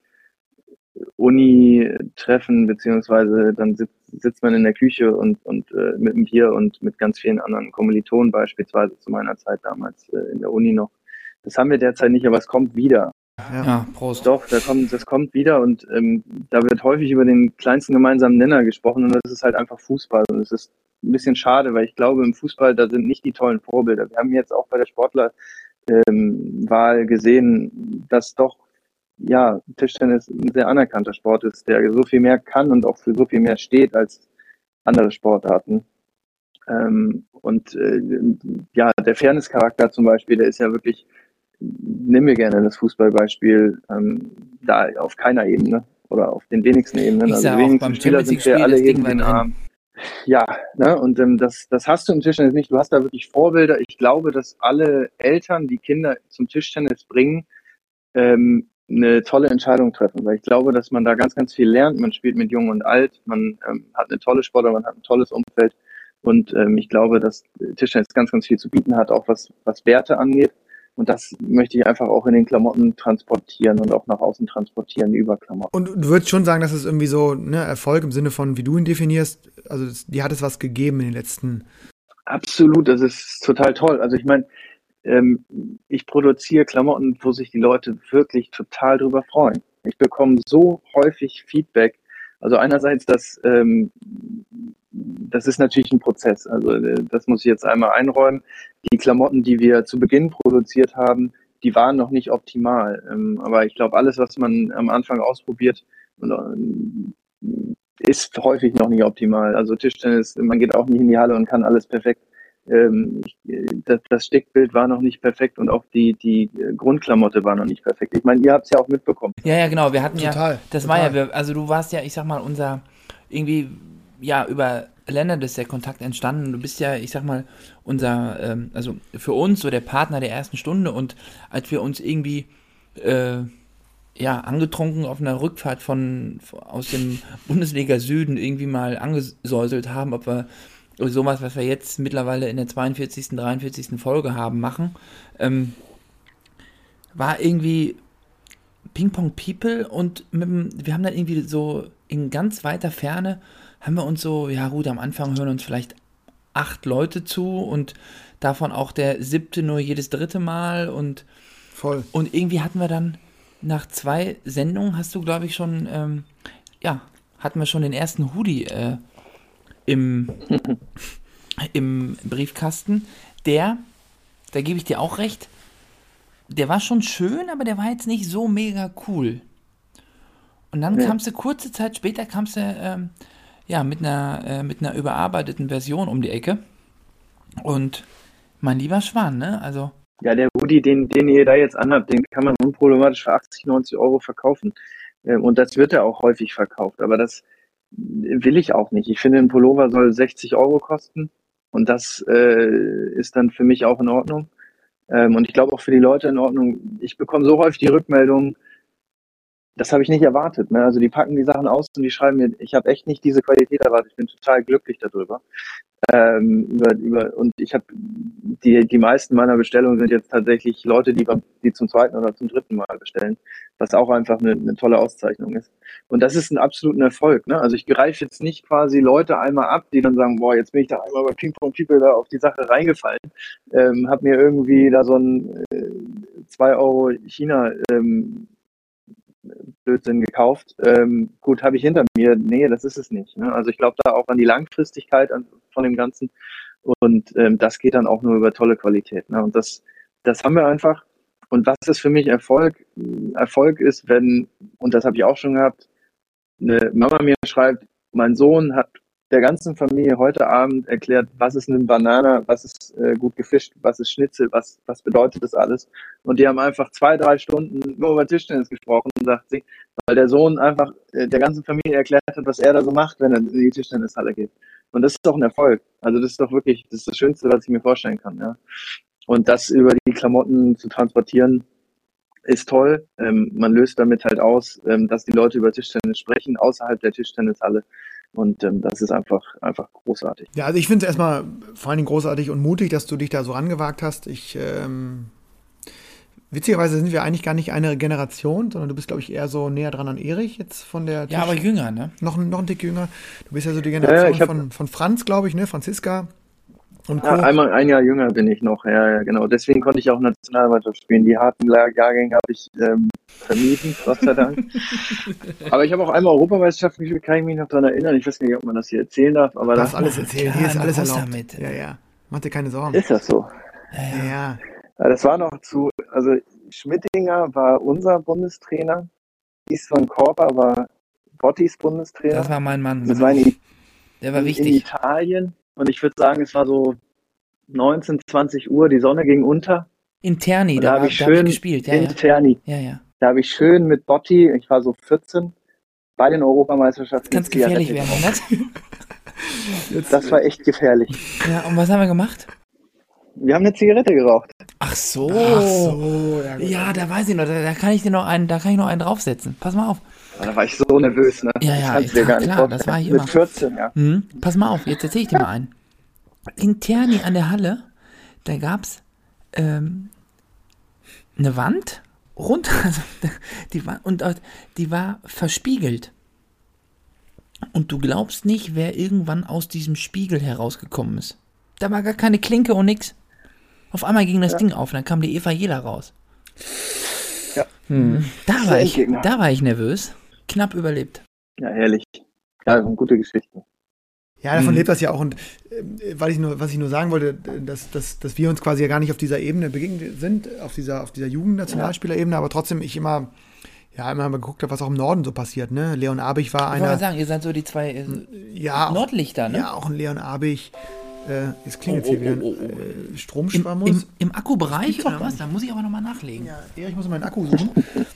Uni-Treffen, beziehungsweise dann sitzt, sitzt man in der Küche und, und äh, mit einem Bier und mit ganz vielen anderen Kommilitonen beispielsweise zu meiner Zeit damals äh, in der Uni noch. Das haben wir derzeit nicht, aber es kommt wieder. Ja, ja, Prost. Doch, da kommt, das kommt wieder und ähm, da wird häufig über den kleinsten gemeinsamen Nenner gesprochen und das ist halt einfach Fußball und es ist ein bisschen schade, weil ich glaube, im Fußball, da sind nicht die tollen Vorbilder. Wir haben jetzt auch bei der Sportlerwahl ähm, gesehen, dass doch ja, Tischtennis ein sehr anerkannter Sport ist, der so viel mehr kann und auch für so viel mehr steht als andere Sportarten. Ähm, und äh, ja, der Fairness-Charakter zum Beispiel, der ist ja wirklich, nimm mir gerne das Fußballbeispiel, ähm, da auf keiner Ebene oder auf den wenigsten Ebenen. Ich also die auch, wenigsten beim Spieler sind für alle Ding Ebenen arm. Ja, ne, und ähm, das, das hast du im Tischtennis nicht. Du hast da wirklich Vorbilder. Ich glaube, dass alle Eltern, die Kinder zum Tischtennis bringen, ähm, eine tolle Entscheidung treffen, weil ich glaube, dass man da ganz, ganz viel lernt. Man spielt mit Jung und Alt, man ähm, hat eine tolle Sportler, man hat ein tolles Umfeld Und ähm, ich glaube, dass Tischtennis ganz, ganz viel zu bieten hat, auch was, was Werte angeht. Und das möchte ich einfach auch in den Klamotten transportieren und auch nach außen transportieren über Klamotten. Und du würdest schon sagen, dass es irgendwie so, ne, Erfolg im Sinne von, wie du ihn definierst, also das, die hat es was gegeben in den letzten... Absolut, das ist total toll. Also ich meine, ähm, ich produziere Klamotten, wo sich die Leute wirklich total drüber freuen. Ich bekomme so häufig Feedback. Also einerseits, dass ähm, das ist natürlich ein Prozess. Also äh, das muss ich jetzt einmal einräumen. Die Klamotten, die wir zu Beginn produziert haben, die waren noch nicht optimal. Ähm, aber ich glaube, alles, was man am Anfang ausprobiert, äh, ist häufig noch nicht optimal. Also Tischtennis, man geht auch nicht in die Halle und kann alles perfekt. Ähm, ich, das, das Stickbild war noch nicht perfekt und auch die, die Grundklamotte war noch nicht perfekt. Ich meine, ihr habt es ja auch mitbekommen. Ja, ja, genau. Wir hatten Total, ja, das total. war ja, wir, also du warst ja, ich sag mal, unser, irgendwie, ja, über Länder ist der Kontakt entstanden. Du bist ja, ich sag mal, unser, ähm, also für uns so der Partner der ersten Stunde, und als wir uns irgendwie, äh, ja, angetrunken auf einer Rückfahrt von, von aus dem Bundesliga Süden irgendwie mal angesäuselt haben, ob wir sowas, was wir jetzt mittlerweile in der zweiundvierzigsten, dreiundvierzigsten Folge haben, machen, ähm, war irgendwie Ping-Pong People, und mit dem, wir haben dann irgendwie so in ganz weiter Ferne, haben wir uns so, ja gut, am Anfang hören uns vielleicht acht Leute zu und davon auch der siebte nur jedes dritte Mal, und, Voll. und irgendwie hatten wir dann nach zwei Sendungen, hast du, glaube ich, schon, ähm, ja, hatten wir schon den ersten Hoodie äh, im, im Briefkasten. Der, da gebe ich dir auch recht, der war schon schön, aber der war jetzt nicht so mega cool. Und dann Ja. kamst du kurze Zeit später, kamst du ähm, ja, mit einer, äh, mit einer überarbeiteten Version um die Ecke. Und mein lieber Schwan, ne? Also. Ja, der Hoodie, den, den ihr da jetzt anhabt, den kann man unproblematisch für achtzig, neunzig Euro verkaufen. Ähm, Und das wird ja auch häufig verkauft. Aber das will ich auch nicht. Ich finde, ein Pullover soll sechzig Euro kosten. Und das äh, ist dann für mich auch in Ordnung. Ähm, und ich glaube auch für die Leute in Ordnung. Ich bekomme so häufig die Rückmeldung, das habe ich nicht erwartet. Ne? Also die packen die Sachen aus und die schreiben mir, ich habe echt nicht diese Qualität erwartet. Ich bin total glücklich darüber. Ähm, über, über, und ich habe die, die meisten meiner Bestellungen sind jetzt tatsächlich Leute, die, die zum zweiten oder zum dritten Mal bestellen, was auch einfach eine, eine tolle Auszeichnung ist. Und das ist ein absoluter Erfolg. Ne? Also ich greife jetzt nicht quasi Leute einmal ab, die dann sagen, boah, jetzt bin ich da einmal bei Ping-Pong People da auf die Sache reingefallen, ähm, habe mir irgendwie da so ein äh, zwei Euro China ähm, Blödsinn gekauft. Ähm, gut, habe ich hinter mir. Nee, das ist es nicht. Ne? Also ich glaube da auch an die Langfristigkeit an, von dem Ganzen, und ähm, das geht dann auch nur über tolle Qualität. Ne? Und das, das haben wir einfach. Und was ist für mich Erfolg? Erfolg ist, wenn, und das habe ich auch schon gehabt, eine Mama mir schreibt, mein Sohn hat der ganzen Familie heute Abend erklärt, was ist eine Banane, was ist äh, gut gefischt, was ist Schnitzel, was, was bedeutet das alles. Und die haben einfach zwei, drei Stunden nur über Tischtennis gesprochen, sagt sie, weil der Sohn einfach äh, der ganzen Familie erklärt hat, was er da so macht, wenn er in die Tischtennishalle geht. Und das ist doch ein Erfolg. Also das ist doch wirklich, das ist das Schönste, was ich mir vorstellen kann. Ja. Und das über die Klamotten zu transportieren, ist toll. Ähm, man löst damit halt aus, ähm, dass die Leute über Tischtennis sprechen, außerhalb der Tischtennishalle. Und ähm, das ist einfach, einfach großartig. Ja, also ich finde es erstmal vor allen Dingen großartig und mutig, dass du dich da so rangewagt hast. Ich, ähm, witzigerweise sind wir eigentlich gar nicht eine Generation, sondern du bist, glaube ich, eher so näher dran an Erich jetzt von der... Ja, aber jünger, ne? Noch, noch ein Tick jünger. Du bist ja so die Generation Ja, hab, von, von Franz, glaube ich, ne? Franziska und Co. Ja, einmal ein Jahr jünger bin ich noch, ja, ja, genau. Deswegen konnte ich auch Nationalmannschaft spielen. Die harten Jahrgänge habe ich ähm, vermieden, Gott sei Dank. Aber ich habe auch einmal Europameisterschaft gespielt, kann ich mich noch daran erinnern. Ich weiß nicht, ob man das hier erzählen darf, aber das das alles erzählen, klar, hier ist alles raus erlaubt. damit. Ja, ja. Mach dir keine Sorgen. ist das so. Ja, ja. Ja, Ja, das war noch zu, also Schmittinger war unser Bundestrainer, Dies von Korper war Bottis Bundestrainer. Das war mein Mann. Das war in, Der war in wichtig. Italien, und ich würde sagen, es war so neunzehn, zwanzig Uhr, die Sonne ging unter. In Terni, Und da, da war- habe ich da hab ich schön gespielt. Ja, in ja. Terni. Ja, ja. Da habe ich schön mit Botti, ich war so vierzehn, bei den Europameisterschaften. Ganz eine Zigarette gefährlich werden, geraucht. ne? Das war echt gefährlich. Ja, und was haben wir gemacht? Wir haben eine Zigarette geraucht. Ach so. ach so. Ja, gut. Ja, da weiß ich noch, da, da kann ich dir noch einen, da kann ich noch einen draufsetzen. Pass mal auf. Da war ich so nervös, ne? Ja, Das ja, kannst du dir klar, gar nicht klar, vorstellen. das war ich Mit immer. vierzehn, ja. Hm? Pass mal auf, jetzt erzähle ich dir mal einen. in Terni an der Halle, da gab es ähm, eine Wand runter, also die war, und die war verspiegelt. Und du glaubst nicht, wer irgendwann aus diesem Spiegel herausgekommen ist. Da war gar keine Klinke und nix. Auf einmal ging das ja. Ding auf, und dann kam die Eva Jela raus. Ja. Hm. Da, war ich, da war ich nervös. Knapp überlebt. Ja, herrlich. Ja, eine gute Geschichte. Ja, davon Mhm. lebt das ja auch. Und äh, weil ich nur, was ich nur sagen wollte, dass, dass, dass wir uns quasi ja gar nicht auf dieser Ebene begegnet sind, auf dieser, auf dieser Jugendnationalspielerebene, aber trotzdem ich immer, ja, immer mal geguckt habe, was auch im Norden so passiert. Ne? Leon Abich war Ich einer. wollte mal sagen, ihr seid so die zwei äh, ja, Nordlichter, ne? Ja, auch ein Leon Abich. Äh, jetzt klingelt Oh, hier oh, wieder oh, ein oh. äh, Stromsparmus. Im, im, Im Akkubereich Das oder was? Da muss ich aber nochmal nachlegen. Ja, Erich muss meinen Akku suchen.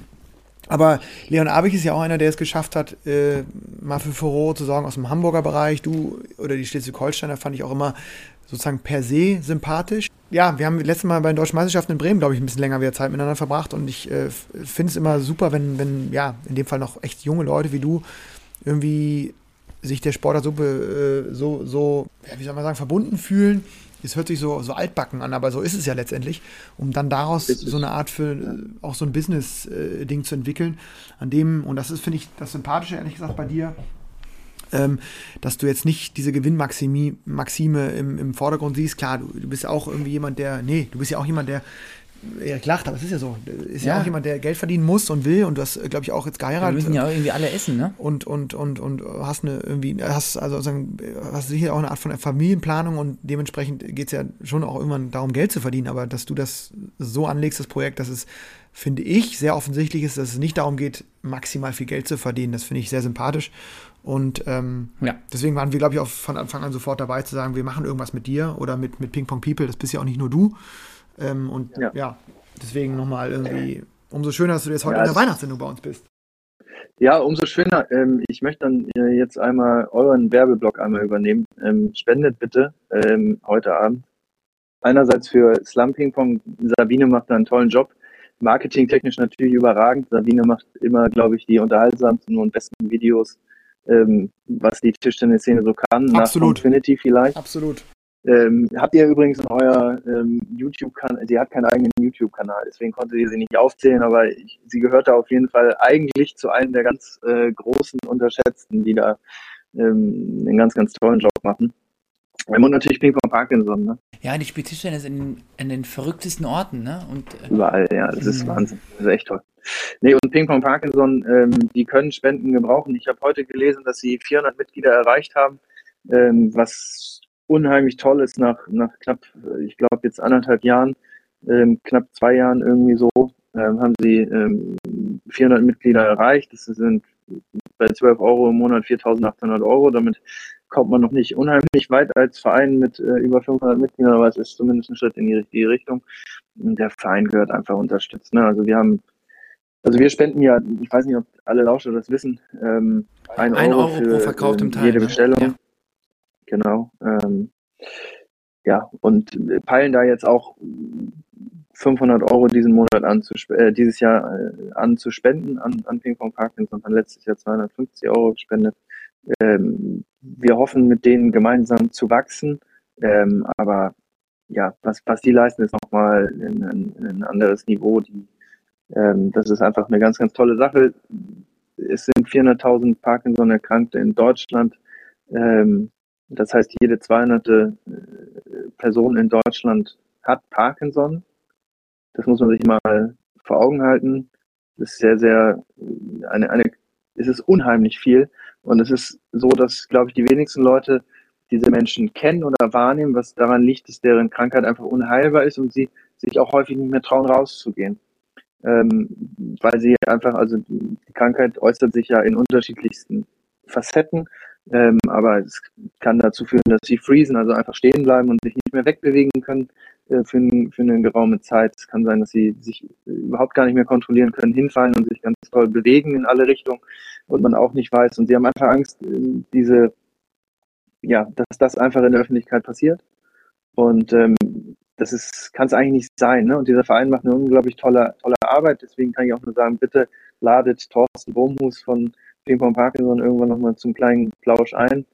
Aber Leon Abich ist ja auch einer, der es geschafft hat, äh, mal für Furore zu sorgen aus dem Hamburger Bereich. Du oder die Schleswig-Holsteiner fand ich auch immer sozusagen per se sympathisch. Ja, wir haben letztes Mal bei den Deutschen Meisterschaften in Bremen, glaube ich, ein bisschen länger wieder Zeit miteinander verbracht. Und ich äh, finde es immer super, wenn, wenn, ja, in dem Fall noch echt junge Leute wie du irgendwie sich der Sportart so, äh, so, so ja, wie soll man sagen, verbunden fühlen. Es hört sich so, so altbacken an, aber so ist es ja letztendlich, um dann daraus so eine Art für äh, auch so ein Business-Ding äh, zu entwickeln, an dem, und das ist, finde ich, das Sympathische, ehrlich gesagt, bei dir, ähm, dass du jetzt nicht diese Gewinnmaxime Maxime im, im Vordergrund siehst. Klar, du, du bist ja auch irgendwie jemand, der, nee, du bist ja auch jemand, der, Erik lacht, aber es ist ja so, ist ja. ja auch jemand, der Geld verdienen muss und will, und du hast, glaube ich, auch jetzt geheiratet. Wir müssen ja auch irgendwie alle essen, ne? Und, und, und, und hast eine irgendwie, hast also sagen, hast sicher auch eine Art von Familienplanung, und dementsprechend geht es ja schon auch irgendwann darum, Geld zu verdienen, aber dass du das so anlegst, das Projekt, dass es, finde ich, sehr offensichtlich ist, dass es nicht darum geht, maximal viel Geld zu verdienen. Das finde ich sehr sympathisch. Und ähm, ja. deswegen waren wir, glaube ich, auch von Anfang an sofort dabei zu sagen, wir machen irgendwas mit dir oder mit, mit Ping Pong People, das bist ja auch nicht nur du. Ähm, und ja. ja, deswegen nochmal irgendwie, umso schöner, dass du jetzt heute ja, in der Weihnachtssendung bei uns bist. Ja, umso schöner. Ähm, ich möchte dann äh, jetzt einmal euren Werbeblock einmal übernehmen. Ähm, spendet bitte ähm, heute Abend. Einerseits für Slam Ping Pong. Sabine macht da einen tollen Job. Marketingtechnisch natürlich überragend. Sabine macht immer, glaube ich, die unterhaltsamsten und besten Videos, ähm, was die Tischtennis-Szene so kann. Absolut. Nach Infinity vielleicht. Absolut. Ähm, habt ihr übrigens in euer ähm, YouTube-Kanal, sie hat keinen eigenen YouTube-Kanal, deswegen konnte sie sie nicht aufzählen, aber ich, sie gehörte auf jeden Fall eigentlich zu einem der ganz äh, großen Unterschätzten, die da ähm, einen ganz, ganz tollen Job machen. Und natürlich Ping Pong Parkinson, ne? Ja, die spielt Tischtennis in, in den verrücktesten Orten, ne? Und, äh, überall, ja, das ist Wahnsinn, das ist echt toll. Nee, und Ping Pong Parkinson, ähm, die können Spenden gebrauchen. Ich habe heute gelesen, dass sie vierhundert Mitglieder erreicht haben, ähm, was unheimlich toll ist nach, nach knapp, ich glaube jetzt anderthalb Jahren, ähm, knapp zwei Jahren irgendwie so, ähm, haben sie ähm, vierhundert Mitglieder erreicht. Das sind bei zwölf Euro im Monat viertausendachthundert Euro. Damit kommt man noch nicht unheimlich weit als Verein mit äh, über fünfhundert Mitgliedern, aber es ist zumindest ein Schritt in die richtige Richtung. Und der Verein gehört einfach unterstützt. Ne? Also wir haben, also wir spenden ja, ich weiß nicht, ob alle Lauscher das wissen, ähm, ein, ein Euro, Euro für pro verkauftem Teil, jede ne? Bestellung. Ja. Genau. Ähm, ja, und peilen da jetzt auch fünfhundert Euro diesen Monat an zu, äh, dieses Jahr äh, an zu spenden an, an Ping Pong Parkinson, haben letztes Jahr zweihundertfünfzig Euro gespendet. Ähm, wir hoffen, mit denen gemeinsam zu wachsen, ähm, aber ja, was, was die leisten, ist nochmal ein, ein, ein anderes Niveau. Die, ähm, das ist einfach eine ganz, ganz tolle Sache. Es sind vierhunderttausend Parkinson-Erkrankte in Deutschland. Ähm, Das heißt, jede zweihunderte Person in Deutschland hat Parkinson. Das muss man sich mal vor Augen halten. Das ist sehr, sehr, eine, eine, es ist unheimlich viel. Und es ist so, dass, glaube ich, die wenigsten Leute diese Menschen kennen oder wahrnehmen, was daran liegt, dass deren Krankheit einfach unheilbar ist und sie sich auch häufig nicht mehr trauen, rauszugehen. Ähm, weil sie einfach, also die Krankheit äußert sich ja in unterschiedlichsten Facetten. Ähm, aber es kann dazu führen, dass sie freezen, also einfach stehen bleiben und sich nicht mehr wegbewegen können äh, für, für eine geraume Zeit. Es kann sein, dass sie sich überhaupt gar nicht mehr kontrollieren können, hinfallen und sich ganz toll bewegen in alle Richtungen und man auch nicht weiß. Und sie haben einfach Angst, äh, diese, ja, dass das einfach in der Öffentlichkeit passiert. Und ähm, das ist, kann es eigentlich nicht sein. Ne? Und dieser Verein macht eine unglaublich tolle, tolle Arbeit. Deswegen kann ich auch nur sagen, bitte ladet Thorsten Bohmhus von Ping Pong Parkinson irgendwann nochmal zum kleinen Plausch ein.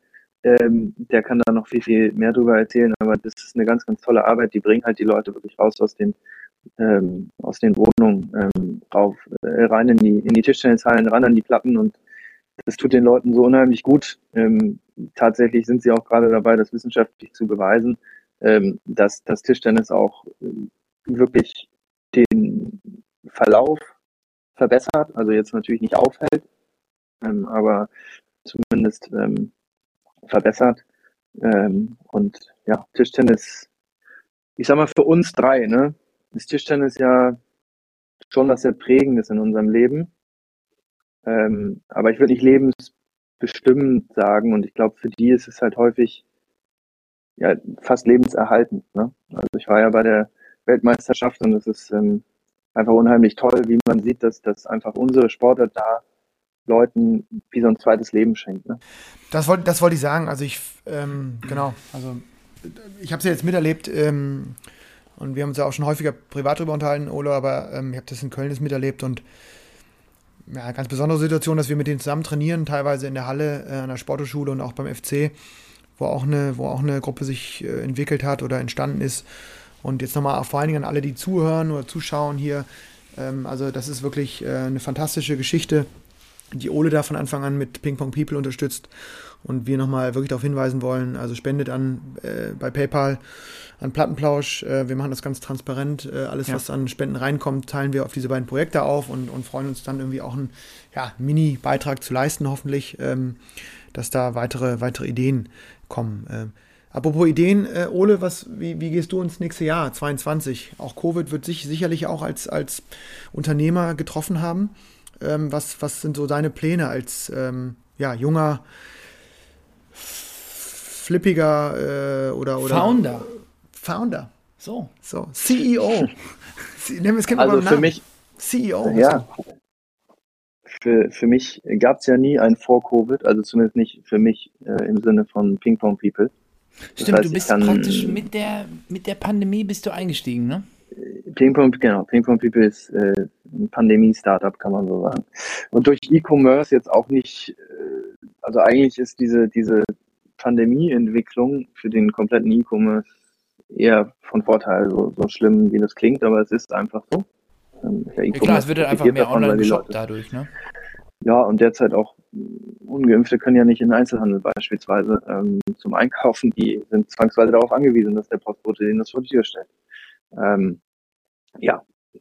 Ähm, der kann da noch viel, viel mehr drüber erzählen, aber das ist eine ganz, ganz tolle Arbeit. Die bringen halt die Leute wirklich raus aus den, ähm, aus den Wohnungen, ähm, rauf, äh, rein in die, in die Tischtennishallen, ran an die Platten, und das tut den Leuten so unheimlich gut. Ähm, tatsächlich sind sie auch gerade dabei, das wissenschaftlich zu beweisen, ähm, dass das Tischtennis auch ähm, wirklich den Verlauf verbessert, also jetzt natürlich nicht aufhält, ähm, aber zumindest ähm, verbessert. Ähm, und ja, Tischtennis, ich sag mal, für uns drei, ne, ist Tischtennis ja schon was sehr Prägendes in unserem Leben. Ähm, aber ich würde nicht lebensbestimmend sagen, und ich glaube, für die ist es halt häufig ja fast lebenserhaltend. Ne? Also ich war ja bei der Weltmeisterschaft, und es ist ähm, einfach unheimlich toll, wie man sieht, dass, dass einfach unsere Sportler da Leuten wie so ein zweites Leben schenkt. Ne? Das wollte das wollte ich sagen. Also ich, ähm, genau, also ich habe es ja jetzt miterlebt, ähm, und wir haben uns ja auch schon häufiger privat drüber unterhalten, Ole, aber ähm, ich habe das in Köln jetzt miterlebt, und ja, ganz besondere Situation, dass wir mit denen zusammen trainieren, teilweise in der Halle, äh, an der Sporthochschule und auch beim F C, wo auch eine, wo auch eine Gruppe sich äh, entwickelt hat oder entstanden ist. Und jetzt nochmal vor allen Dingen an alle, die zuhören oder zuschauen hier. Ähm, also das ist wirklich äh, eine fantastische Geschichte, die Ole da von Anfang an mit Ping Pong People unterstützt, und wir nochmal wirklich darauf hinweisen wollen, also spendet an äh, bei PayPal an Plattenplausch, äh, wir machen das ganz transparent, äh, alles, ja, was an Spenden reinkommt, teilen wir auf diese beiden Projekte auf, und, und freuen uns dann irgendwie auch einen, ja, Mini-Beitrag zu leisten, hoffentlich, ähm, dass da weitere, weitere Ideen kommen. Ähm, apropos Ideen, äh, Ole, was, wie, wie gehst du ins nächste Jahr, zweiundzwanzig? Auch Covid wird sich sicherlich auch als, als Unternehmer getroffen haben. Ähm, was, was sind so deine Pläne als ähm, ja, junger, flippiger äh, oder, oder Founder. Founder. So. So. C E O. Nennen wir es Kind Also beim für Namen. mich, C E O. ja, für, für mich gab es ja nie ein Vor-Covid, also zumindest nicht für mich äh, im Sinne von Ping Pong People. Das Stimmt, heißt, du bist kann, praktisch mit der, mit der Pandemie bist du eingestiegen, ne? Ping Pong, genau, Ping Pong People ist äh, ein Pandemie-Startup, kann man so sagen. Und durch E-Commerce jetzt auch nicht, äh, also eigentlich ist diese, diese Pandemie-Entwicklung für den kompletten E-Commerce eher von Vorteil, so, so schlimm wie das klingt, aber es ist einfach so. Ähm, ja klar, es wird halt einfach mehr online geshoppt dadurch, ne? Ja, und derzeit auch Ungeimpfte können ja nicht in den Einzelhandel beispielsweise ähm, zum Einkaufen, die sind zwangsweise darauf angewiesen, dass der Postbote denen das vor die Tür stellt. Ähm, ja,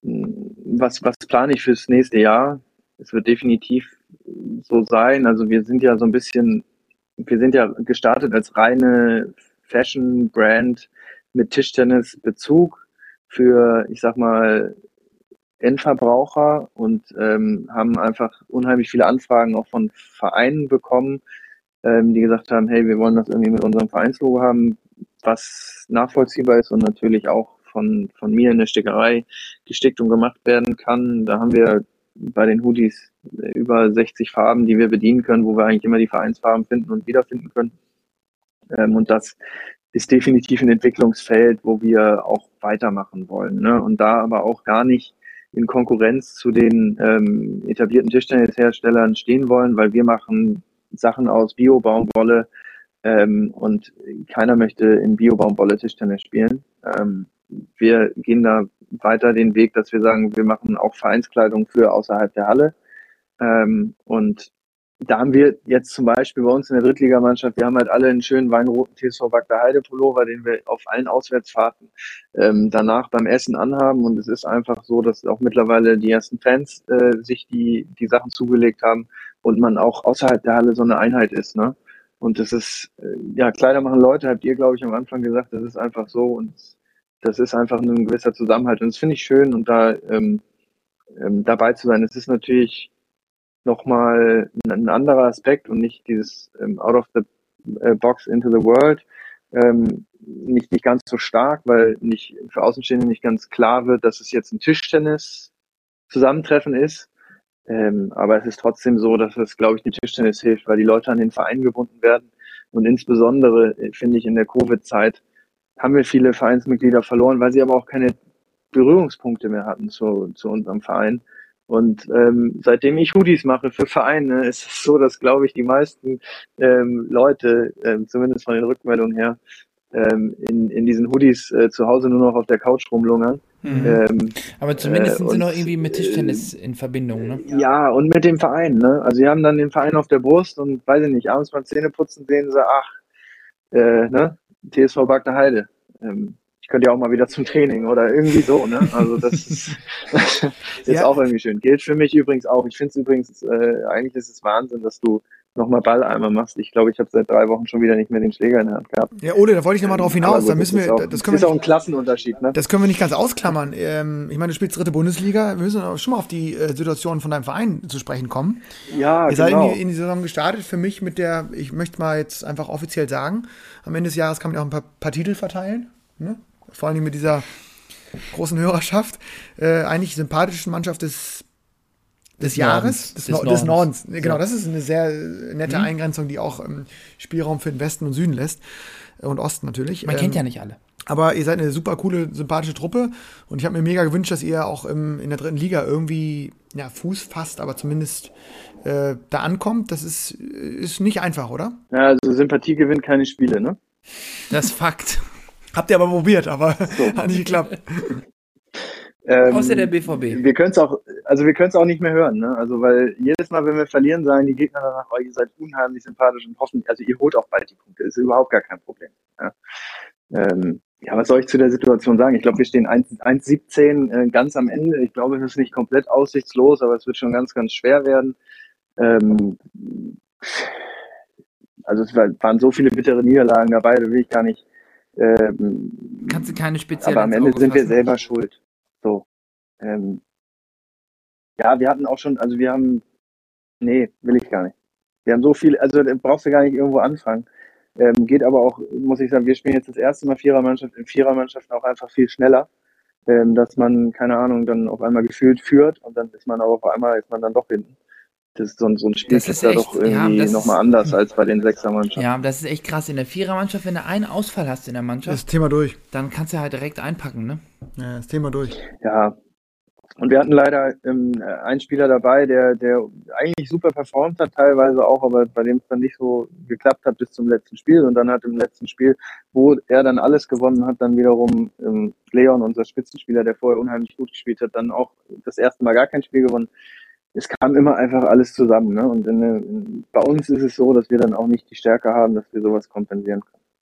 was, was plane ich fürs nächste Jahr? Es wird definitiv so sein. Also wir sind ja so ein bisschen, wir sind ja gestartet als reine Fashion-Brand mit Tischtennis-Bezug für, ich sag mal, Endverbraucher, und ähm, haben einfach unheimlich viele Anfragen auch von Vereinen bekommen, ähm, die gesagt haben, hey, wir wollen das irgendwie mit unserem Vereinslogo haben, was nachvollziehbar ist und natürlich auch von, von mir in der Stickerei gestickt und gemacht werden kann. Da haben wir bei den Hoodies über sechzig Farben, die wir bedienen können, wo wir eigentlich immer die Vereinsfarben finden und wiederfinden können. Ähm, und das ist definitiv ein Entwicklungsfeld, wo wir auch weitermachen wollen. Ne? Und da aber auch gar nicht in Konkurrenz zu den ähm, etablierten Tischtennisherstellern stehen wollen, weil wir machen Sachen aus Bio-Baumwolle, ähm, und keiner möchte in Bio-Baumwolle Tischtennis spielen. Ähm, wir gehen da weiter den Weg, dass wir sagen, wir machen auch Vereinskleidung für außerhalb der Halle. Ähm, und da haben wir jetzt zum Beispiel bei uns in der Drittligamannschaft, wir haben halt alle einen schönen weinroten T S V Wacker Heide Pullover, den wir auf allen Auswärtsfahrten ähm, danach beim Essen anhaben. Und es ist einfach so, dass auch mittlerweile die ersten Fans äh, sich die, die Sachen zugelegt haben und man auch außerhalb der Halle so eine Einheit ist, ne? Und das ist, äh, ja, Kleider machen Leute, habt ihr, glaube ich, am Anfang gesagt, das ist einfach so, und das ist einfach ein gewisser Zusammenhalt. Und das finde ich schön, und da ähm, ähm, dabei zu sein. Es ist natürlich nochmal ein anderer Aspekt und nicht dieses ähm, out of the äh, box into the world, ähm, nicht, nicht ganz so stark, weil nicht für Außenstehende nicht ganz klar wird, dass es jetzt ein Tischtennis-Zusammentreffen ist. Ähm, aber es ist trotzdem so, dass es, glaube ich, dem Tischtennis hilft, weil die Leute an den Verein gebunden werden. Und insbesondere, äh, finde ich, in der Covid-Zeit haben wir viele Vereinsmitglieder verloren, weil sie aber auch keine Berührungspunkte mehr hatten zu, zu unserem Verein. Und ähm, seitdem ich Hoodies mache für Vereine, ist es so, dass, glaube ich, die meisten ähm, Leute, ähm, zumindest von den Rückmeldungen her, ähm, in, in diesen Hoodies äh, zu Hause nur noch auf der Couch rumlungern. Mhm. Ähm, Aber zumindest äh, sind sie und, noch irgendwie mit Tischtennis in Verbindung, ne? Ja, und mit dem Verein, ne? Also sie haben dann den Verein auf der Brust und weiß ich nicht, abends beim Zähneputzen sehen sie, ach, äh, ne, T S V Bagda Heide. Ähm, ich könnte ja auch mal wieder zum Training oder irgendwie so, ne? Also das ist, ist Ja. auch irgendwie schön. Gilt für mich übrigens auch. Ich finde es übrigens, äh, eigentlich ist es Wahnsinn, dass du nochmal Balleimer machst. Ich glaube, ich habe seit drei Wochen schon wieder nicht mehr den Schläger in der Hand gehabt. Ja, Ole, da wollte ich nochmal drauf hinaus. Aber Da gut, müssen das wir, ist auch, das können ist wir auch ein nicht, Klassenunterschied, ne? das können wir nicht ganz ausklammern. Ähm, ich meine, du spielst dritte Bundesliga. Wir müssen auch schon mal auf die äh, Situation von deinem Verein zu sprechen kommen. Ja, Ihr seid in genau. die, in die Saison gestartet. Für mich mit der, ich möchte mal jetzt einfach offiziell sagen, am Ende des Jahres kann man ja auch ein paar, paar Titel verteilen. Ne? Vor allem mit dieser großen Hörerschaft. Äh, eigentlich sympathischen Mannschaft des Des, des Jahres, Nordens, des, des, no- des Nordens. Nordens. Genau, So. das ist eine sehr nette Mhm. Eingrenzung, die auch ähm, Spielraum für den Westen und Süden lässt. Und Osten natürlich. Man ähm, kennt ja nicht alle. Aber ihr seid eine super coole, sympathische Truppe. Und ich habe mir mega gewünscht, dass ihr auch im, in der dritten Liga irgendwie ja, Fuß fasst, aber zumindest äh, da ankommt. Das ist, ist nicht einfach, oder? Ja, also Sympathie gewinnt keine Spiele, ne? Das ist Fakt. Habt ihr aber probiert, aber hat nicht geklappt. Ähm, Außer der B V B. Wir können es auch, also wir können es auch nicht mehr hören, ne? Also weil jedes Mal, wenn wir verlieren, sagen die Gegner danach, oh, ihr seid unheimlich sympathisch und hoffen, also ihr holt auch bald die Punkte, ist überhaupt gar kein Problem. Ja, ähm, ja was soll ich zu der Situation sagen? Ich glaube, wir stehen eins siebzehn äh, ganz am Ende. Ich glaube, es ist nicht komplett aussichtslos, aber es wird schon ganz, ganz schwer werden. Ähm, also es war, waren so viele bittere Niederlagen dabei, da will ich gar nicht. Ähm, Kannst du keine spezielle aber am ins Ende Auge sind wir fassen? selber schuld. So. Ähm, ja, wir hatten auch schon, also wir haben, nee, will ich gar nicht. Wir haben so viel, also da brauchst du gar nicht irgendwo anfangen. Ähm, geht aber auch, muss ich sagen, wir spielen jetzt das erste Mal Vierermannschaft, in Vierermannschaften auch einfach viel schneller, ähm, dass man, keine Ahnung, dann auf einmal gefühlt führt und dann ist man aber auf einmal, ist man dann doch hinten. Das ist so, ein- so ein Spiel Das ist ist da echt- doch irgendwie ja, das nochmal ist- anders als bei den Sechsermannschaften. Ja, das ist echt krass. In der Vierermannschaft, wenn du einen Ausfall hast in der Das Mannschaft, Thema durch. dann kannst du halt direkt einpacken, ne? Ja, das Thema durch. Ja, und wir hatten leider ähm, einen Spieler dabei, der, der eigentlich super performt hat, teilweise auch, aber bei dem es dann nicht so geklappt hat bis zum letzten Spiel. Und dann hat im letzten Spiel, wo er dann alles gewonnen hat, dann wiederum ähm, Leon, unser Spitzenspieler, der vorher unheimlich gut gespielt hat, dann auch das erste Mal gar kein Spiel gewonnen. Es kam immer einfach alles zusammen. Ne? Und in, in, bei uns ist es so, dass wir dann auch nicht die Stärke haben, dass wir sowas kompensieren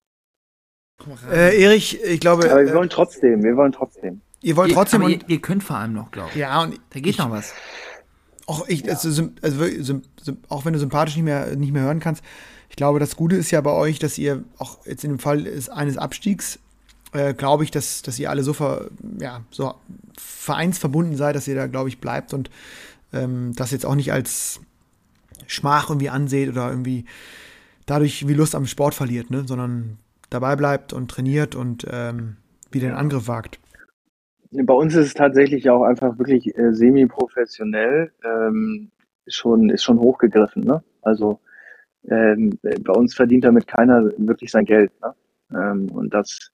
können. Äh, Erich, ich glaube, Aber wir äh, wollen trotzdem, wir wollen trotzdem. ihr wollt Ihr, trotzdem. aber ihr, Und, ihr könnt vor allem noch, glaube ich. ja, und Da geht noch was. auch ich, also, sym- also, wirklich sym- sym- auch wenn du sympathisch nicht mehr, nicht mehr hören kannst, ich glaube, das Gute ist ja bei euch, dass ihr auch jetzt in dem Fall ist eines Abstiegs, äh, glaube ich, dass, dass ihr alle so, ver, ja, so vereinsverbunden seid, dass ihr da, glaube ich, bleibt und ähm, das jetzt auch nicht als Schmach irgendwie anseht oder irgendwie dadurch wie Lust am Sport verliert, ne? Sondern dabei bleibt und trainiert und ähm, wieder den Angriff wagt. Bei uns ist es tatsächlich auch einfach wirklich äh, semi-professionell, ähm, schon, ist schon hochgegriffen, ne? Also ähm, bei uns verdient damit keiner wirklich sein Geld, ne? Ähm, und das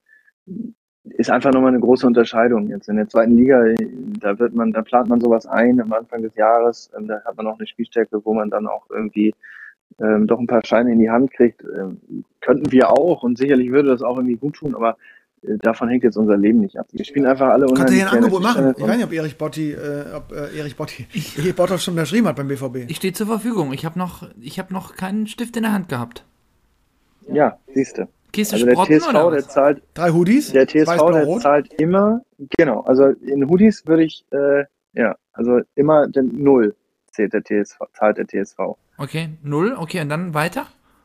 ist einfach nochmal eine große Unterscheidung. Jetzt in der zweiten Liga, da wird man, da plant man sowas ein am Anfang des Jahres, ähm, da hat man auch eine Spielstärke, wo man dann auch irgendwie ähm, doch ein paar Scheine in die Hand kriegt. Ähm, könnten wir auch und sicherlich würde das auch irgendwie gut tun, aber äh, davon hängt jetzt unser Leben nicht ab. Wir spielen einfach alle Könnt ihr unheimlich hier ein gerne Angebot machen? Tischtennis Ich weiß nicht, ob Erich Botti, äh, ob äh, Erich Botti, Erich Botthoff schon unterschrieben hat beim B V B. Ich stehe zur Verfügung. Ich habe noch, ich hab noch keinen Stift in der Hand gehabt. und, ja, siehst du. Gehst du Also der Sprotten T S V, oder der was? zahlt, Drei Hoodies, der T S weiß, V, blau, der rot. zahlt immer, genau, also in Hoodies würde ich, äh, ja, also immer den Null zählt der T S V, zahlt der T S V. Okay, null. Okay, und dann weiter?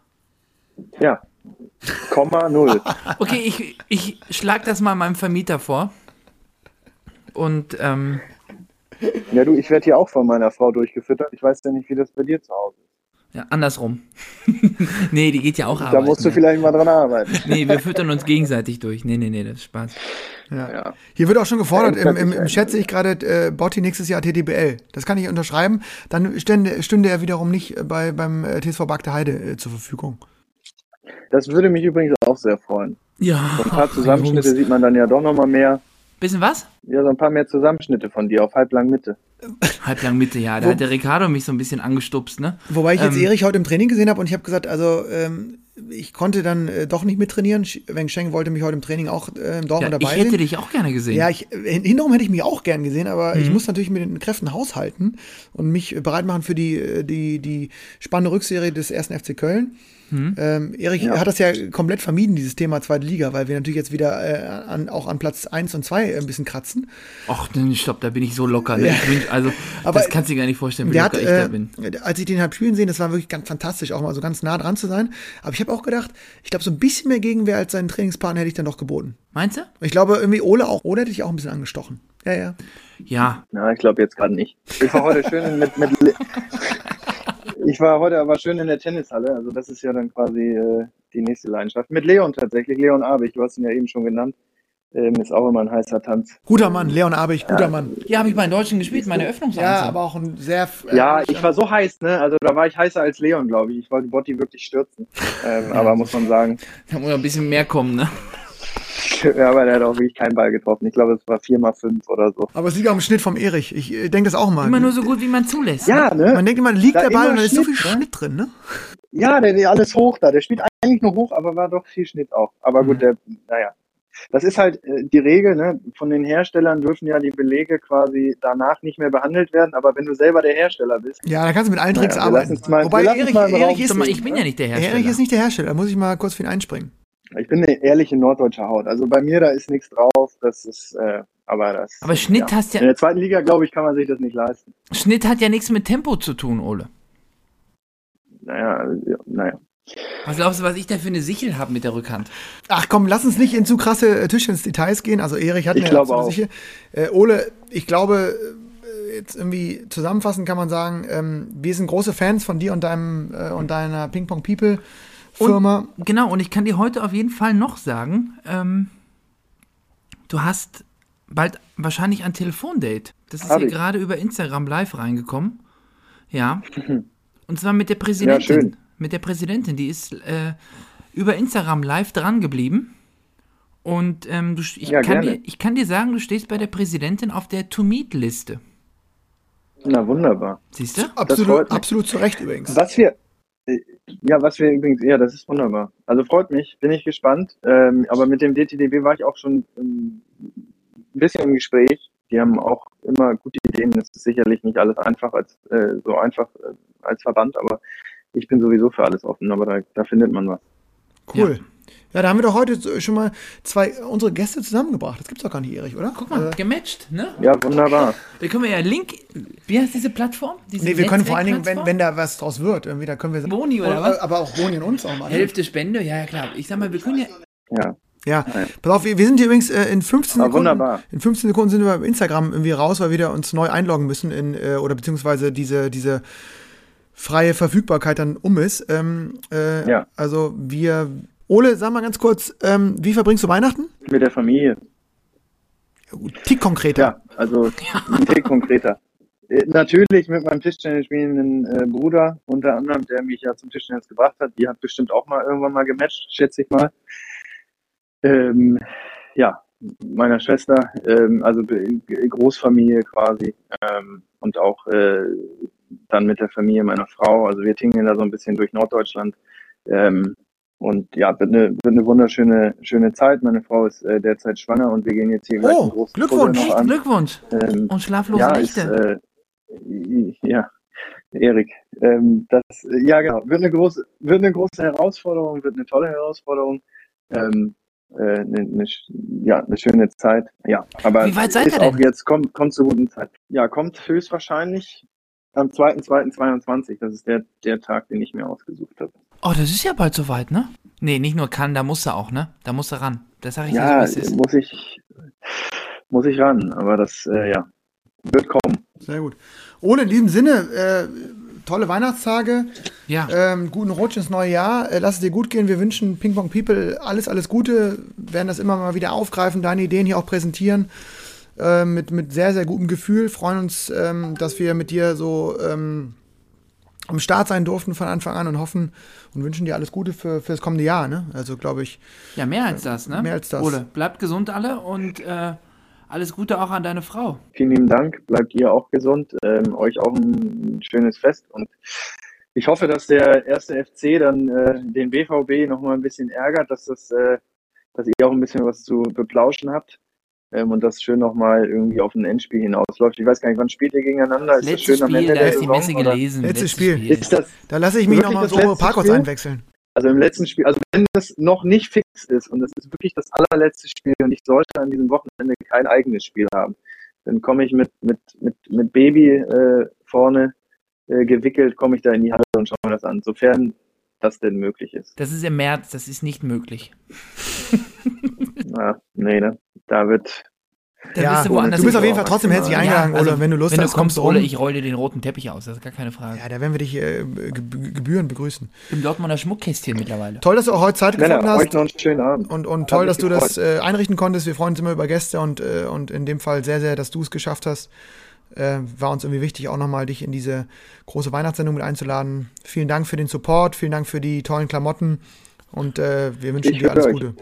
Ja, Komma Null. Okay, ich, ich schlag das mal meinem Vermieter vor. Und, ähm, Ja, du, ich werde hier auch von meiner Frau durchgefüttert. Ich weiß ja nicht, wie das bei dir zu Hause ist. ja, andersrum. Nee, die geht ja auch Da arbeiten. musst du ne? vielleicht mal dran arbeiten. Nee, wir füttern uns gegenseitig durch. Nee, nee, nee, das ist Spaß. Ja. Ja. Hier wird auch schon gefordert, Ja, im, im, im fertig, Chat sehe ich gerade, äh, Botti nächstes Jahr T D B L. Das kann ich unterschreiben. Dann stände, stünde er wiederum nicht äh, bei, beim äh, T S V Bagda Heide äh, zur Verfügung. Das würde mich übrigens auch sehr freuen. Ja. So ein paar ach, Zusammenschnitte Jungs. sieht man dann ja doch nochmal mehr. Bisschen was? Ja, so ein paar mehr Zusammenschnitte von dir auf halblang Mitte. Halblang Mitte, ja. Da Wo- hat der Ricardo mich so ein bisschen angestupst, ne? Wobei ich jetzt Ähm, Erich heute im Training gesehen habe und ich habe gesagt, also ähm, ich konnte dann äh, doch nicht mittrainieren. Sch- Weng Sheng wollte mich heute im Training auch äh, im Dortmund Ja, dabei ich hätte sehen. dich auch gerne gesehen. Ja, ich, äh, hintenrum hätte ich mich auch gern gesehen, aber ich Mhm. muss natürlich mit den Kräften haushalten und mich äh, bereit machen für die, äh, die, die spannende Rückserie des ersten F C Köln. Mhm. Ähm, Erich Ja. hat das ja komplett vermieden, dieses Thema zweite Liga, weil wir natürlich jetzt wieder äh, an, auch an Platz eins und zwei ein bisschen kratzen. Ach, dann stopp, da bin ich so locker. Ne? Ja. Ich bin, also, Aber das kannst du dir gar nicht vorstellen, wie Der hat, locker ich da äh, bin. als ich den hab spielen sehen, das war wirklich ganz fantastisch, auch mal so ganz nah dran zu sein. Aber ich habe auch gedacht, ich glaube, so ein bisschen mehr Gegenwehr als seinen Trainingspartner hätte ich dann doch geboten. Meinst du? Ich glaube, irgendwie Ole auch. Ole hätte ich auch ein bisschen angestochen. Ja, ja. Ja. Na, ich glaube jetzt gerade nicht. Ich war heute schön mit, mit Ich war heute aber schön in der Tennishalle, also das ist ja dann quasi äh, die nächste Leidenschaft. Mit Leon tatsächlich, Leon Abig, du hast ihn ja eben schon genannt, ähm, ist auch immer ein heißer Tanz. Guter Mann, Leon Abig, guter Mann. Ja, habe ich bei den Deutschen gespielt, meine Eröffnungsanze. Ja, aber auch ein sehr. äh, Ja, ich war so heiß, ne? Also da war ich heißer als Leon, glaube ich. Ich wollte Botti wirklich stürzen. Ähm, aber muss man sagen, Da muss noch ein bisschen mehr kommen, ne? ja, aber der hat auch wirklich keinen Ball getroffen. Ich glaube, es war vier mal fünf oder so. Aber es liegt auch im Schnitt vom Erich. Ich äh, denke das auch mal. Immer nur so gut, wie man zulässt. Ja, Ne? ne? Man denkt immer, liegt Da der Ball immer und da ist so viel Schnitt, ne? Schnitt drin, ne? Ja, der, der alles hoch da. Der spielt eigentlich nur hoch, aber war doch viel Schnitt auch. Aber gut, Mhm. der, naja. Das ist halt äh, die Regel, ne? Von den Herstellern dürfen ja die Belege quasi danach nicht mehr behandelt werden, aber wenn du selber der Hersteller bist, Ja, da kannst du mit allen Tricks naja, wir arbeiten. lassen's mal- Wobei wir lassen's Erich, mal im Raum Erich, ist, Sag mal, ich bin ja nicht der Hersteller. Erich ist nicht der Hersteller. Da muss ich mal kurz für ihn einspringen. ich bin eine ehrliche norddeutsche Haut. Also bei mir, da ist nichts drauf, das ist, äh, aber das. Aber Schnitt ja. hast In ja, der zweiten Liga, glaube ich, kann man sich das nicht leisten. Schnitt hat ja nichts mit Tempo zu tun, Ole. Naja, ja, naja. Was glaubst du, was ich da für eine Sichel habe mit der Rückhand? Ach komm, lass uns nicht in zu krasse äh, Tischtennis-Details gehen. Also Erich hat Ich eine glaube absolute auch. Sicher. Äh, Ole, ich glaube, äh, jetzt irgendwie zusammenfassend kann man sagen, ähm, wir sind große Fans von dir und deinem äh, und deiner Ping Pong People Firma. Genau, und ich kann dir heute auf jeden Fall noch sagen, ähm, du hast bald wahrscheinlich ein Telefondate. Das ist Hab hier ich. gerade über Instagram live reingekommen. Ja. Und zwar mit der Präsidentin. Ja, schön. Mit der Präsidentin, die ist äh, über Instagram live dran geblieben. Und ähm, du, ich, Ja, kann gerne. dir, ich kann dir sagen, du stehst bei der Präsidentin auf der To-Meet-Liste. Na wunderbar. Siehst du? freut Absolut, mich. absolut zu Recht übrigens. Was wir, äh, ja, was wir übrigens, ja, das ist wunderbar. Also freut mich, bin ich gespannt. Ähm, aber mit dem D T D B war ich auch schon ähm, ein bisschen im Gespräch. Die haben auch immer gute Ideen. Es ist sicherlich nicht alles einfach als äh, so einfach äh, als Verband, aber ich bin sowieso für alles offen. Aber da, da findet man was. Cool. Ja. da haben wir doch heute so- schon mal zwei unsere Gäste zusammengebracht. Das gibt's doch gar nicht, Erich, oder? Guck mal, Äh, gematcht, ne? Ja, wunderbar. Da können wir ja Link. Wie heißt diese Plattform? Diese nee, wir können vor allen Dingen, wenn, Netzwerkplattform? wenn da was draus wird, irgendwie, da können wir. Boni oder Und, was? äh, Aber auch Boni in uns auch mal. ne? Hälfte Spende, ja, ja, klar. Ich sag mal, wir können ja. Ja, Ja, Nein. pass auf, wir, wir sind hier übrigens äh, in fünfzehn Ah, Sekunden. wunderbar. In fünfzehn Sekunden sind wir bei Instagram irgendwie raus, weil wir wieder uns neu einloggen müssen in, äh, oder beziehungsweise diese, diese freie Verfügbarkeit dann um ist. Ähm, äh, Ja. Also wir. Ole, sag mal ganz kurz, ähm, wie verbringst du Weihnachten? mit der Familie. Tick konkreter. Ja, also ein Tick konkreter. Äh, Natürlich mit meinem Tischtennis spielenden äh, Bruder, unter anderem, der mich ja zum Tischtennis gebracht hat. Die hat bestimmt auch mal irgendwann mal gematcht, schätze ich mal. Ähm, ja, meiner Schwester, ähm, also G- Großfamilie quasi. Ähm, und auch äh, dann mit der Familie meiner Frau. Also wir tingeln da so ein bisschen durch Norddeutschland. Ähm, und ja, wird eine, wird eine wunderschöne schöne Zeit. Meine Frau ist äh, derzeit schwanger und wir gehen jetzt hier gleich Oh, einen großen Glückwunsch. Puzzle noch Echt, an. Glückwunsch. Ähm, Und schlaflose ja, ist, Nächte. äh, ja, Erik, ähm, das, äh, ja genau, wird eine große, wird eine große Herausforderung, wird eine tolle Herausforderung, ähm, äh, eine, eine, sch- ja, eine schöne Zeit, ja, aber Wie weit seid ist ihr denn? auch jetzt, kommt, kommt zur guten Zeit. Ja, kommt höchstwahrscheinlich am zweiten zweiten zweiundzwanzig, das ist der, der Tag, den ich mir ausgesucht habe. Oh, das ist ja bald soweit, ne? Nee, nicht nur kann, da musst du auch, ne? Da musst du ran. Das sag ich Ja, dir so, wie es ist. muss ich, muss ich ran, aber das, äh, ja, wird kommen. Sehr gut. Ole, in diesem Sinne, äh, tolle Weihnachtstage, Ja. ähm, guten Rutsch ins neue Jahr. Äh, lass es dir gut gehen. Wir wünschen Ping Pong People alles, alles Gute. Werden das immer mal wieder aufgreifen, deine Ideen hier auch präsentieren. Äh, mit, mit sehr, sehr gutem Gefühl. Freuen uns, ähm, dass wir mit dir so ähm, am Start sein durften von Anfang an und hoffen und wünschen dir alles Gute für, für das kommende Jahr. Ne? Also, glaube ich, Ja, mehr als das, ne? Mehr als das. Ole, bleibt gesund alle und äh, alles Gute auch an deine Frau. Vielen lieben Dank, bleibt ihr auch gesund, ähm, euch auch ein schönes Fest und ich hoffe, dass der erste F C dann äh, den B V B nochmal ein bisschen ärgert, dass das, äh, dass ihr auch ein bisschen was zu beplauschen habt ähm, und das schön nochmal irgendwie auf ein Endspiel hinausläuft. Ich weiß gar nicht, wann spielt ihr gegeneinander? Ist Letztes das schön am Spiel, Ende da der ist die Saison? Messe oder? gelesen. Letztes Spiel. Ist das Da lasse ich mich wirklich nochmal das so Oro letzte Parkos Spiel? einwechseln. Also im letzten Spiel, also wenn das noch nicht fix ist und das ist wirklich das allerletzte Spiel und ich sollte an diesem Wochenende kein eigenes Spiel haben, dann komme ich mit, mit, mit, mit Baby äh, vorne äh, gewickelt, komme ich da in die Halle und schaue mir das an, sofern das denn möglich ist. Das ist im März, das ist nicht möglich. Na, nee, ne? Da wird, Da Ja, bist du woanders du bist auf jeden hin. Fall trotzdem herzlich Ja, eingeladen, also, Ole. Wenn du Lust wenn du hast, kommst kommst, du Ole, rum. ich roll dir den roten Teppich aus, das ist gar keine Frage. Ja, da werden wir dich äh, ge- gebührend begrüßen. Im Dortmunder Schmuckkästchen mittlerweile. Toll, dass du auch heute Zeit Männer, gefunden euch hast. noch einen schönen Abend. Und, und Hat toll, mich dass du gefreut. das äh, einrichten konntest. Wir freuen uns immer über Gäste und, äh, und in dem Fall sehr, sehr, dass du es geschafft hast. Äh, war uns irgendwie wichtig, auch nochmal dich in diese große Weihnachtssendung mit einzuladen. Vielen Dank für den Support, vielen Dank für die tollen Klamotten und äh, wir wünschen Ich dir alles höre Gute.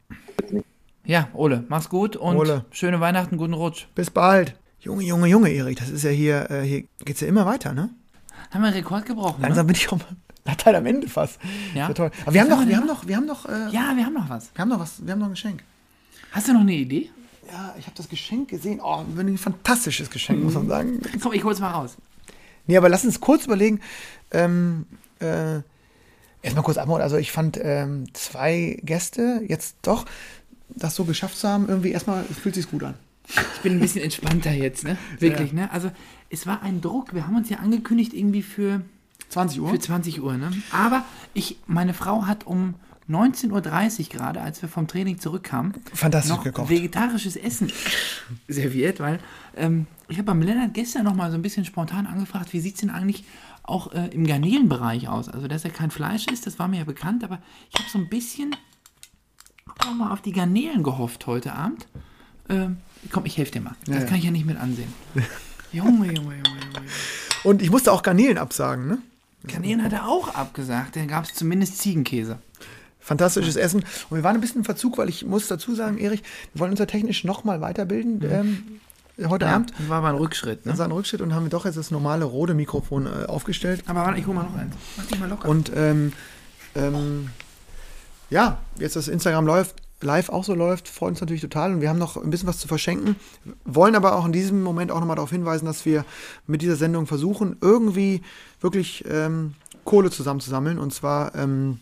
Ja, Ole, mach's gut und Ole. schöne Weihnachten, guten Rutsch. Bis bald. Junge, Junge, Junge, Erik, das ist ja hier, äh, hier geht's ja immer weiter, ne? Haben wir einen Rekord gebrochen, Langsam ne? bin ich auch mal Latein am Ende fast. Ja. Ja, toll. Aber wir haben Was noch, haben wir wir denn haben noch, wir haben noch, äh, Ja, wir haben noch was. wir haben noch was, wir haben noch ein Geschenk. Hast du noch eine Idee? Ja, ich habe das Geschenk gesehen. Oh, ein fantastisches Geschenk, muss man sagen. Komm, ich hol's mal raus. Nee, aber lass uns kurz überlegen. Ähm, äh, erstmal kurz abholen. Also ich fand ähm, zwei Gäste jetzt doch, das so geschafft zu haben, irgendwie erstmal fühlt sich gut an. Ich bin ein bisschen entspannter jetzt, ne? Wirklich, ne? Also, es war ein Druck. Wir haben uns ja angekündigt irgendwie für, zwanzig Uhr? für zwanzig Uhr, ne? Aber ich, meine Frau hat um neunzehn Uhr dreißig gerade, als wir vom Training zurückkamen, Fantastisch noch gekocht. vegetarisches Essen serviert, weil ähm, ich habe beim Lennart gestern noch mal so ein bisschen spontan angefragt, wie sieht es denn eigentlich auch äh, im Garnelenbereich aus? Also, dass er kein Fleisch ist, das war mir ja bekannt, aber ich habe so ein bisschen auch mal auf die Garnelen gehofft heute Abend. Ähm, komm, ich helfe dir mal. Das Ja, ja. kann ich ja nicht mit ansehen. Junge, Junge, Junge, Junge. Und ich musste auch Garnelen absagen, ne? Garnelen hat er auch abgesagt. Da gab es zumindest Ziegenkäse. Fantastisches Essen. Und wir waren ein bisschen im Verzug, weil ich muss dazu sagen, Erich, wir wollen uns ja technisch nochmal weiterbilden ähm, heute Ja, Abend. das war aber ein Rückschritt, Das ne? war ein Rückschritt und haben wir doch jetzt das normale Rode-Mikrofon äh, aufgestellt. Aber warte, ich hol mal noch eins. Mach dich mal locker. Und ähm, ähm, ja, jetzt das Instagram läuft, live auch so läuft, freut uns natürlich total. Und wir haben noch ein bisschen was zu verschenken, wollen aber auch in diesem Moment auch nochmal darauf hinweisen, dass wir mit dieser Sendung versuchen, irgendwie wirklich ähm, Kohle zusammenzusammeln. Und zwar ähm,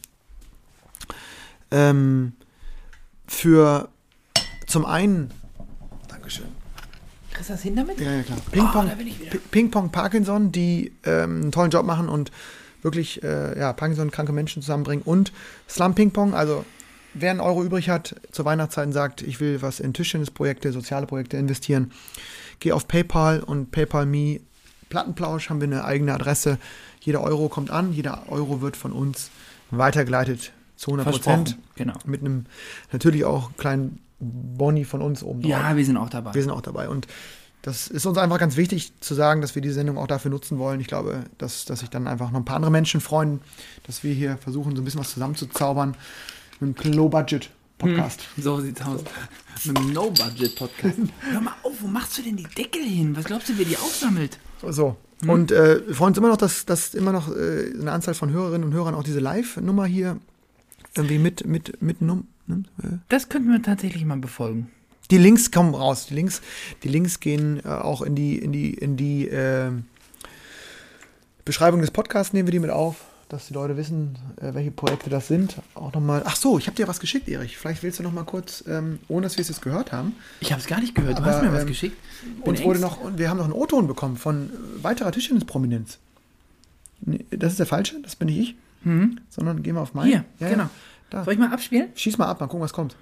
ähm, für zum einen, Dankeschön, Kriegst du das hin damit? ja, ja klar, Oh, Ping-Pong, da bin ich wieder. P- Ping-Pong Parkinson, die ähm, einen tollen Job machen und wirklich äh, ja, Parkinson-kranke Menschen zusammenbringen und Slum Ping-Pong, also wer einen Euro übrig hat, zur Weihnachtszeit und sagt, ich will was in Tischtennisprojekte, soziale Projekte investieren, geh auf PayPal und PayPal.me Plattenplausch, haben wir eine eigene Adresse. Jeder Euro kommt an, jeder Euro wird von uns weitergeleitet zu hundert Prozent. Versprochen, genau. Mit einem natürlich auch kleinen Boni von uns oben drauf. Ja, wir sind auch dabei. Wir sind auch dabei. Und das ist uns einfach ganz wichtig zu sagen, dass wir die Sendung auch dafür nutzen wollen. Ich glaube, dass, dass sich dann einfach noch ein paar andere Menschen freuen, dass wir hier versuchen, so ein bisschen was zusammenzuzaubern. Mit einem Low-Budget-Podcast. So sieht's aus. Mit einem No-Budget-Podcast. Hör mal auf, wo machst du denn die Deckel hin? Was glaubst du, wer die aufsammelt? So. Und äh, wir freuen uns immer noch, dass, dass immer noch äh, eine Anzahl von Hörerinnen und Hörern auch diese Live-Nummer hier irgendwie mit, mit, mit Num- nimmt. Äh. Das könnten wir tatsächlich mal befolgen. Die Links kommen raus. Die Links, die Links gehen äh, auch in die, in die, in die äh, Beschreibung des Podcasts, nehmen wir die mit auf, dass die Leute wissen, äh, welche Projekte das sind. Auch nochmal. Ach so, ich habe dir was geschickt, Erich. Vielleicht willst du noch mal kurz, ähm, ohne dass wir es jetzt gehört haben. Ich habe es gar nicht gehört. Du Aber, hast mir was ähm, geschickt. Bin Uns wurde Angst. noch, und wir haben noch einen O-Ton bekommen von äh, weiterer Tischtennis-Prominenz. Nee, das ist der falsche, das bin nicht ich. Mhm. Sondern gehen wir auf meinen. Hier, Ja, genau. Ja, da. Soll ich mal abspielen? Schieß mal ab, mal gucken, was kommt.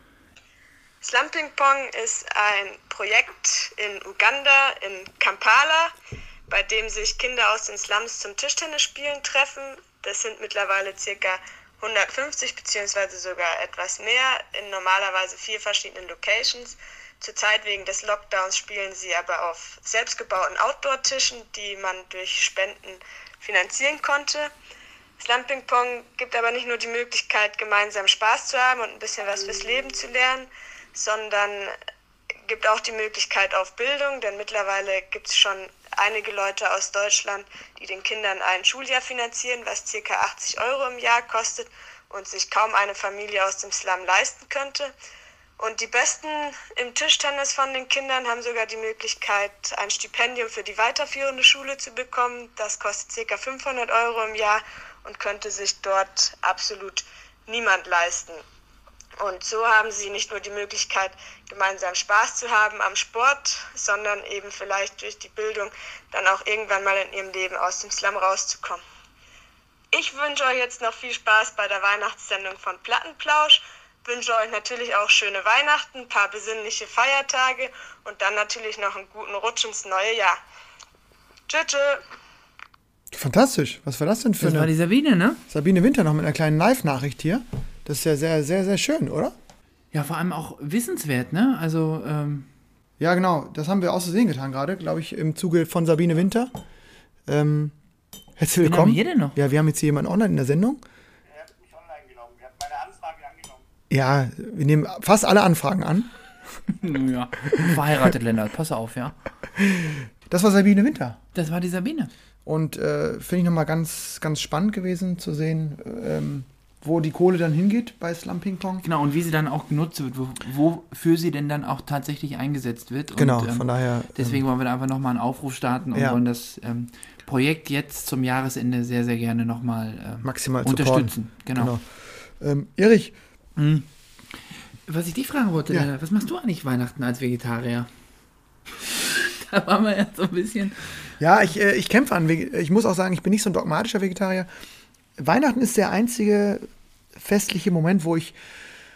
Slum Ping Pong ist ein Projekt in Uganda, in Kampala, bei dem sich Kinder aus den Slums zum Tischtennisspielen treffen. Das sind mittlerweile ca. hundertfünfzig beziehungsweise sogar etwas mehr in normalerweise vier verschiedenen Locations. Zurzeit wegen des Lockdowns spielen sie aber auf selbstgebauten Outdoor-Tischen, die man durch Spenden finanzieren konnte. Slum Ping Pong gibt aber nicht nur die Möglichkeit, gemeinsam Spaß zu haben und ein bisschen was fürs Leben zu lernen, sondern gibt auch die Möglichkeit auf Bildung, denn mittlerweile gibt es schon einige Leute aus Deutschland, die den Kindern ein Schuljahr finanzieren, was ca. achtzig Euro im Jahr kostet und sich kaum eine Familie aus dem Slum leisten könnte. Und die Besten im Tischtennis von den Kindern haben sogar die Möglichkeit, ein Stipendium für die weiterführende Schule zu bekommen. Das kostet ca. fünfhundert Euro im Jahr und könnte sich dort absolut niemand leisten. Und so haben sie nicht nur die Möglichkeit, gemeinsam Spaß zu haben am Sport, sondern eben vielleicht durch die Bildung dann auch irgendwann mal in ihrem Leben aus dem Slum rauszukommen. Ich wünsche euch jetzt noch viel Spaß bei der Weihnachtssendung von Plattenplausch, wünsche euch natürlich auch schöne Weihnachten, ein paar besinnliche Feiertage und dann natürlich noch einen guten Rutsch ins neue Jahr. Tschüss, tschüss. Fantastisch. Was war das denn für Das eine... war die Sabine, ne? Sabine Winter noch mit einer kleinen Live-Nachricht hier. Das ist ja sehr, sehr, sehr schön, oder? Ja, vor allem auch wissenswert, ne? Also, ähm, Ja, genau. Das haben wir auszusehen getan gerade, glaube ich, im Zuge von Sabine Winter. Ähm, herzlich wen willkommen. haben wir hier denn noch? Ja, wir haben jetzt hier jemanden online in der Sendung. Er hat mich online genommen. Er hat meine Anfrage angenommen. Ja, wir nehmen fast alle Anfragen an. Ja, verheiratet, Lennart, pass auf, ja. Das war Sabine Winter. Das war die Sabine. Und äh, finde ich nochmal ganz, ganz spannend gewesen zu sehen, ähm, wo die Kohle dann hingeht bei Slum Ping Pong. Genau, und wie sie dann auch genutzt wird, wo, wofür sie denn dann auch tatsächlich eingesetzt wird. Und, Genau, ähm, von daher. Deswegen wollen wir da einfach nochmal einen Aufruf starten und Ja. wollen das ähm, Projekt jetzt zum Jahresende sehr, sehr gerne nochmal ähm, Maximal unterstützen. Genau. Genau. Ähm, Erich, Mhm. Was ich dich fragen wollte, Ja. Lennart, was machst du eigentlich Weihnachten als Vegetarier? Da waren wir ja so ein bisschen... ja, ich, äh, ich kämpfe an. Vege- Ich muss auch sagen, ich bin nicht so ein dogmatischer Vegetarier. Weihnachten ist der einzige festliche Moment, wo ich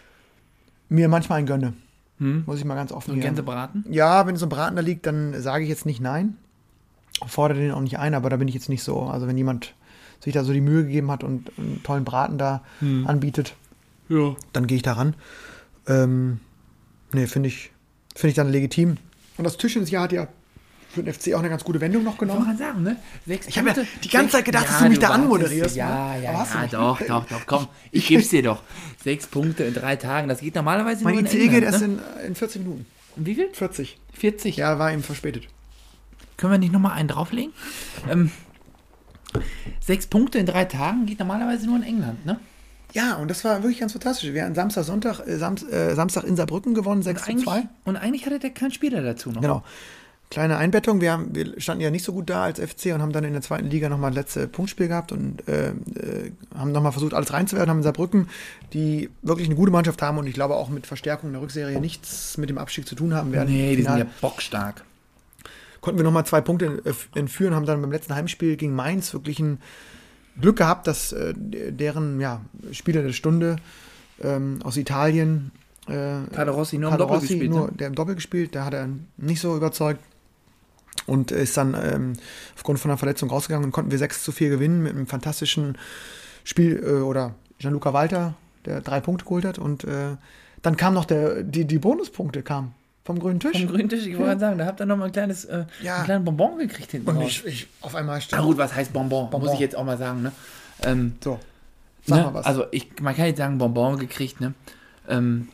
mir manchmal einen gönne. Hm? Muss ich mal ganz offen So ein sagen. Gänsebraten? Ja, wenn so ein Braten da liegt, dann sage ich jetzt nicht nein. Fordere den auch nicht ein, aber da bin ich jetzt nicht so. Also wenn jemand sich da so die Mühe gegeben hat und einen tollen Braten da Hm. anbietet, Ja. dann gehe ich da ran. Ähm, nee, finde ich, finde ich dann legitim. Und das Tischtennisjahr hat ja für den F C auch eine ganz gute Wendung noch Ich wollte genommen. gerade sagen, ne? Sechs Ich habe ja Punkte, die ganze sechs- Zeit gedacht, dass du mich da wartest, anmoderierst, Ja, ne? ja, Aber hast du ja, nicht. doch, doch, doch, komm. Ich geb's dir doch. Sechs Punkte in drei Tagen, das geht normalerweise Mein nur I C E in geht England, erst ne? in, in vierzig Minuten. Wie viel? vierzig. vierzig? Ja, war eben verspätet. Können wir nicht nochmal einen drauflegen? Ähm, sechs Punkte in drei Tagen geht normalerweise nur in England, ne? Ja, und das war wirklich ganz fantastisch. Wir hatten Samstag, Sonntag, äh, Sam, äh, Samstag in Saarbrücken gewonnen, sechs zu Eigentlich, zwei. und eigentlich hatte der keinen Spieler dazu noch. Genau. Kleine Einbettung, wir, haben, wir standen ja nicht so gut da als F C und haben dann in der zweiten Liga nochmal das letzte Punktspiel gehabt und äh, äh, haben nochmal versucht, alles reinzuwerfen, haben in Saarbrücken, die wirklich eine gute Mannschaft haben und ich glaube auch mit Verstärkung in der Rückserie nichts mit dem Abstieg zu tun haben werden. Nee, die sind Final ja bockstark. konnten wir nochmal zwei Punkte äh, entführen, haben dann beim letzten Heimspiel gegen Mainz wirklich ein Glück gehabt, dass äh, deren ja, Spieler der Stunde ähm, aus Italien, äh, Caderossi nur im Carlo Doppel Rossi, gespielt, nur, ne? der im Doppel gespielt, der hat er nicht so überzeugt und ist dann ähm, aufgrund von einer Verletzung rausgegangen und konnten wir sechs zu vier gewinnen mit einem fantastischen Spiel äh, oder Gianluca Walter, der drei Punkte geholt hat und äh, dann kam noch der, die, die Bonuspunkte kamen vom grünen Tisch. Vom grünen Tisch, ich wollte gerade sagen, da habt ihr noch mal ein kleines, äh, Ja. einen kleinen Bonbon gekriegt hinten Und raus. ich, ich auf einmal Na gut, was heißt Bonbon? Bonbon. Muss ich jetzt auch mal sagen, ne? Ähm, So, sag ne? mal was. Also ich, man kann jetzt sagen, Bonbon gekriegt, ne? Ähm,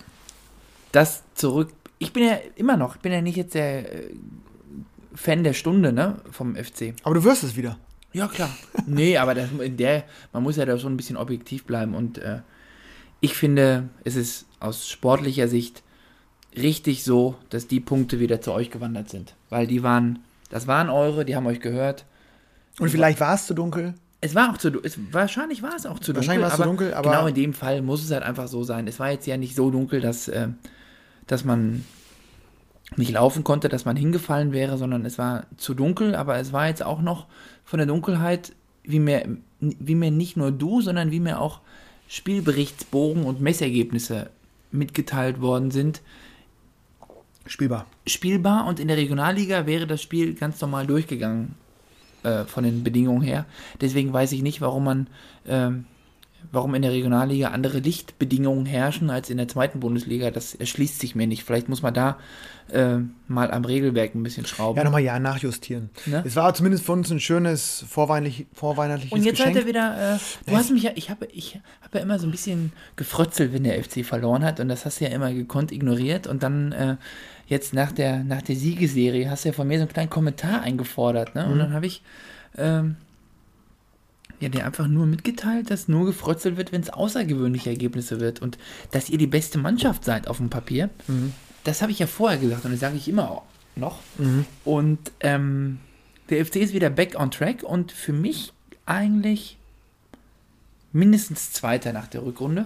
das zurück. Ich bin ja immer noch, ich bin ja nicht jetzt der äh, Fan der Stunde, ne? Vom F C. Aber du wirst es wieder. Ja, klar. Nee, aber das, in der, man muss ja da schon ein bisschen objektiv bleiben und äh, ich finde, es ist aus sportlicher Sicht richtig so, dass die Punkte wieder zu euch gewandert sind. Weil die waren, das waren eure, die haben euch gehört. Und vielleicht war es zu dunkel. Es war auch zu du- es, wahrscheinlich war es auch zu dunkel. Wahrscheinlich war es zu dunkel, aber- genau in dem Fall muss es halt einfach so sein. Es war jetzt ja nicht so dunkel, dass, äh, dass man nicht laufen konnte, dass man hingefallen wäre, sondern es war zu dunkel, aber es war jetzt auch noch von der Dunkelheit, wie mir, wie mir nicht nur du, sondern wie mir auch Spielberichtsbogen und Messergebnisse mitgeteilt worden sind, Spielbar. spielbar und in der Regionalliga wäre das Spiel ganz normal durchgegangen äh, von den Bedingungen her. Deswegen weiß ich nicht, warum man ähm, warum in der Regionalliga andere Lichtbedingungen herrschen als in der zweiten Bundesliga, das erschließt sich mir nicht. Vielleicht muss man da äh, mal am Regelwerk ein bisschen schrauben. Ja, nochmal ja nachjustieren. Ne? Es war zumindest für uns ein schönes vorweihnachtlich, vorweihnachtliches Und jetzt Geschenk. seid ihr wieder, äh, du hast mich ja, ich habe ich hab ja immer so ein bisschen gefrötzelt, wenn der F C verloren hat und das hast du ja immer gekonnt ignoriert und dann äh, jetzt nach der, nach der Siegesserie hast du ja von mir so einen kleinen Kommentar eingefordert, ne? Und Mhm. dann habe ich ähm, ja, dir einfach nur mitgeteilt, dass nur gefrötzelt wird, wenn es außergewöhnliche Ergebnisse wird und dass ihr die beste Mannschaft seid auf dem Papier. Mhm. Das habe ich ja vorher gesagt und das sage ich immer auch noch. Mhm. Und ähm, der F C ist wieder back on track und für mich eigentlich mindestens Zweiter nach der Rückrunde.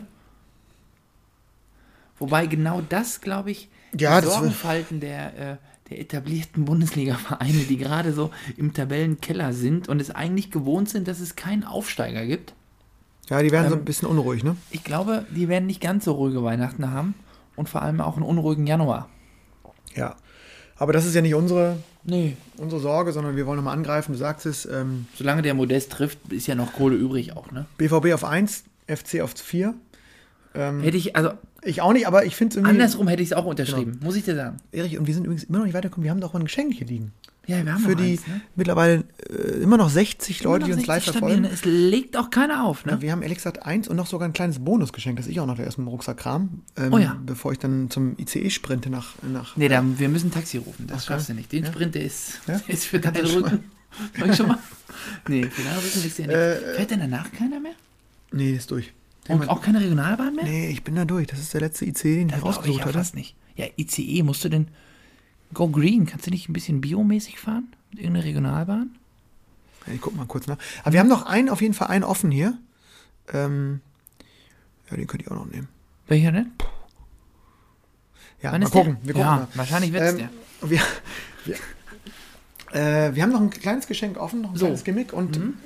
Wobei genau das, glaube ich, Ja, die das Sorgenfalten der, äh, der etablierten Bundesliga-Vereine, die gerade so im Tabellenkeller sind und es eigentlich gewohnt sind, dass es keinen Aufsteiger gibt. Ja, die werden so Ähm, ein bisschen unruhig, ne? Ich glaube, die werden nicht ganz so ruhige Weihnachten haben und vor allem auch einen unruhigen Januar. Ja. Aber das ist ja nicht unsere, Nee. unsere Sorge, sondern wir wollen nochmal angreifen. Du sagst es, ähm, Solange der Modest trifft, ist ja noch Kohle übrig auch, ne? B V B auf eins, F C auf vier. Ähm, Hätte ich, also ich auch nicht, aber ich finde es irgendwie... andersrum hätte ich es auch unterschrieben, muss ich dir sagen. Erich, und wir sind übrigens immer noch nicht weitergekommen. Wir haben doch mal ein Geschenk hier liegen. Ja, wir haben Für noch die eins, ne? mittlerweile äh, immer noch sechzig Leute, die Immer uns noch live sechzig verfolgen. stabil, ne? Es legt auch keiner auf, ne? Ja, wir haben ehrlich gesagt eins und noch sogar ein kleines Bonusgeschenk, das ich auch noch erst im Rucksack kram, ähm, Oh ja. bevor ich dann zum I C E sprinte nach... nach Nee, da, wir müssen Taxi rufen, das Okay. schaffst du nicht. Den Ja. Sprint, der ist, Ja? der ist für Kannst deinen du schon Rücken. Soll ich schon mal? Nee, für deinen Rücken ist der nicht. Äh, Fährt denn danach keiner mehr? Nee, ist durch. Und auch keine Regionalbahn mehr? Nee, ich bin da durch. Das ist der letzte I C E, den ich Das glaube ich rausgesucht ja hatte. fast nicht. Ja, I C E, musst du denn Go Green, kannst du nicht ein bisschen biomäßig fahren? Mit irgendeiner Regionalbahn? Ich guck mal kurz nach. Aber wir haben noch einen, auf jeden Fall einen offen hier. Ähm, ja, den könnt ihr auch noch nehmen. Welcher denn? Ja, Wann mal ist gucken. der? Wir gucken Ja, mal. wahrscheinlich wird's ähm, der. Wir, wir, äh, wir haben noch ein kleines Geschenk offen, noch ein So. kleines Gimmick. Und Mhm.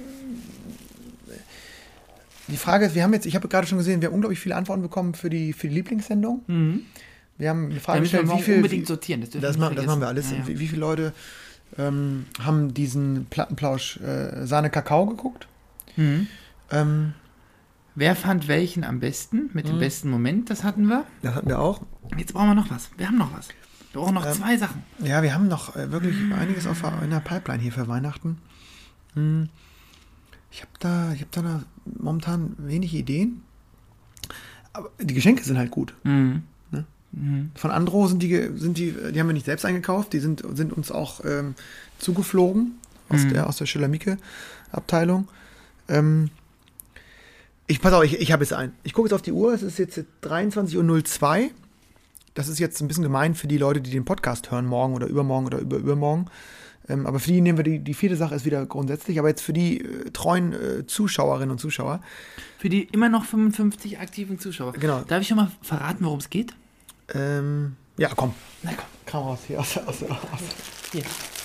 die Frage ist, wir haben jetzt, ich habe gerade schon gesehen, wir haben unglaublich viele Antworten bekommen für die, für die Lieblingssendung. Mhm. Wir haben eine Da Frage müssen wir gestellt, wie morgen viel... unbedingt wie, sortieren. Das, dürfen das, wir machen, nicht das machen wir vergessen. alles. Ja, ja. Wie, wie viele Leute ähm, haben diesen Plattenplausch äh, Sahne Kakao geguckt? Mhm. Ähm, Wer fand welchen am besten? Mit dem Mhm. besten Moment, das hatten wir. das hatten wir auch. Jetzt brauchen wir noch was. Wir haben noch was. Wir brauchen noch Ähm, zwei Sachen. Ja, wir haben noch äh, wirklich einiges auf der- in der Pipeline hier für Weihnachten. Hm. Ich habe da, ich hab da noch momentan wenig Ideen. Aber die Geschenke sind halt gut. Mhm. Ne? Mhm. Von Andro sind die, ge- sind die, die haben wir nicht selbst eingekauft, die sind, sind uns auch ähm, zugeflogen aus Mhm. der, aus der Schiller-Mieke-Abteilung. Ähm, ich pass auf, ich, ich habe jetzt einen. Ich gucke jetzt auf die Uhr, es ist jetzt dreiundzwanzig Uhr null zwei. Das ist jetzt ein bisschen gemein für die Leute, die den Podcast hören, morgen oder übermorgen oder über, übermorgen. Ähm, aber für die nehmen wir die, die vierte Sache ist wieder grundsätzlich. Aber jetzt für die äh, treuen äh, Zuschauerinnen und Zuschauer. Für die immer noch fünfundfünfzig aktiven Zuschauer. Genau. Darf ich schon mal verraten, worum es geht? Ähm, ja, komm. Na komm. Kram raus hier aus, aus, aus. Hier.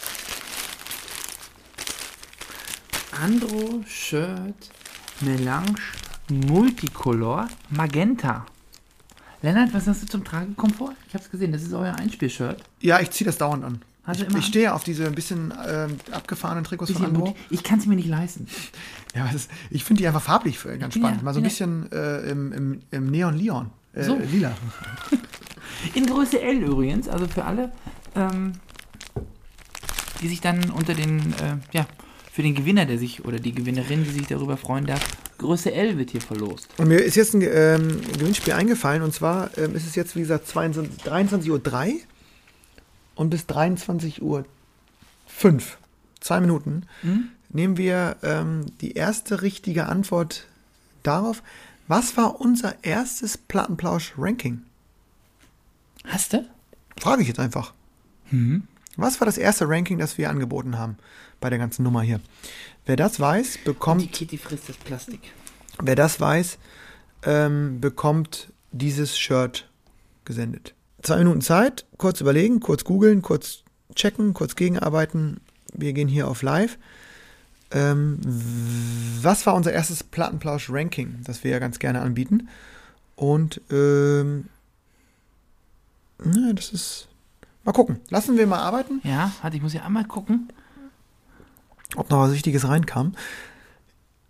Andro Shirt Melange Multicolor Magenta. Lennart, was hast du zum Tragekomfort? Ich habe es gesehen, das ist euer Einspielshirt. Ja, ich ziehe das dauernd an. Hast du Ich, immer ich an? stehe auf diese ein bisschen ähm, abgefahrenen Trikots von Bisschen Andro. Multi- Ich kann es mir nicht leisten. Ja, das ist, ich finde die einfach farblich äh, ganz Ja, spannend. Mal so ein ja. bisschen äh, im, im, im Neon Leon. Äh, So. Lila. In Größe L übrigens, also für alle, ähm, die sich dann unter den, äh, ja, für den Gewinner, der sich, oder die Gewinnerin, die sich darüber freuen darf, Größe L wird hier verlost. Und mir ist jetzt ein ähm, Gewinnspiel eingefallen. Und zwar ähm, ist es jetzt, wie gesagt, zweiundzwanzig dreiundzwanzig Uhr drei und bis dreiundzwanzig Uhr fünf, zwei Minuten, Mhm. nehmen wir ähm, die erste richtige Antwort darauf, was war unser erstes Plattenplausch-Ranking? Hast du? Frage ich jetzt einfach. Mhm. Was war das erste Ranking, das wir angeboten haben bei der ganzen Nummer hier? Wer das weiß, Die bekommt, Kitty frisst das Plastik. wer das weiß, ähm, bekommt dieses Shirt gesendet. Zwei Minuten Zeit, kurz überlegen, kurz googeln, kurz checken, kurz gegenarbeiten. Wir gehen hier auf Live. Ähm, was war unser erstes Plattenplausch-Ranking, das wir ja ganz gerne anbieten? Und ähm, na, das ist... Mal gucken. Lassen wir mal arbeiten, Ja, warte, ich muss ja einmal gucken. ob noch was Wichtiges reinkam.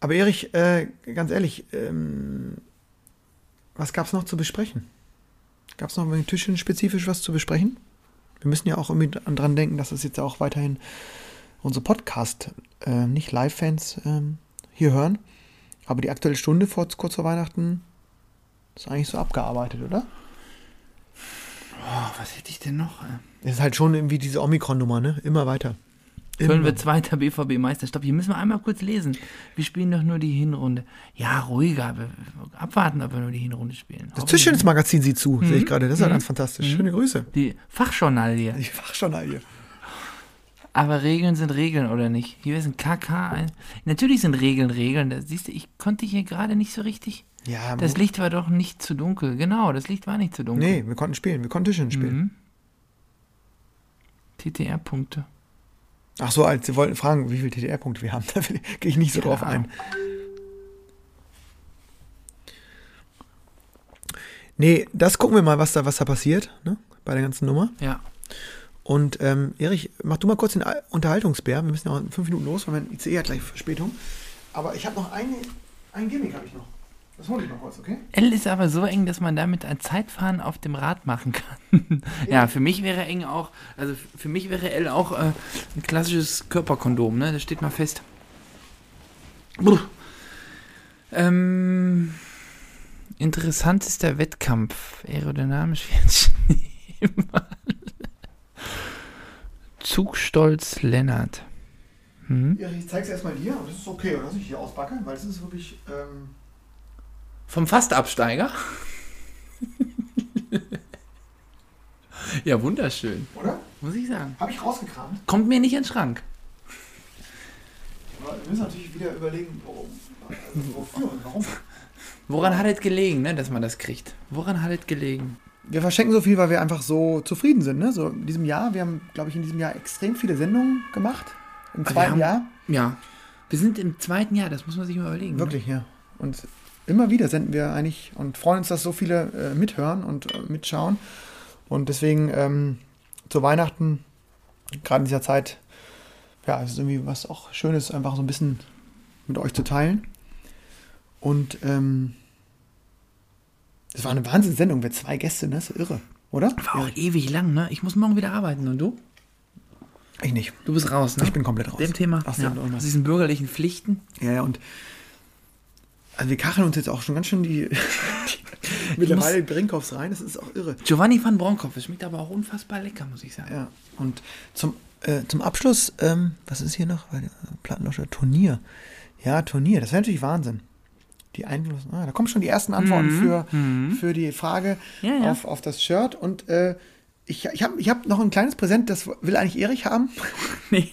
Aber Erich, äh, ganz ehrlich, ähm, was gab es noch zu besprechen? Gab es noch mit Tischchen spezifisch was zu besprechen? Wir müssen ja auch irgendwie dran denken, dass es jetzt auch weiterhin unsere Podcast, äh, nicht Live-Fans ähm, hier hören. Aber die aktuelle Stunde vor, kurz vor Weihnachten ist eigentlich so abgearbeitet, oder? Oh, was hätte ich denn noch? Das ist halt schon irgendwie diese Omikron-Nummer, ne? Immer weiter. Köln Immer. wird zweiter, B V B-Meister. Stopp, hier müssen wir einmal kurz lesen. Wir spielen doch nur die Hinrunde. Ja, ruhiger. aber Abwarten, ob wir nur die Hinrunde spielen. Das Tischtennis-Magazin sieht zu, Mhm. sehe ich gerade. Das ist ja Mhm. ganz fantastisch. Mhm. Schöne Grüße. Die Fachjournalie. Die Fachjournalie. Aber Regeln sind Regeln, oder nicht? Hier ist ein K K. Ein Natürlich sind Regeln Regeln. Das, siehst du, ich konnte hier gerade nicht so richtig. Ja, Das Licht war doch nicht zu dunkel. Genau, das Licht war nicht zu dunkel. nee, wir konnten spielen. Wir konnten Tischtennis spielen. Mhm. T T R-Punkte. Ach so, als Sie wollten fragen, wie viele T D R-Punkte wir haben. Da gehe ich nicht so Keine drauf ein. Ahnung. Nee, das gucken wir mal, was da, was da passiert, ne? Bei der ganzen Nummer. Ja. Und ähm, Erich, mach du mal kurz den Al- Unterhaltungsbär. Wir müssen ja auch in fünf Minuten los, weil mein I C E hat gleich Verspätung. Aber ich habe noch eine, ein Gimmick habe ich noch. Das hole ich mal kurz, okay? L ist aber so eng, dass man damit ein Zeitfahren auf dem Rad machen kann. Ja, für mich wäre eng auch, also für mich wäre L auch äh, ein klassisches Körperkondom, ne? Das steht mal fest. Brr. Ähm, interessantester Wettkampf. Aerodynamisch wie ein Schneemann. Zugstolz Lennart. Hm? Erich, ich zeig's erstmal dir. Und das ist okay, oder? Dass ich hier auspacke, weil es ist wirklich. Ähm Vom Fastabsteiger? Ja, wunderschön. Oder? Muss ich sagen. Habe ich rausgekramt. Kommt mir nicht in den Schrank. Aber wir müssen natürlich wieder überlegen, warum. Also wofür und warum. Woran hat es gelegen, ne, dass man das kriegt? Woran hat es gelegen? Wir verschenken so viel, weil wir einfach so zufrieden sind. Ne? So in diesem Jahr, wir haben, glaube ich, in diesem Jahr extrem viele Sendungen gemacht. Im Wir zweiten haben- Jahr. Ja. Wir sind im zweiten Jahr, das muss man sich mal überlegen. Wirklich, ja. Und immer wieder senden wir eigentlich und freuen uns, dass so viele äh, mithören und äh, mitschauen. Und deswegen ähm, zu Weihnachten, gerade in dieser Zeit, ja, es ist irgendwie was auch Schönes, einfach so ein bisschen mit euch zu teilen. Und ähm, das war eine Wahnsinnssendung, wir zwei Gäste, ne? Das ist irre, oder? Ne? War auch ewig lang, ne? Ich muss morgen wieder arbeiten. Und du? Ich nicht. Du bist raus, ne? Ich bin komplett raus. Dem Thema. Ach so, ja. auch noch. Aus diesen bürgerlichen Pflichten. Ja, ja, und also wir kacheln uns jetzt auch schon ganz schön die, die mittlerweile die Brinkhoffs rein, das ist auch irre. Giovanni van Bronckhorst, das schmeckt aber auch unfassbar lecker, muss ich sagen. Ja, und zum, äh, zum Abschluss, ähm, was ist hier noch? Plattenlauscher, Turnier. Ja, Turnier, das wäre natürlich Wahnsinn. Die Einfluss, ah, da kommen schon die ersten Antworten Mhm, für, mhm. für die Frage Ja, ja. Auf, auf das Shirt. Und äh, ich, ich habe ich hab noch ein kleines Präsent, das will eigentlich Erich haben. Nee.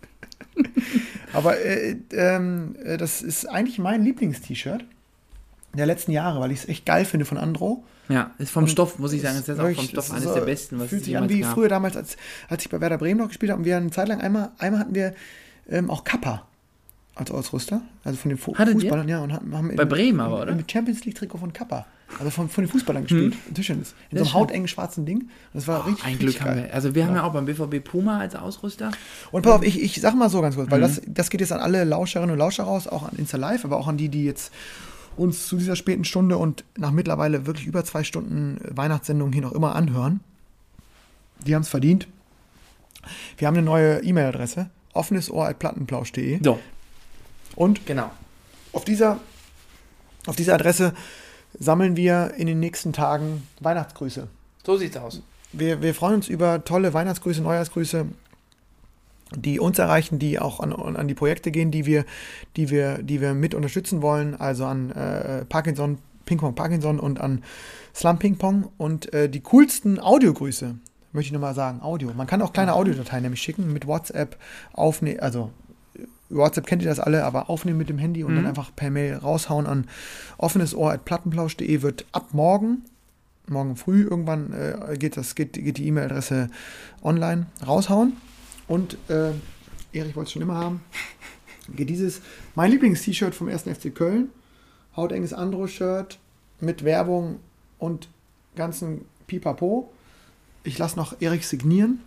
Aber äh, ähm, äh, das ist eigentlich mein Lieblings-T-Shirt der letzten Jahre, weil ich es echt geil finde von Andro. Ja, ist vom Stoff, muss ich sagen, ist das auch vom Wirklich, Stoff es eines ist der so- besten, was fühlt es sich an jemals wie gab. früher damals, als, als ich bei Werder Bremen noch gespielt habe und wir eine Zeit lang einmal, einmal hatten wir ähm, auch Kappa als Ausrüster, also von den Fu Hattet ihr? Fußballern, ja, und haben, haben Bei in, Bremen aber, oder? Im Champions League Trikot von Kappa, also von, von den Fußballern gespielt, mhm. Tischtennis, in Sehr so einem schön. hautengen schwarzen Ding. Das war richtig, Ein richtig Glück haben geil. wir. Also wir haben ja auch beim B V B Puma als Ausrüster. Und pass auf, ich, ich sag mal so ganz kurz, weil Mhm. das, das geht jetzt an alle Lauscherinnen und Lauscher raus, auch an Insta Live, aber auch an die, die jetzt uns zu dieser späten Stunde und nach mittlerweile wirklich über zwei Stunden Weihnachtssendung hier noch immer anhören. Die haben es verdient. Wir haben eine neue E-Mail-Adresse, offenes Ohr at plattenplausch punkt de. So, Und genau. auf dieser, auf dieser Adresse sammeln wir in den nächsten Tagen Weihnachtsgrüße. So sieht's aus. Wir, wir freuen uns über tolle Weihnachtsgrüße, Neujahrsgrüße, die uns erreichen, die auch an, an die Projekte gehen, die wir, die wir, die wir mit unterstützen wollen, also an äh, Parkinson, Ping-Pong Parkinson und an Slum Ping-Pong. Und äh, die coolsten Audiogrüße, möchte ich nochmal sagen, Audio. Man kann auch kleine Audiodateien nämlich schicken, mit WhatsApp aufnehmen, also WhatsApp kennt ihr das alle, aber aufnehmen mit dem Handy und Mhm. dann einfach per Mail raushauen an offenes Ohr at plattenplausch punkt de wird ab morgen, morgen früh irgendwann äh, geht, das, geht, geht die E-Mail-Adresse online raushauen. Und äh, Erich wollte es schon immer haben. Geht dieses, mein Lieblings-T-Shirt vom ersten F C Köln, hautenges Andro-Shirt mit Werbung und ganzen Pipapo. Ich lasse noch Erich signieren.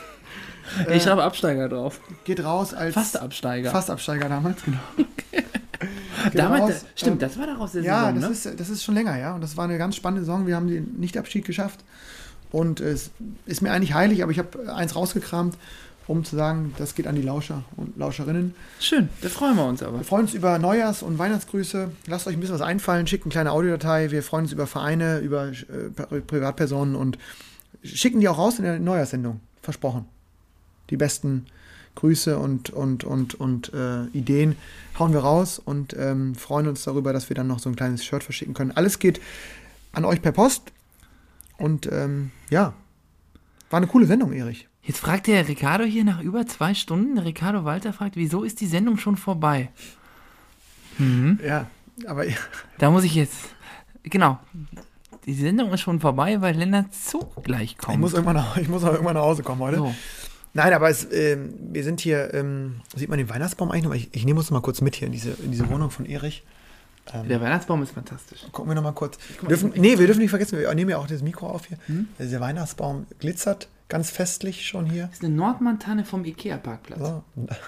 Ich schreibe Absteiger drauf. Geht raus als Fast Absteiger. Fastabsteiger damals, genau. Damals, daraus, stimmt, ähm, das war daraus der Ja, Saison, das, ne? ist, das ist schon länger, ja. Und das war eine ganz spannende Saison. Wir haben den Nichtabstieg geschafft. Und es ist mir eigentlich heilig, aber ich habe eins rausgekramt, um zu sagen, das geht an die Lauscher und Lauscherinnen. Schön, da freuen wir uns aber. Wir freuen uns über Neujahrs- und Weihnachtsgrüße. Lasst euch ein bisschen was einfallen, schickt eine kleine Audiodatei. Wir freuen uns über Vereine, über äh, Pri- Privatpersonen und schicken die auch raus in der Neujahrssendung. Versprochen. Die besten Grüße und, und, und, und äh, Ideen hauen wir raus und ähm, freuen uns darüber, dass wir dann noch so ein kleines Shirt verschicken können. Alles geht an euch per Post. Und ähm, ja, war eine coole Sendung, Erich. Jetzt fragt der Ricardo hier nach über zwei Stunden, der Ricardo Walter fragt, wieso ist die Sendung schon vorbei? Mhm. Ja, aber Da muss ich jetzt, genau, die Sendung ist schon vorbei, weil Lennart Zug gleich kommt. ich muss irgendwann nach, ich muss auch irgendwann nach Hause kommen heute. so. Nein, aber es, ähm, wir sind hier, ähm, sieht man den Weihnachtsbaum eigentlich noch? Ich, ich nehme uns noch mal kurz mit hier in diese, in diese Wohnung von Erich. Ähm, Der Weihnachtsbaum ist fantastisch. gucken wir noch mal kurz. Wir dürfen, nee, wir dürfen nicht vergessen, wir nehmen ja auch das Mikro auf hier. Hm? Dieser Weihnachtsbaum glitzert ganz festlich schon hier. Das ist eine Nordmantanne vom Ikea-Parkplatz. So.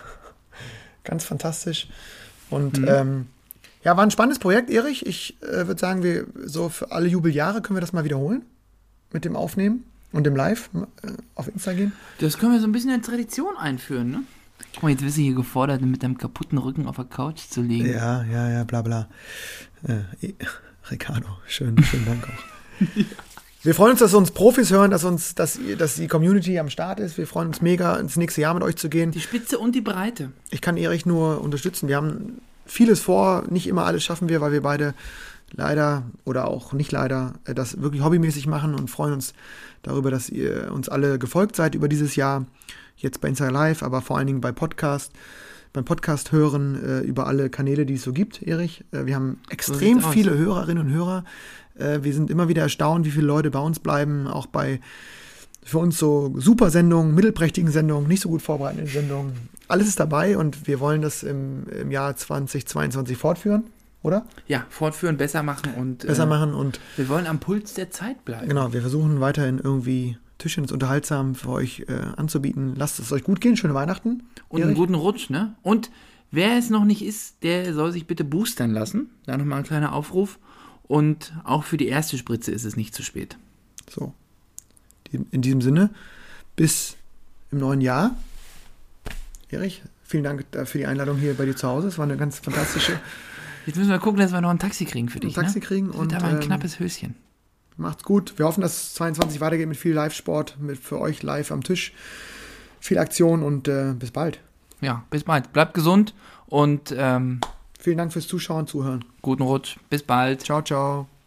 Ganz fantastisch. Und Mhm. ähm, ja, war ein spannendes Projekt, Erich. Ich äh, würde sagen, wir so für alle Jubeljahre können wir das mal wiederholen mit dem Aufnehmen und dem Live äh, auf Insta gehen. Das können wir so ein bisschen in Tradition einführen, ne? Guck mal, jetzt bist du hier gefordert, mit deinem kaputten Rücken auf der Couch zu liegen. Ja, ja, ja, bla bla. Äh, Ricardo, schön, schönen Dank auch. Wir freuen uns, dass uns Profis hören, dass uns, dass, ihr- dass die Community am Start ist. Wir freuen uns mega, ins nächste Jahr mit euch zu gehen. Die Spitze und die Breite. Ich kann Erich nur unterstützen. Wir haben vieles vor, nicht immer alles schaffen wir, weil wir beide leider oder auch nicht leider äh, das wirklich hobbymäßig machen und freuen uns darüber, dass ihr uns alle gefolgt seid über dieses Jahr. Jetzt bei Insta Live, aber vor allen Dingen bei Podcast, beim Podcast hören, äh, über alle Kanäle, die es so gibt, Erich. Äh, wir haben extrem sieht's aus. viele Hörerinnen und Hörer. Äh, wir sind immer wieder erstaunt, wie viele Leute bei uns bleiben, auch bei für uns so super Sendungen, mittelprächtigen Sendungen, nicht so gut vorbereiteten Sendungen. Alles ist dabei und wir wollen das im, im Jahr zweitausendzweiundzwanzig fortführen, oder? Ja, fortführen, besser machen und Besser äh, machen und wir wollen am Puls der Zeit bleiben. genau, wir versuchen weiterhin irgendwie Tischtennis unterhaltsam für euch äh, anzubieten. Lasst es euch gut gehen, schöne Weihnachten. Und einen Erich. guten Rutsch, ne? Und wer es noch nicht ist, der soll sich bitte boostern lassen. Da nochmal ein kleiner Aufruf. Und auch für die erste Spritze ist es nicht zu spät. So. Die- In diesem Sinne, bis im neuen Jahr. Erich, vielen Dank äh, für die Einladung hier bei dir zu Hause. Es war eine ganz fantastische. Jetzt müssen wir gucken, dass wir noch ein Taxi kriegen für dich. Taxi ne? kriegen Das und, wird aber ein ähm, knappes Höschen. Macht's gut. Wir hoffen, dass zweiundzwanzig weitergeht mit viel Live-Sport, mit für euch live am Tisch. Viel Aktion und äh, bis bald. Ja, bis bald. Bleibt gesund und ähm, Vielen Dank fürs Zuschauen, Zuhören. guten Rutsch. Bis bald. Ciao, ciao.